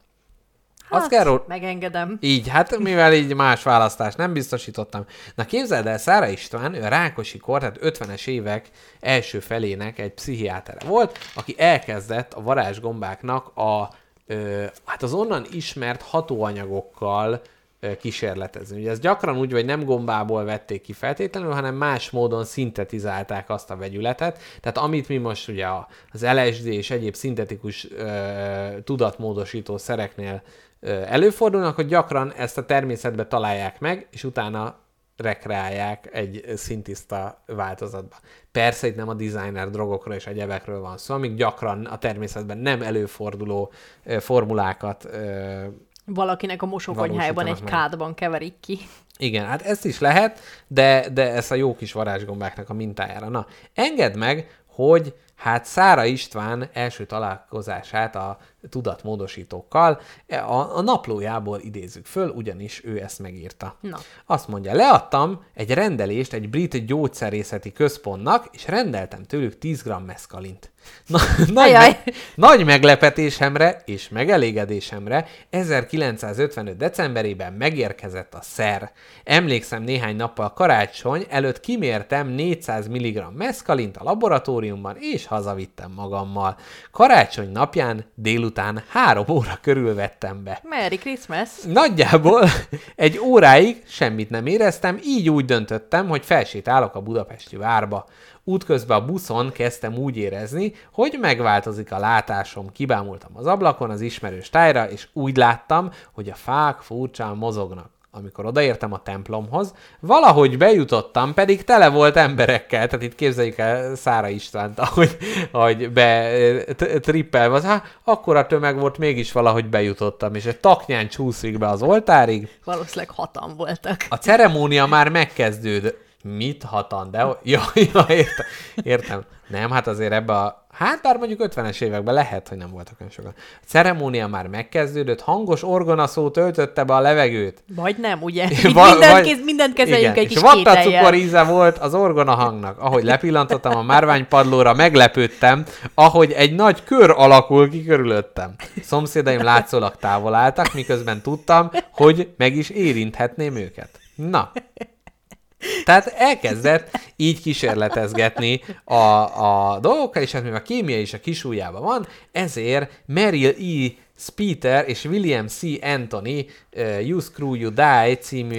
Megengedem. Így, hát mivel így más választást nem biztosítottam. Na képzeld el, Szára István, ő a Rákosikor, tehát 50-es évek első felének egy pszichiátere volt, aki elkezdett a varázsgombáknak hát az onnan ismert hatóanyagokkal kísérletezni. Ugye ez gyakran úgy, hogy nem gombából vették ki feltétlenül, hanem más módon szintetizálták azt a vegyületet. Tehát amit mi most ugye az LSD és egyéb szintetikus tudatmódosító szereknél előfordulnak, hogy gyakran ezt a természetben találják meg, és utána rekreálják egy szintiszta változatba. Persze itt nem a designer drogokról és egyebekről van szó, amik gyakran a természetben nem előforduló formulákat valakinek a mosókonyhájában egy kádban keverik ki. Igen, hát ezt is lehet, de ezt a jó kis varázsgombáknak a mintájára. Na, engedd meg, hogy hát Szára István első találkozását a tudatmódosítókkal a naplójából idézzük föl, ugyanis ő ezt megírta. Na. Azt mondja, leadtam egy rendelést egy brit gyógyszerészeti központnak, és rendeltem tőlük 10 g meszkalint. Nagy meglepetésemre és megelégedésemre 1955. decemberében megérkezett a szer. Emlékszem, néhány nappal karácsony előtt kimértem 400 mg meszkalint a laboratóriumban, és hazavittem magammal. Karácsony napján délután 3 óra körül vettem be. Merry Christmas! Nagyjából egy óráig semmit nem éreztem, így úgy döntöttem, hogy felsétálok a budapesti várba. Útközben a buszon kezdtem úgy érezni, hogy megváltozik a látásom. Kibámultam az ablakon az ismerős tájra, és úgy láttam, hogy a fák furcsán mozognak. Amikor odaértem a templomhoz, valahogy bejutottam, pedig tele volt emberekkel. Tehát itt képzeljük el Szára Istvánt, ahogy trippelve, hát akkora tömeg volt, mégis valahogy bejutottam, és egy taknyán csúszik be az oltárig. Valószínűleg 6-an voltak. A ceremónia már megkezdődött. Mit 6-an? De ja, értem. Nem, hát azért hát bár mondjuk 50-es években lehet, hogy nem voltak olyan sokan. A ceremónia már megkezdődött, hangos orgonaszó töltötte be a levegőt. Vagy nem, ugye? Mindent kezeljünk egy kis kétellyel. És vattacukor íze volt az orgona hangnak. Ahogy lepillantottam a márványpadlóra, meglepődtem, ahogy egy nagy kör alakul ki körülöttem. Szomszédaim látszólag távol álltak, miközben tudtam, hogy meg is érinthetném őket. Na, tehát elkezdett így kísérletezgetni a dolgokkal, és hát mivel a kémia is a kisujjában van, ezért Merrill E. Speter és William C. Anthony You Screw You Die című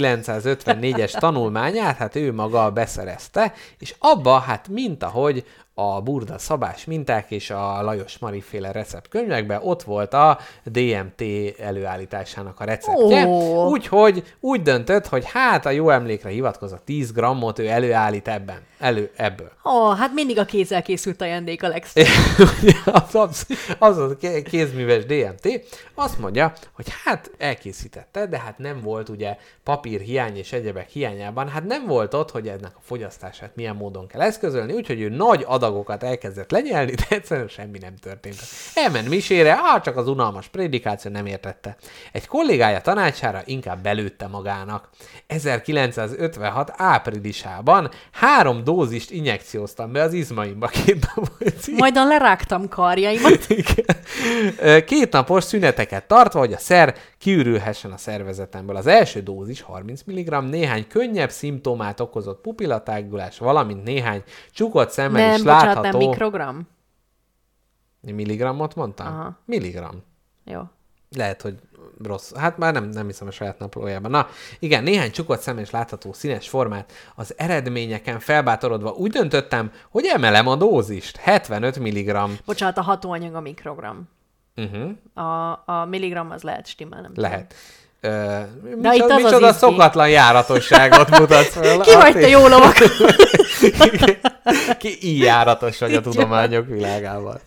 1954-es tanulmányát, hát ő maga beszerezte, és abba, hát mint ahogy a Burda Szabás minták és a Lajos Mari féle receptkönyvekben, ott volt a DMT előállításának a receptje. Úgyhogy úgy döntött, hogy hát a jó emlékre hivatkozva 10 grammot ő előállít ebből. Hát mindig a kézzel készült ajándék a legszebb. az a kézműves DMT azt mondja, hogy hát elkészítette, de hát nem volt ugye papír hiány és egyebek hiányában, hát nem volt ott, hogy ennek a fogyasztását milyen módon kell eszközölni, úgyhogy ő nagy adagokat elkezdett lenyelni, de egyszerűen semmi nem történt. Elment misére, csak az unalmas prédikáció nem értette. Egy kollégája tanácsára inkább belőtte magának. 1956 áprilisában 3 dózist injekcióztam be az izmaimba 2 napos. Majdan lerágtam karjaimat. 2 napos szüneteket tartva, hogy a szer kiürülhessen a szervezetemből. Az első dózis 30 mg néhány könnyebb szimptomát okozott pupillatágulás, valamint néhány csukott szemmel is látható... Nem mikrogram? Milligrammot mondtam? Aha. Milligram. Jó. Lehet, hogy rossz. Hát már nem hiszem a saját naplójában. Na, igen, néhány csukott szemmel is látható színes formát. Az eredményeken felbátorodva úgy döntöttem, hogy emelem a dózist. 75 mg. Bocsánat, a hatóanyag a mikrogram. A milligram az lehet stimmel, nem lehet. Micsoda szokatlan járatosságot mutatsz fel. Ki vagy te jó lovak? Ki így járatos vagy a tudományok világában.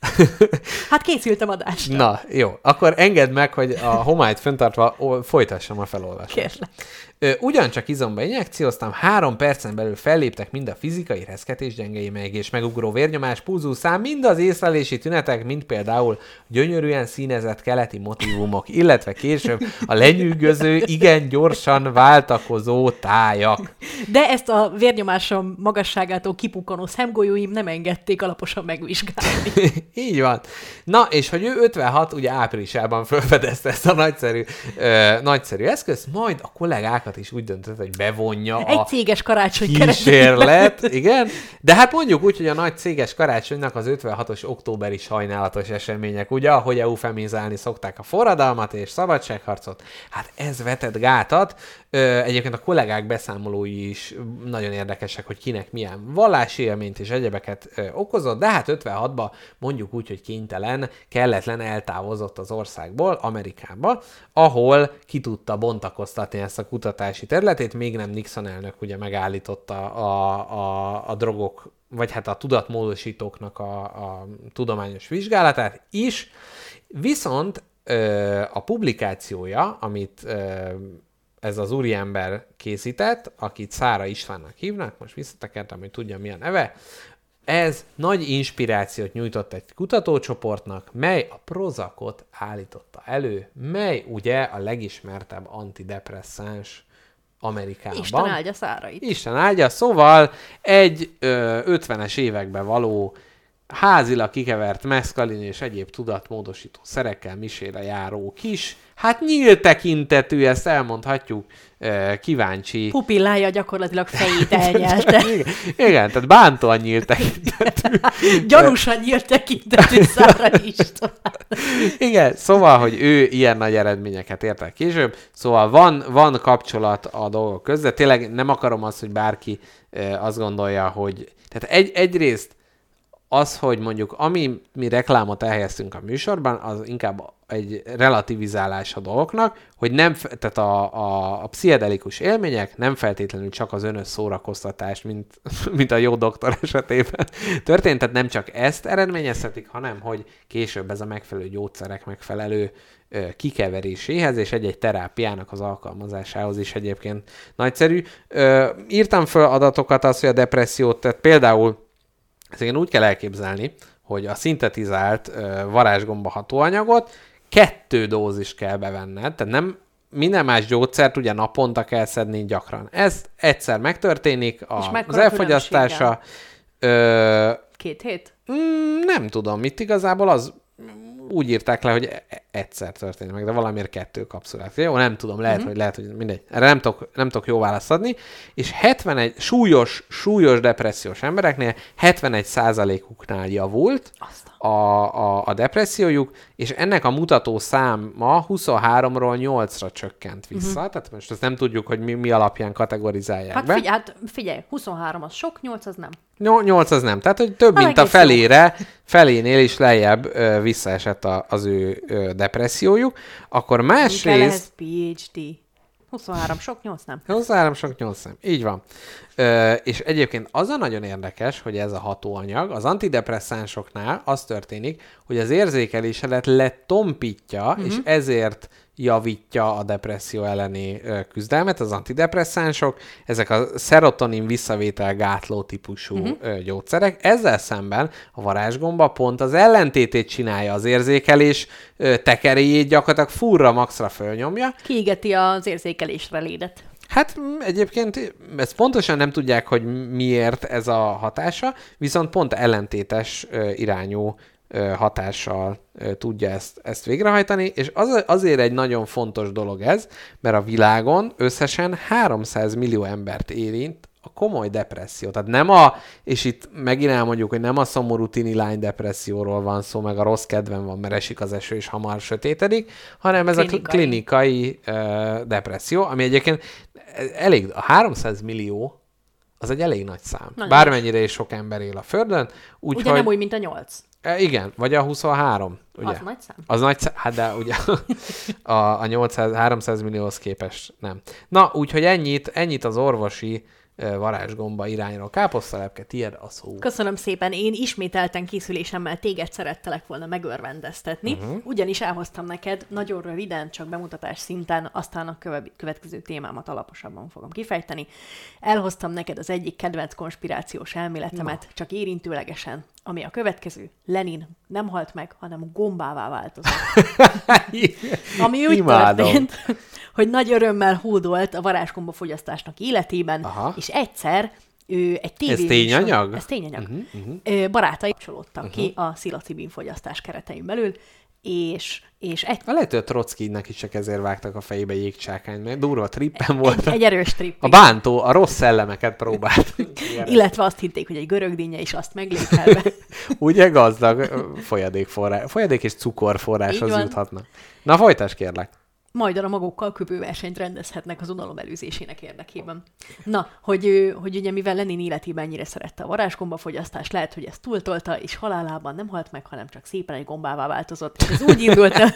Hát készültem adásra. Na, jó. Akkor engedd meg, hogy a homályt fenntartva folytassam a felolvasást. Kérlek. Ugyancsak izomba injekcióztam, 3 percen belül felléptek mind a fizikai reszketés gyengéimig és megugró vérnyomás, pulzuszám, mind az észlelési tünetek, mint például gyönyörűen színezett keleti motívumok, illetve később a lenyűgöző, igen gyorsan váltakozó tájak. De ezt a vérnyomásom magasságától kipukkanó szemgolyóim nem engedték alaposan megvizsgálni. Így van. Na, és hogy ő 56, ugye áprilisában felfedezte ezt a nagyszerű eszközt, majd a kollégákat is úgy döntött, hogy bevonja egy céges karácsony kísérlet. Igen. De hát mondjuk úgy, hogy a nagy céges karácsonynak az 56-os októberi sajnálatos események, ugye, ahogy eufemizálni szokták a forradalmat és szabadságharcot, hát ez vetett gátat. Egyébként a kollégák beszámolói is nagyon érdekesek, hogy kinek milyen vallási élményt és egyebeket okozott, de hát 56-ban mondjuk úgy, hogy kelletlen eltávozott az országból, Amerikába, ahol ki tudta bontakoztatni ezt a kutatási területét, még nem Nixon elnök ugye megállította a drogok, vagy hát a tudatmódosítóknak a tudományos vizsgálatát is, viszont a publikációja, amit ez az úriember készített, akit Szára Istvánnak hívnak, most visszatekertem, hogy tudja mi a neve, ez nagy inspirációt nyújtott egy kutatócsoportnak, mely a Prozacot állította elő, mely ugye a legismertebb antidepresszáns Amerikában. Isten áldja Szárait. Isten áldja, szóval egy 50-es években való házilag kikevert meszkalin és egyéb tudatmódosító szerekkel misére járó kis, hát nyílt tekintetű, ezt elmondhatjuk, kíváncsi. Pupillája gyakorlatilag fejét elnyelte. Igen, tehát bántóan nyílt tekintetű. Gyanúsan nyílt tekintetű Szára István. Igen, szóval, hogy ő ilyen nagy eredményeket ért el később, szóval van kapcsolat a dolgok között. Tényleg nem akarom azt, hogy bárki azt gondolja, hogy... Tehát egyrészt az, hogy mondjuk mi reklámot elhelyeztünk a műsorban, az inkább egy relativizálás a dolgoknak, hogy nem, tehát a pszichedelikus élmények nem feltétlenül csak az önös szórakoztatás, mint a jó doktor esetében történt, tehát nem csak ezt eredményezhetik, hanem hogy később ez a megfelelő gyógyszerek megfelelő kikeveréséhez és egy-egy terápiának az alkalmazásához is egyébként nagyszerű. Írtam föl adatokat az, hogy a depressziót, tehát például ezt úgy kell elképzelni, hogy a szintetizált varázsgomba hatóanyagot 2 dózist kell bevenned, tehát nem minden más gyógyszert ugye naponta kell szedni gyakran. Ez egyszer megtörténik, az elfogyasztása. 2 hét? Nem tudom, itt igazából az úgy írták le, hogy egyszer történik meg, de valamiért 2 kapszulát. Jó, nem tudom, lehet, hogy mindegy. Erre nem tudok jó választ adni. És 71 súlyos depressziós embereknél 71%-uknál javult a depressziójuk, és ennek a mutató száma 23-ról 8-ra csökkent vissza. Tehát most ezt nem tudjuk, hogy mi alapján kategorizálják be. Hát figyelj, 23 az sok, 8 az nem. 8 az nem. Tehát, hogy több, mint a felénél is lejjebb visszaesett az ő depressziójuk. Akkor másrészt... PhD. 23 sok, 8 nem. 23 sok, 8 nem. Így van. És egyébként az a nagyon érdekes, hogy ez a hatóanyag, az antidepresszánsoknál az történik, hogy az érzékelésedet letompítja, és ezért javítja a depresszió elleni küzdelmet, az antidepresszánsok, ezek a szerotonin visszavétel gátló típusú gyógyszerek. Ezzel szemben a varázsgomba pont az ellentétét csinálja, az érzékelés tekeréjét gyakorlatilag furra maxra fölnyomja. Kiégeti az érzékelésre lédet. Hát egyébként ezt pontosan nem tudják, hogy miért ez a hatása, viszont pont ellentétes irányú hatással tudja ezt végrehajtani, és azért egy nagyon fontos dolog ez, mert a világon összesen 300 millió embert érint a komoly depresszió. Tehát és itt megint elmondjuk, hogy nem a szomorú tini lány depresszióról van szó, meg a rossz kedven van, mert esik az eső és hamar sötétedik, hanem ez a klinikai depresszió, ami egyébként a 300 millió az egy elég nagy szám. Nagyon bármennyire is sok ember él a Földön. Ugye nem úgy, mint a 8. Igen, vagy a 23. Ugye? Az nagy szám. Az nagy szám, hát de ugye a 300 millióhoz képest nem. Na, úgyhogy ennyit az orvosi varázsgomba irányról. Káposztalepke, tiéd a szó. Köszönöm szépen. Én ismételten készülésemmel téged szerettelek volna megörvendeztetni, ugyanis elhoztam neked nagyon röviden, csak bemutatás szinten, aztán a következő témámat alaposabban fogom kifejteni. Elhoztam neked az egyik kedvenc konspirációs elméletemet, csak érintőlegesen, ami a következő. Lenin nem halt meg, hanem gombává változott. Ami úgy történt, hogy nagy örömmel hódolt a varázsgomba fogyasztásnak életében, és egyszer egy tévéműsor... Ez tényanyag? Ez tényanyag. Barátai kapcsolódtak ki a szilocibin fogyasztás keretein belül, és lehet, hogy a Trockinak is csak ezért vágtak a fejébe jégcsákány, mert durva trippen volt. Egy erős tripp. A bántó, a rossz szellemeket próbált. Illetve azt hitték, hogy egy görögdínnye is azt meglékelve. Ugye gazdag folyadék és cukorforráshoz juthatnak. Na, folytasd kérlek. Majd a magokkal köpőversenyt rendezhetnek az unalom előzésének érdekében. Na, hogy ugye mivel Lenin életében ennyire szerette a varázsgomba fogyasztást, lehet, hogy ezt túltolta, és halálában nem halt meg, hanem csak szépen egy gombává változott. És ez úgy indult el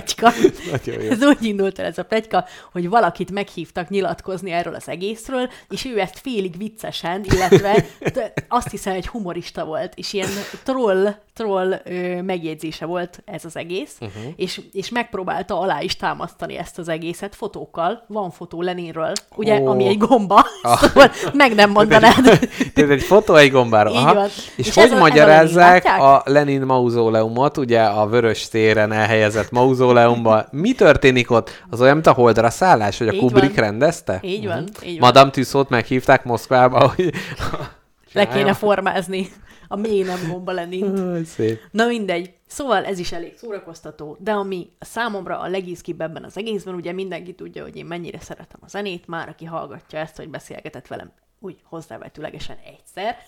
ez a pletyka, hogy valakit meghívtak nyilatkozni erről az egészről, és ő ezt félig viccesen, illetve azt hiszem, egy humorista volt, és ilyen troll megjegyzése volt ez az egész, és megpróbálta alá is támasztani ezt az egészet fotókkal. Van fotó Leninről, ugye, ami egy gomba, szóval meg nem mondanád. Tehát egy fotó egy gombáról. Így van. És hogy magyarázzák a Lenin mauzóleumot, ugye a Vörös téren elhelyezett mauzóleumban? Mi történik ott? Az olyan, mint a Holdra szállás, hogy a Kubrick rendezte? Így van. Madame Tussaudt meghívták Moszkvába, hogy... Le kéne formázni a mély nem gomba Lenin. Szép. Na mindegy. Szóval ez is elég szórakoztató, de ami számomra a legizgibb ebben az egészben, ugye mindenki tudja, hogy én mennyire szeretem a zenét, már aki hallgatja ezt, hogy beszélgetett velem úgy hozzávetőlegesen egyszer.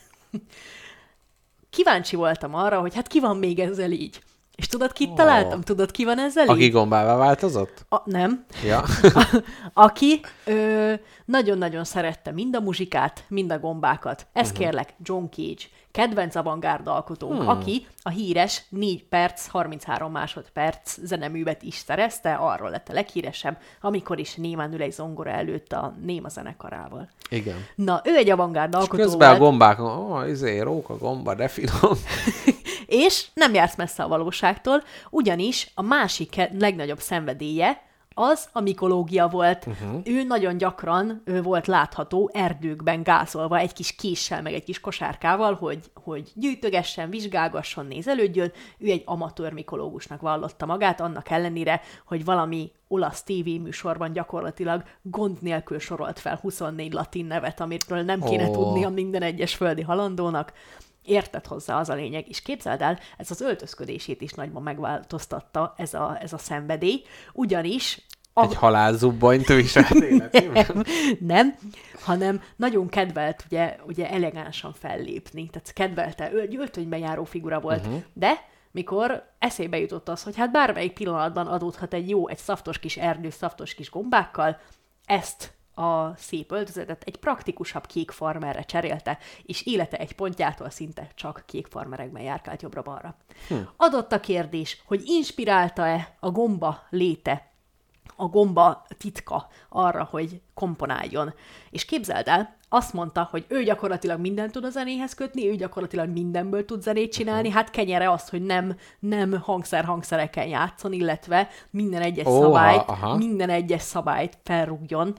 Kíváncsi voltam arra, hogy hát ki van még ezzel így. És tudod, kit találtam? Tudod, ki van ezzel így? Aki gombává változott? Nem. Ja. Aki nagyon-nagyon szerette mind a muzsikát, mind a gombákat. Ezt kérlek, John Cage, kedvenc avantgárd alkotónk, aki a híres 4 perc, 33 másodperc zeneművet is szerezte, arról lett a leghíresebb, amikor is némán ül egy zongora előtt a Néma zenekarával. Igen. Na, ő egy avantgárd alkotó és közben volt. a gombákon, róka gomba, de finom. És nem jársz messze a valóságtól, ugyanis a másik legnagyobb szenvedélye az a mikológia volt. Ő nagyon gyakran volt látható erdőkben gázolva egy kis késsel, meg egy kis kosárkával, hogy gyűjtögessen, vizsgálgasson, nézelődjön. Ő egy amatőr mikológusnak vallotta magát, annak ellenére, hogy valami olasz tévéműsorban gyakorlatilag gond nélkül sorolt fel 24 latin nevet, amiről nem kéne tudnia minden egyes földi halandónak. Érted hozzá, az a lényeg. És képzeld el, ez az öltözködését is nagyban megváltoztatta ez a szenvedély, ugyanis... Egy halálzubbonyt viselt életében? Nem, hanem nagyon kedvelt ugye elegánsan fellépni. Tehát kedvelte, öltönyben járó figura volt. De mikor eszébe jutott az, hogy hát bármelyik pillanatban adódhat egy szaftos kis erdő, szaftos kis gombákkal, ezt a szép öltözetet egy praktikusabb kék farmerre cserélte, és élete egy pontjától szinte csak kék farmerekben járkált jobbra-balra. Adott a kérdés, hogy inspirálta-e a gomba léte, a gomba titka arra, hogy komponáljon. És képzeld el, azt mondta, hogy ő gyakorlatilag mindent tud a zenéhez kötni, ő gyakorlatilag mindenből tud zenét csinálni, hát kenyere az, hogy nem hangszerekkel játszon, illetve minden egyes szabályt felrúgjon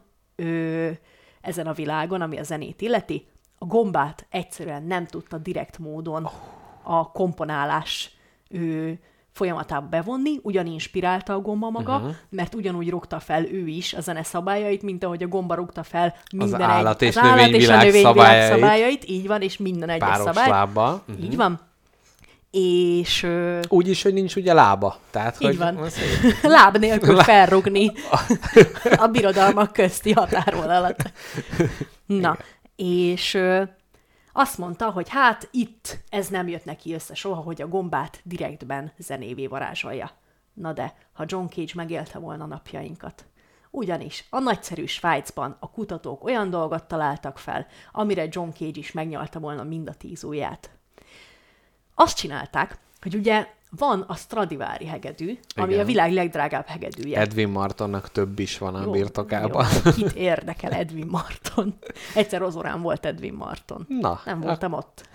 ezen a világon, ami a zenét illeti. A gombát egyszerűen nem tudta direkt módon a komponálás folyamatába bevonni, ugyan inspirálta a gomba maga, mert ugyanúgy rúgta fel ő is a zene szabályait, mint ahogy a gomba rúgta fel minden az állat és a növényvilág szabályait. Így van, és minden egyes páros szabály. lábbal. Így van. És... Úgy is, hogy nincs ugye lába. Tehát, így hogy van. Láb nélkül felrugni a birodalmak közti határvonalat. Na, és... azt mondta, hogy hát itt ez nem jött neki össze soha, hogy a gombát direktben zenévé varázsolja. Na de, ha John Cage megélte volna napjainkat. Ugyanis a nagyszerű Svájcban a kutatók olyan dolgot találtak fel, amire John Cage is megnyalta volna mind a 10 ujját. Azt csinálták, hogy ugye van a Stradivari hegedű, ami igen. a világ legdrágább hegedűje. Edwin Martonnak több is van a birtokában. Jó. Kit érdekel Edwin Marton? Egyszer Ozorán volt Edwin Marton. Na. Nem voltam ott.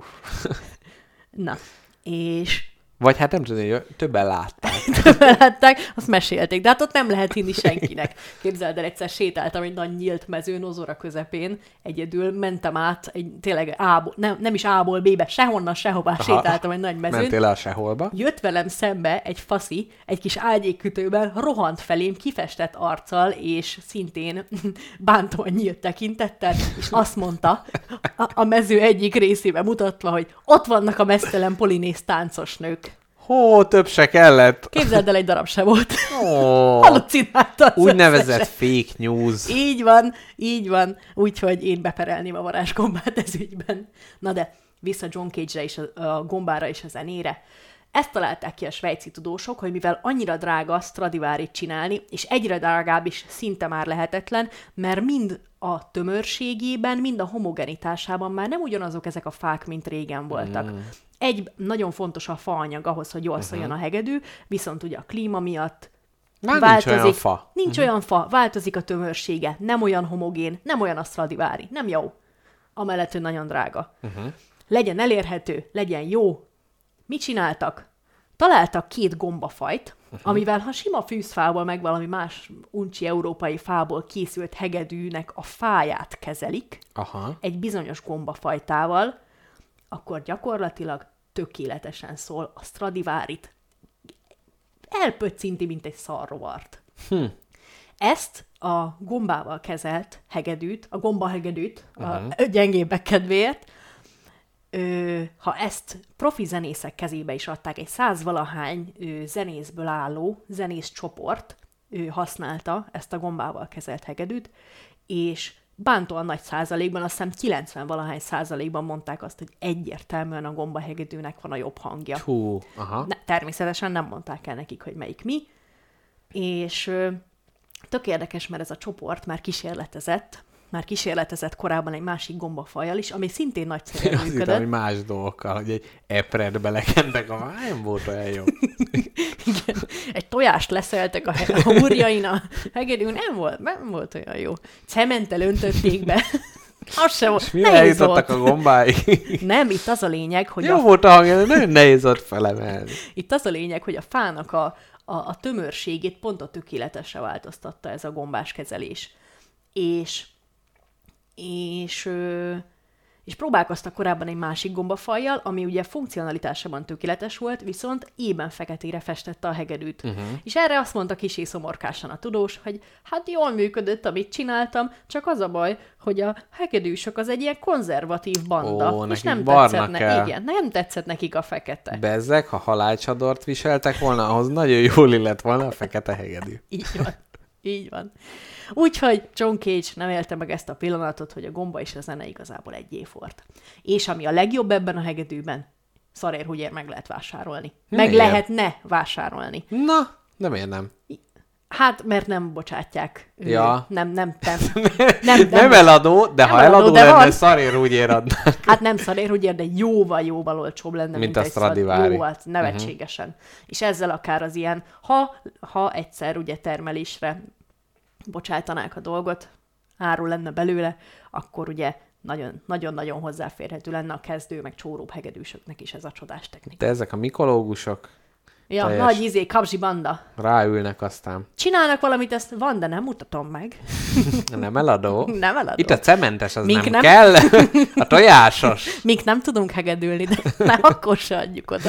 Na, és... Vagy hát nem tudom, hogy többen látták. látták, azt mesélték, de hát ott nem lehet hinni senkinek. Képzeld el, egyszer sétáltam egy nagy nyílt mezőn Ozora közepén, egyedül mentem át, tényleg nem is A-ból B-be, sehonnan, sehová sétáltam egy nagy mezőn. Mentél a seholba. Jött velem szembe egy faszi, egy kis ágyékütőben, rohant felém kifestett arccal, és szintén bántóan nyílt tekintettel, és azt mondta, a mező egyik részébe mutatva, hogy ott vannak a meztelen polinéz táncos nők. Több se kellett. Képzeld el, egy darab se volt. Halucinálta az úgynevezett összeset. fake news. Így van. Úgyhogy én beperelném a varázsgombát ez ügyben. Na de, vissza John Cage-re és a gombára és a zenére. Ezt találták ki a svájci tudósok, hogy mivel annyira drága a Stradivárit csinálni, és egyre drágább is szinte már lehetetlen, mert mind a tömörségében, mind a homogenitásában már nem ugyanazok ezek a fák, mint régen voltak. Egy nagyon fontos a faanyag ahhoz, hogy jól szóljon a hegedű, viszont ugye a klíma miatt Már változik. nincs olyan fa. Nincs olyan fa, változik a tömörsége, nem olyan homogén, nem olyan a Stradivari, nem jó. Amellett, hogy nagyon drága. Legyen elérhető, legyen jó. Mit csináltak? Találtak 2 gombafajt, amivel ha sima fűzfából meg valami más uncsi európai fából készült hegedűnek a fáját kezelik, egy bizonyos gombafajtával, akkor gyakorlatilag tökéletesen szól a Stradivárit. Elpöccinti, mint egy szarrovart. Ezt a gombával kezelt hegedűt, a gombahegedűt, a gyengébbek kedvéért, ha ezt profi zenészek kezébe is adták, egy 100-valahány zenészből álló zenész csoport használta ezt a gombával kezelt hegedűt, és bántóan nagy százalékban, azt hiszem 90-valahány százalékban mondták azt, hogy egyértelműen a gombahegedűnek van a jobb hangja. Természetesen nem mondták el nekik, hogy melyik mi, és tök érdekes, mert ez a csoport már kísérletezett korábban egy másik gombafajjal is, ami szintén nagyszerűen működött. Azt hittem, más dolgokkal, hogy egy epret belekentek, nem volt olyan jó. Igen, egy tojást leszeltek a húrjain, a hegedűn, nem volt olyan jó. Cementtel öntötték be. Az se volt. És mire eljutottak a gombáig? Nem, itt az a lényeg, hogy jó volt a hangja, de nagyon nehéz ott felemelni. Itt az a lényeg, hogy a fának a tömörségét pont a tökéletesre változtatta ez a gombás kezelés. És próbálkoztak korábban egy másik gombafajjal, ami ugye funkcionalitásában tökéletes volt, viszont ében feketére festette a hegedűt. És erre azt mondta kissé szomorkásan a tudós, hogy hát jól működött, amit csináltam, csak az a baj, hogy a hegedűsök az egy ilyen konzervatív banda, és nem tetszett nekik a fekete. Bezzeg, ha halálcsadort viseltek volna, ahhoz nagyon jól illett volna a fekete hegedű. Így van. Úgyhogy John Cage nem élte meg ezt a pillanatot, hogy a gomba és a zene igazából egyé volt. És ami a legjobb ebben a hegedűben, szarér-húgyér meg lehet vásárolni. Lehetne vásárolni. Na, de miért nem? Hát, mert nem bocsátják. Ja. Nem eladó, de ha eladó lenne, szarér-rúgyér adnák. Hát nem szarér-rúgyér, de jóval olcsóbb lenne, mint a Stradivari. Jó, hát nevetségesen. És ezzel akár az ilyen, ha egyszer ugye termelésre bocsátanák a dolgot, áru lenne belőle, akkor ugye nagyon-nagyon hozzáférhető lenne a kezdő, meg csóróbb hegedűsöknek is ez a csodás technika. De ezek a mikológusok Ja, nagy kapzsi banda. ráülnek aztán. Csinálnak valamit, ezt van, de nem mutatom meg. Nem eladó. Nem eladó. Itt a cementes, az Mink nem nem kell. A tojásos. Mink nem tudunk hegedülni, de akkor se adjuk oda.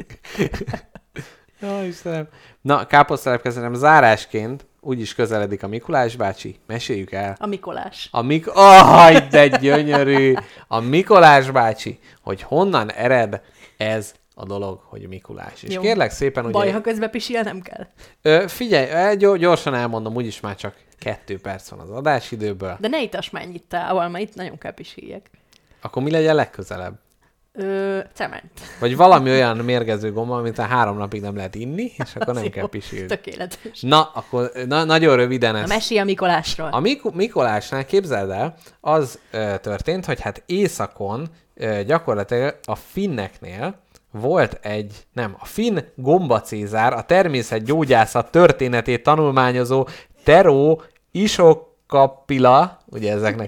Jó, Istenem. Na, káposztelepke, szerintem zárásként úgyis közeledik a Mikulás bácsi. Meséljük el. A Mikolás. De gyönyörű! A Mikolás bácsi, hogy honnan ered ez a dolog, hogy Mikulás. És jó. Kérlek szépen, ugye... Baj, ha közbe pisil, nem kell. Figyelj, gyorsan elmondom, úgyis már csak 2 perc van az adásidőből. De ne itas mennyit tával, mert itt nagyon kell pisiljek. Akkor mi legyen legközelebb? Cement. Vagy valami olyan mérgező gomba, amit 3 napig nem lehet inni, és akkor nem Az kell jó, pisilni. tökéletes. Na, akkor nagyon röviden ez. Na, mesélj a Mikolásról. A Mikolásnál képzeld el, az történt, hogy hát északon gyakorlatilag a finneknél volt a finn gombacézár, a természetgyógyászat történetét tanulmányozó Tero Isokappila, ugye ezeknek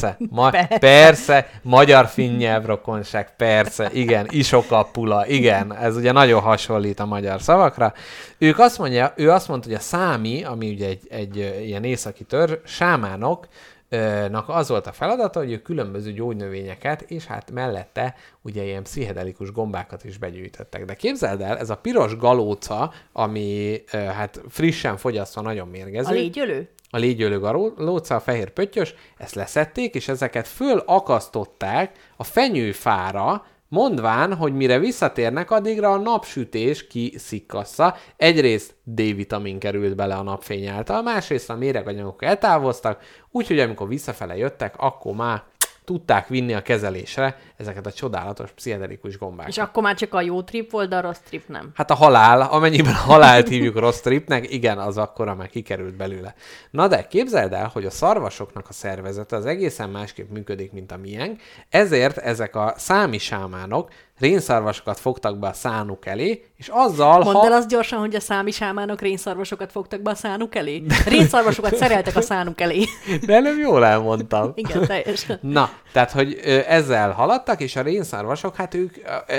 persze, magyar-finn nyelvrokonság, persze, igen, Isokappula, igen, ez ugye nagyon hasonlít a magyar szavakra. Ő azt mondta, hogy a számi, ami ugye egy ilyen északi törzs, sámánoknak az volt a feladata, hogy ők különböző gyógynövényeket, és hát mellette ugye ilyen pszichedelikus gombákat is begyűjtöttek. De képzeld el, ez a piros galóca, ami hát frissen fogyasztva nagyon mérgező. A légyölő? A légyölő galóca, a fehér pöttyös, ezt leszették, és ezeket fölakasztották a fenyőfára, mondván, hogy mire visszatérnek, addigra a napsütés kiszikkassa. Egyrészt D-vitamin került bele a napfény által, másrészt a méreganyagok eltávoztak, úgyhogy amikor visszafele jöttek, akkor már tudták vinni a kezelésre ezeket a csodálatos pszichedelikus gombákat. És akkor már csak a jó trip volt, de a rossz trip nem. Hát a halál, amennyiben a halált hívjuk rossz tripnek, igen, az akkora már kikerült belőle. Na de képzeld el, hogy a szarvasoknak a szervezete az egészen másképp működik, mint a miénk, ezért ezek a számi sámánok rénszarvasokat fogtak be a szánuk elé, és azzal... Mondd el azt gyorsan, hogy a számi sámánok rénszarvasokat fogtak be a szánuk elé? Rénszarvasokat szereltek a szánuk elé. De előbb jól elmondtam. Igen, teljesen. Na, tehát, hogy ezzel haladtak, és a rénszarvasok, hát ők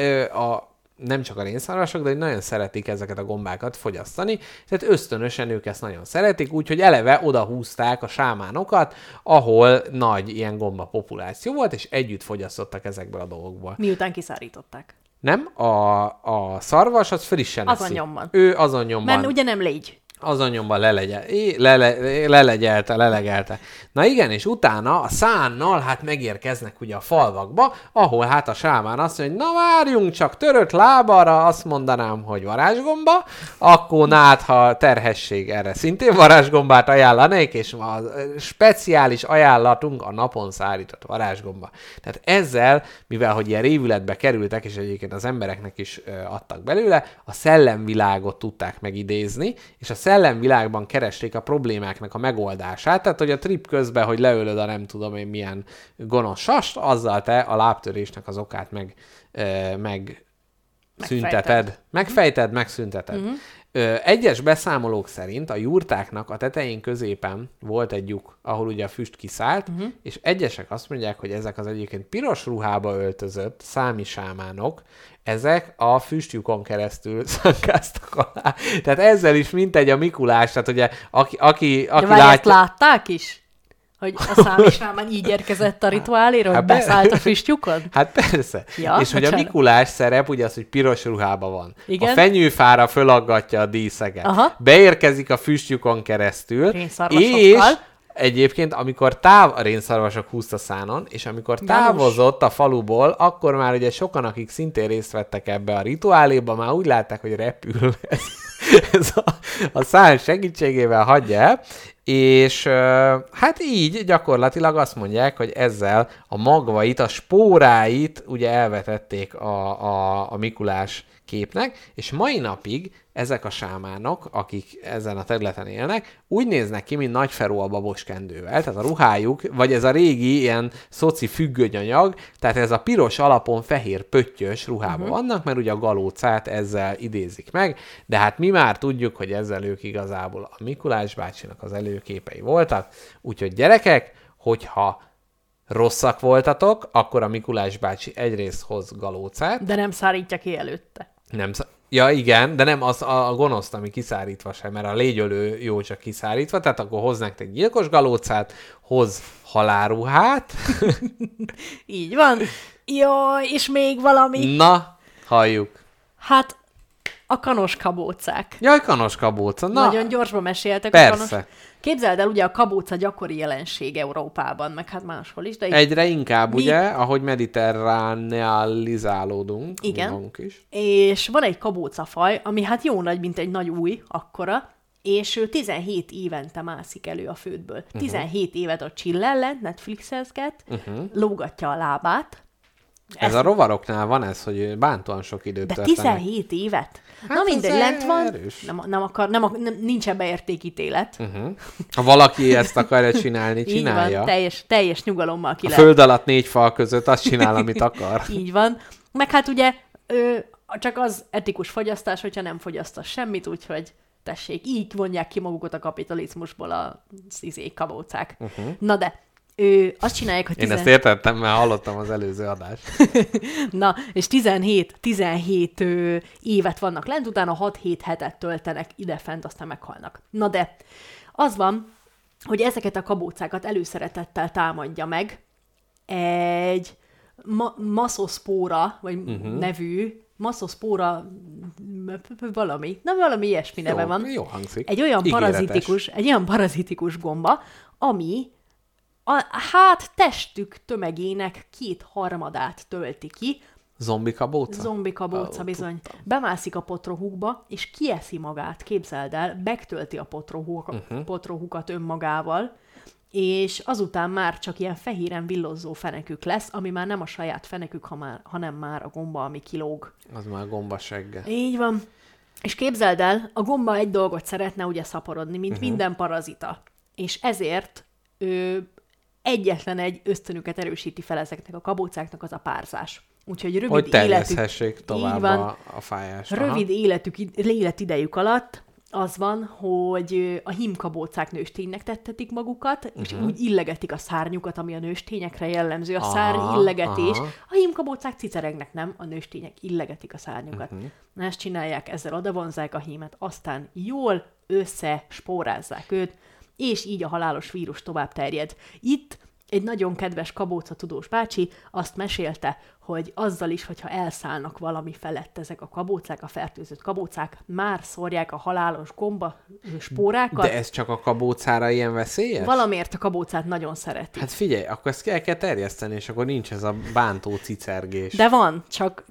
nem csak a rénszarvasok, de nagyon szeretik ezeket a gombákat fogyasztani, tehát ösztönösen ők ezt nagyon szeretik, úgyhogy eleve odahúzták a sámánokat, ahol nagy ilyen gomba populáció volt, és együtt fogyasztottak ezekből a dolgokból. Miután kiszárították. Nem, a szarvas az frissen eszi. Azon nyomban. Ő azon nyomban. Mert ugye nem légy. Azon nyomban lelegelte. Na igen, és utána a szánnal hát megérkeznek ugye a falvakba, ahol hát a sámán azt mondja, hogy na várjunk csak, törött lábara, azt mondanám, hogy varázsgomba, akkor hát ha terhesség erre szintén varázsgombát ajánlanék, és a speciális ajánlatunk a napon szárított varázsgomba. Tehát ezzel, mivel hogy ilyen révületbe kerültek, és egyébként az embereknek is adtak belőle, a szellemvilágot tudták megidézni, és a szellemvilágban keresték a problémáknak a megoldását, tehát hogy a trip közben, hogy leölöd a nem tudom én milyen gonosz sast, azzal te a lábtörésnek az okát megszünteted. Egyes beszámolók szerint a jurtáknak a tetején középen volt egy lyuk, ahol ugye a füst kiszállt, és egyesek azt mondják, hogy ezek az egyébként piros ruhába öltözött számi sámánok, ezek a füstjukon keresztül szankáztak alá. Tehát ezzel is mintegy a Mikulás, tehát ugye aki látja... látták is? Hogy a számi sámán így érkezett a rituáléra, hogy beszállt a füstjukon? Hát persze. Ja, és hogy a Mikulás szerep ugye az, hogy piros ruhában van. Igen? A fenyőfára fölaggatja a díszeket. Aha. Beérkezik a füstjukon keresztül. És egyébként, amikor a rénszarvasok húzta szánon, és amikor távozott a faluból, akkor már ugye sokan, akik szintén részt vettek ebbe a rituáléba, már úgy látták, hogy repül ez a szán segítségével hagyja el, és hát így gyakorlatilag azt mondják, hogy ezzel a magvait, a spóráit ugye elvetették a Mikulás képnek, és mai napig ezek a sámánok, akik ezen a területen élnek, úgy néznek ki, mint Nagy Feró a baboskendővel. Tehát a ruhájuk, vagy ez a régi ilyen szoci függönyanyag, tehát ez a piros alapon fehér pöttyös ruhában vannak, mert ugye a galócát ezzel idézik meg, de hát mi már tudjuk, hogy ezzel ők igazából a Mikulás bácsinak az előképei voltak, úgyhogy gyerekek, hogyha rosszak voltatok, akkor a Mikulás bácsi egyrészt hoz galócát. De nem szárítja ki előtte. Ja, igen, de nem az a gonoszt, ami kiszárítva sem, mert a légyölő jó csak kiszárítva, tehát akkor hoz nektek gyilkos galócát, hoz halálruhát. Így van. Jaj, és még valami. Na, halljuk. Hát, a kanos kabócák. Jaj, kanos kabóca. Na, Nagyon gyorsban meséltek persze. a kanos. Képzeld el, ugye a kabóca gyakori jelenség Európában, meg hát máshol is. De egyre inkább, ugye, ahogy mediterránealizálódunk. Igen. Magunk is. És van egy kabócafaj, ami hát jó nagy, mint egy nagy új, akkora, és ő 17 évente mászik elő a földből. 17 évet ott chill lent, Netflixezget, lógatja a lábát. Ez a rovaroknál van ez, hogy bántóan sok időt De töltenek. 17 évet? Hát Na mindegy, ez lent van, erős. nincs ebbe értékítélet. Ha valaki ezt akarja csinálni, csinálja. Így van, teljes nyugalommal ki A lehet. föld alatt 4 fal között azt csinál, amit akar. Így van. Meg hát ugye csak az etikus fogyasztás, hogyha nem fogyasztasz semmit, úgyhogy tessék, így vonják ki magukat a kapitalizmusból a kabócák. Na de, azt csinálják, hogy... Én ezt értettem, mert hallottam az előző adást. Na, és 17 évet vannak lent, utána 6-7 hetet töltenek idefent, aztán meghalnak. Na de, az van, hogy ezeket a kabócákat előszeretettel támadja meg egy maszoszpóra, vagy nevű, maszoszpóra valami ilyesmi neve van. Jó hangzik. Egy olyan parazitikus gomba, ami hát testük tömegének 2/3 tölti ki. Zombi kabóca? Zombi kabóca, bizony. Bemászik a potrohúkba, és kieszi magát, képzeld el, megtölti a potrohúkat önmagával, és azután már csak ilyen fehéren villozzó fenekük lesz, ami már nem a saját fenekük, hanem már a gomba, ami kilóg. Az már gomba segge. Így van. És képzeld el, a gomba egy dolgot szeretne ugye szaporodni, mint minden parazita. És ezért egyetlen egy ösztönüket erősíti fel ezeknek a kabócáknak, az a párzás. Úgyhogy rövid hogy terjeszhessék tovább a fájást. Rövid életidejük alatt az van, hogy a hímkabócák nősténynek tettetik magukat, és úgy illegetik a szárnyukat, ami a nőstényekre jellemző. A szárny illegetés. A hímkabócák ciceregnek, nem, a nőstények illegetik a szárnyukat. Na, ezt csinálják, ezzel odavonzák a hímet, aztán jól összespórázzák őt, és így a halálos vírus tovább terjed. Itt egy nagyon kedves kabóca tudós bácsi azt mesélte, hogy azzal is, hogyha elszállnak valami felett ezek a kabócák, a fertőzött kabócák, már szórják a halálos gomba spórákat. De ez csak a kabócára ilyen veszélyes? Valamiért a kabócát nagyon szereti. Hát figyelj, akkor ezt el kell terjeszteni, és akkor nincs ez a bántó cicergés. De van,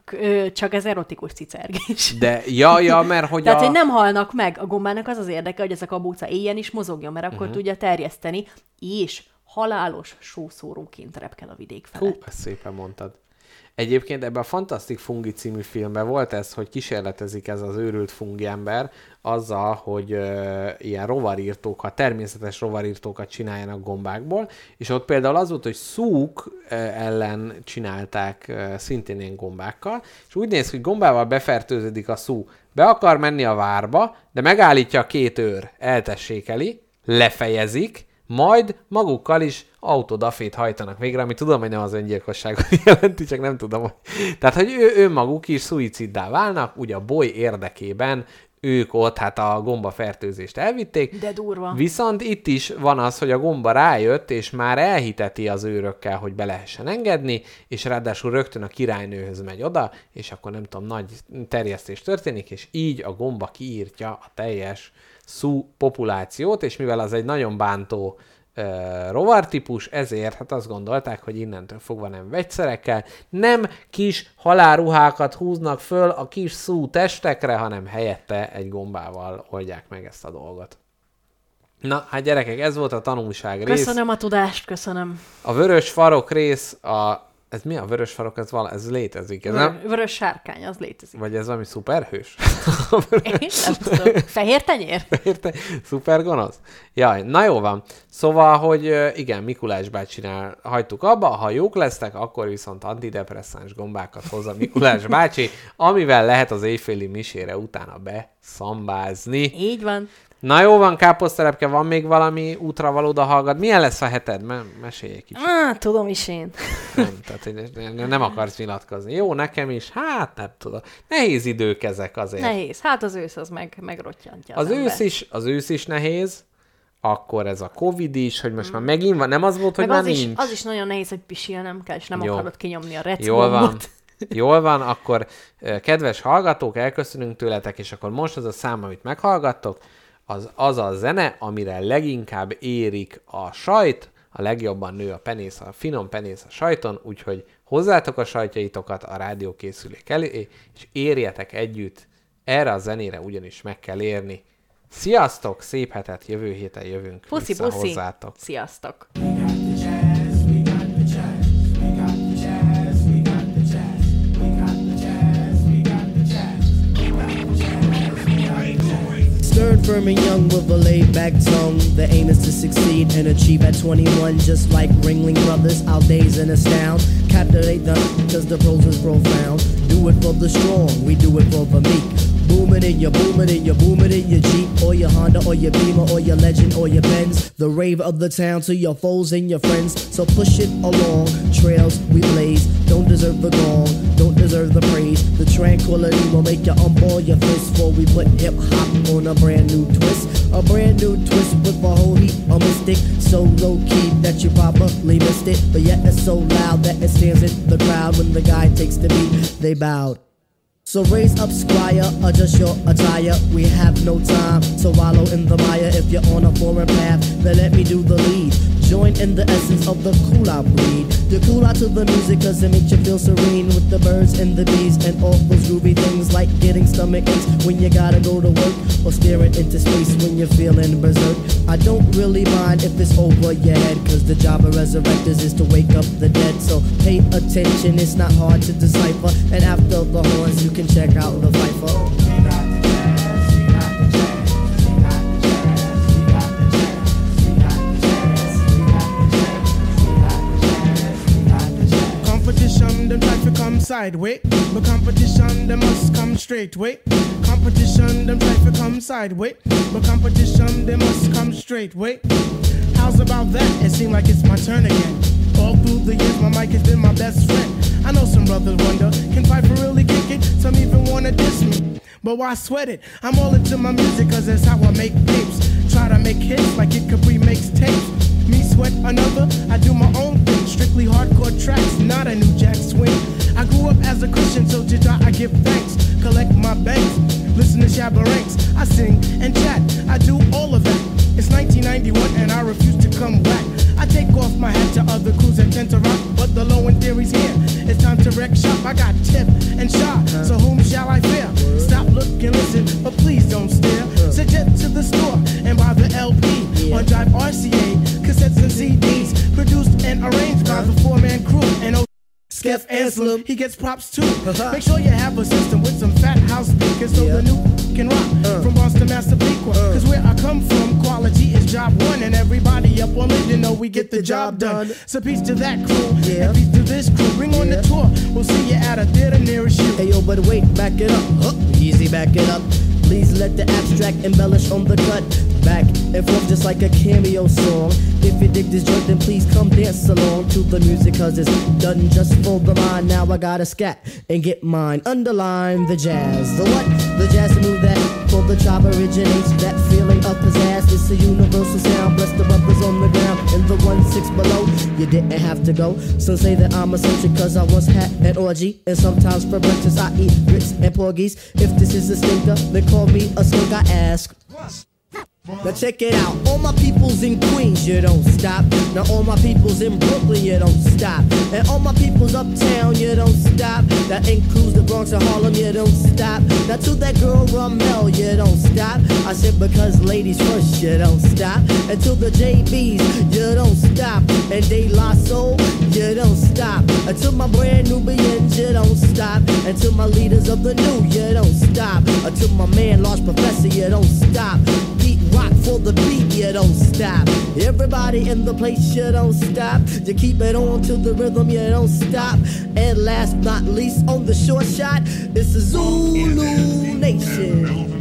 csak ez erotikus cicergés. De, mert hogy Tehát, hogy nem halnak meg. A gombának az az érdeke, hogy ez a kabóca éjjel is mozogjon, mert akkor tudja terjeszteni, és halálos sószóróként repkel a vidék felett. Ezt szépen mondtad. Egyébként ebben a Fantasztik Fungi című filmben volt ez, hogy kísérletezik ez az őrült fungi ember azzal, hogy ilyen rovarírtókat, természetes rovarírtókat csináljanak gombákból, és ott például az volt, hogy szúk ellen csinálták szintén ilyen gombákkal, és úgy néz, hogy gombával befertőződik a szú, be akar menni a várba, de megállítja a 2 őr, eltessékeli, lefejezik, majd magukkal is autodafét hajtanak végre, ami tudom, hogy nem az öngyilkosságot jelenti, csak nem tudom, hogy... Tehát, hogy önmaguk is szuiciddá válnak, ugye a boly érdekében ők ott hát a gomba fertőzést elvitték. De durva. Viszont itt is van az, hogy a gomba rájött, és már elhiteti az őrökkel, hogy be lehessen engedni, és ráadásul rögtön a királynőhöz megy oda, és akkor nem tudom, nagy terjesztés történik, és így a gomba kiírtja a teljes szú populációt, és mivel az egy nagyon bántó rovartípus, ezért hát azt gondolták, hogy innentől fogva nem vegyszerekkel, nem kis halálruhákat húznak föl a kis szú testekre, hanem helyette egy gombával oldják meg ezt a dolgot. Na, hát gyerekek, ez volt a tanulság rész. Köszönöm a tudást, köszönöm. A vörös farok rész, ez mi a vörös farok? Ez létezik, ez nem? Vörös sárkány, az létezik. Vagy ez valami szuperhős? Én nem tudom. Fehér tenyér? Szuper gonosz? Jaj, na jó van. Szóval, hogy igen, Mikulás bácsinál hagytuk abba, ha jók lesznek, akkor viszont antidepresszáns gombákat hozza Mikulás bácsi, amivel lehet az éjféli misére utána beszambázni. Így van. Na jó van, káposztelepke, van még valami útra valóda hallgat? Milyen lesz a heted? Mesélj egy kicsit. Tudom is én. Nem, tehát nem akarsz nyilatkozni. Jó, nekem is, hát nem tudom. Nehéz idők ezek azért. Nehéz. Hát az ősz az megrottyantja az ősz is nehéz, akkor ez a Covid is, hogy most már megint van, nem az volt, hogy már nincs. Az is nagyon nehéz, hogy pisilnem kell, és nem akarod kinyomni a rec Jól van. gombot. Jól van, akkor kedves hallgatók, elköszönünk tőletek, és akkor most az a szám, amit meghallgattok, az a zene, amire leginkább érik a sajt, a legjobban nő a penész, a finom penész a sajton, úgyhogy hozzátok a sajtjaitokat a rádiókészülék elé, és érjetek együtt, erre a zenére ugyanis meg kell érni. Sziasztok, szép hetet, jövő héten jövünk vissza hozzátok. Sziasztok! Stern, firm, and young with a laid-back tongue. The aim is to succeed and achieve at 21. Just like Ringling Brothers, our days and astound. Captivate them, cause the prose is profound. Do it for the strong, we do it for the meek. Booming in your Jeep, or your Honda, or your Beamer, or your Legend, or your Benz. The rave of the town to your foes and your friends. So push it along, trails we blaze. Don't deserve the gong, don't deserve the praise. The tranquility will make you unball your fists. For we put hip hop on a brand new twist. A brand new twist with a whole heap of mystic. So low key that you probably missed it. But yet it's so loud that it stands in the crowd. When the guy takes the beat, they bowed. So raise up, squire, adjust your attire. We have no time to wallow in the mire. If you're on a foreign path, then let me do the lead. Join in the essence of the cool-out breed. You cool out to the music cause it makes you feel serene. With the birds and the bees and all those groovy things. Like getting stomach aches when you gotta go to work. Or staring into space when you're feeling berserk. I don't really mind if it's over your head. Cause the job of resurrectors is to wake up the dead. So pay attention, it's not hard to decipher. And after the horns you can check out the Viper. Competition, them try to come sideways, but competition, them must come straight way. Competition, them try to come sideways, but competition, they must come straight way. How's about that? It seems like it's my turn again. All through the years, my mic has been my best friend. I know some brothers wonder, can Piper really kick it? Some even wanna diss me, but why sweat it? I'm all into my music cause that's how I make tapes. Try to make hits like Kid Capri makes tapes. Me sweat another, I do my own thing. Strictly hardcore tracks, not a new jack swing. I grew up as a Christian, so to God I give thanks. Collect my banks, listen to Shabba Ranks. I sing and chat, I do all of that. It's 1991 and I refuse to come back. I take off my hat to other crews that tend to rock, but the low end theory's here. It's time to wreck shop. I got Tip and Shaw, so whom shall I fear? Stop, look, and listen, but please don't stare. Suggest to the store and buy the LP on Drive RCA, cassettes and CDs, produced and arranged by the four-man crew. And Skeff Anselm, he gets props too. Make sure you have a system with some fat house speakers so the new can rock from Boston Master Pequa. Cause where I come from, quality is job one, and everybody up on it, you know we get the job done. So peace to that crew, and peace to this crew. Bring on the tour, we'll see you at a theater nearest you. Hey yo, but wait, back it up. Easy, back it up. Please let the abstract embellish on the cut. Back and forth just like a cameo song. If you dig this joint, then please come dance along to the music, cause it's done just for the mind. Now I gotta scat and get mine. Underline the jazz. The what? The jazz to move that for the chop originates. That feeling of pizzazz. It's a universal sound. Bless the brothers on the ground and the 1-6 below. You didn't have to go. Some say that I'm eccentric cause I once had an orgy. And sometimes for breakfast I eat grits and porgies. If this is a stinker, then call me a skunk, I ask. Now check it out, all my peoples in Queens, you don't stop. Now all my peoples in Brooklyn, you don't stop. And all my peoples uptown, you don't stop. That includes the Bronx and Harlem, you don't stop. Now to that girl Ramel, you don't stop. I said because ladies first, you don't stop. And to the JBs, you don't stop. And De La Soul, you don't stop. And to my brand Nubians, you don't stop. And to my leaders of the new, you don't stop. And to my man Large Professor, you don't stop. Beat rock for the beat, you don't stop. Everybody in the place, you don't stop. You keep it on to the rhythm, you don't stop. And last not least, on the short shot, it's the Zulu Nation.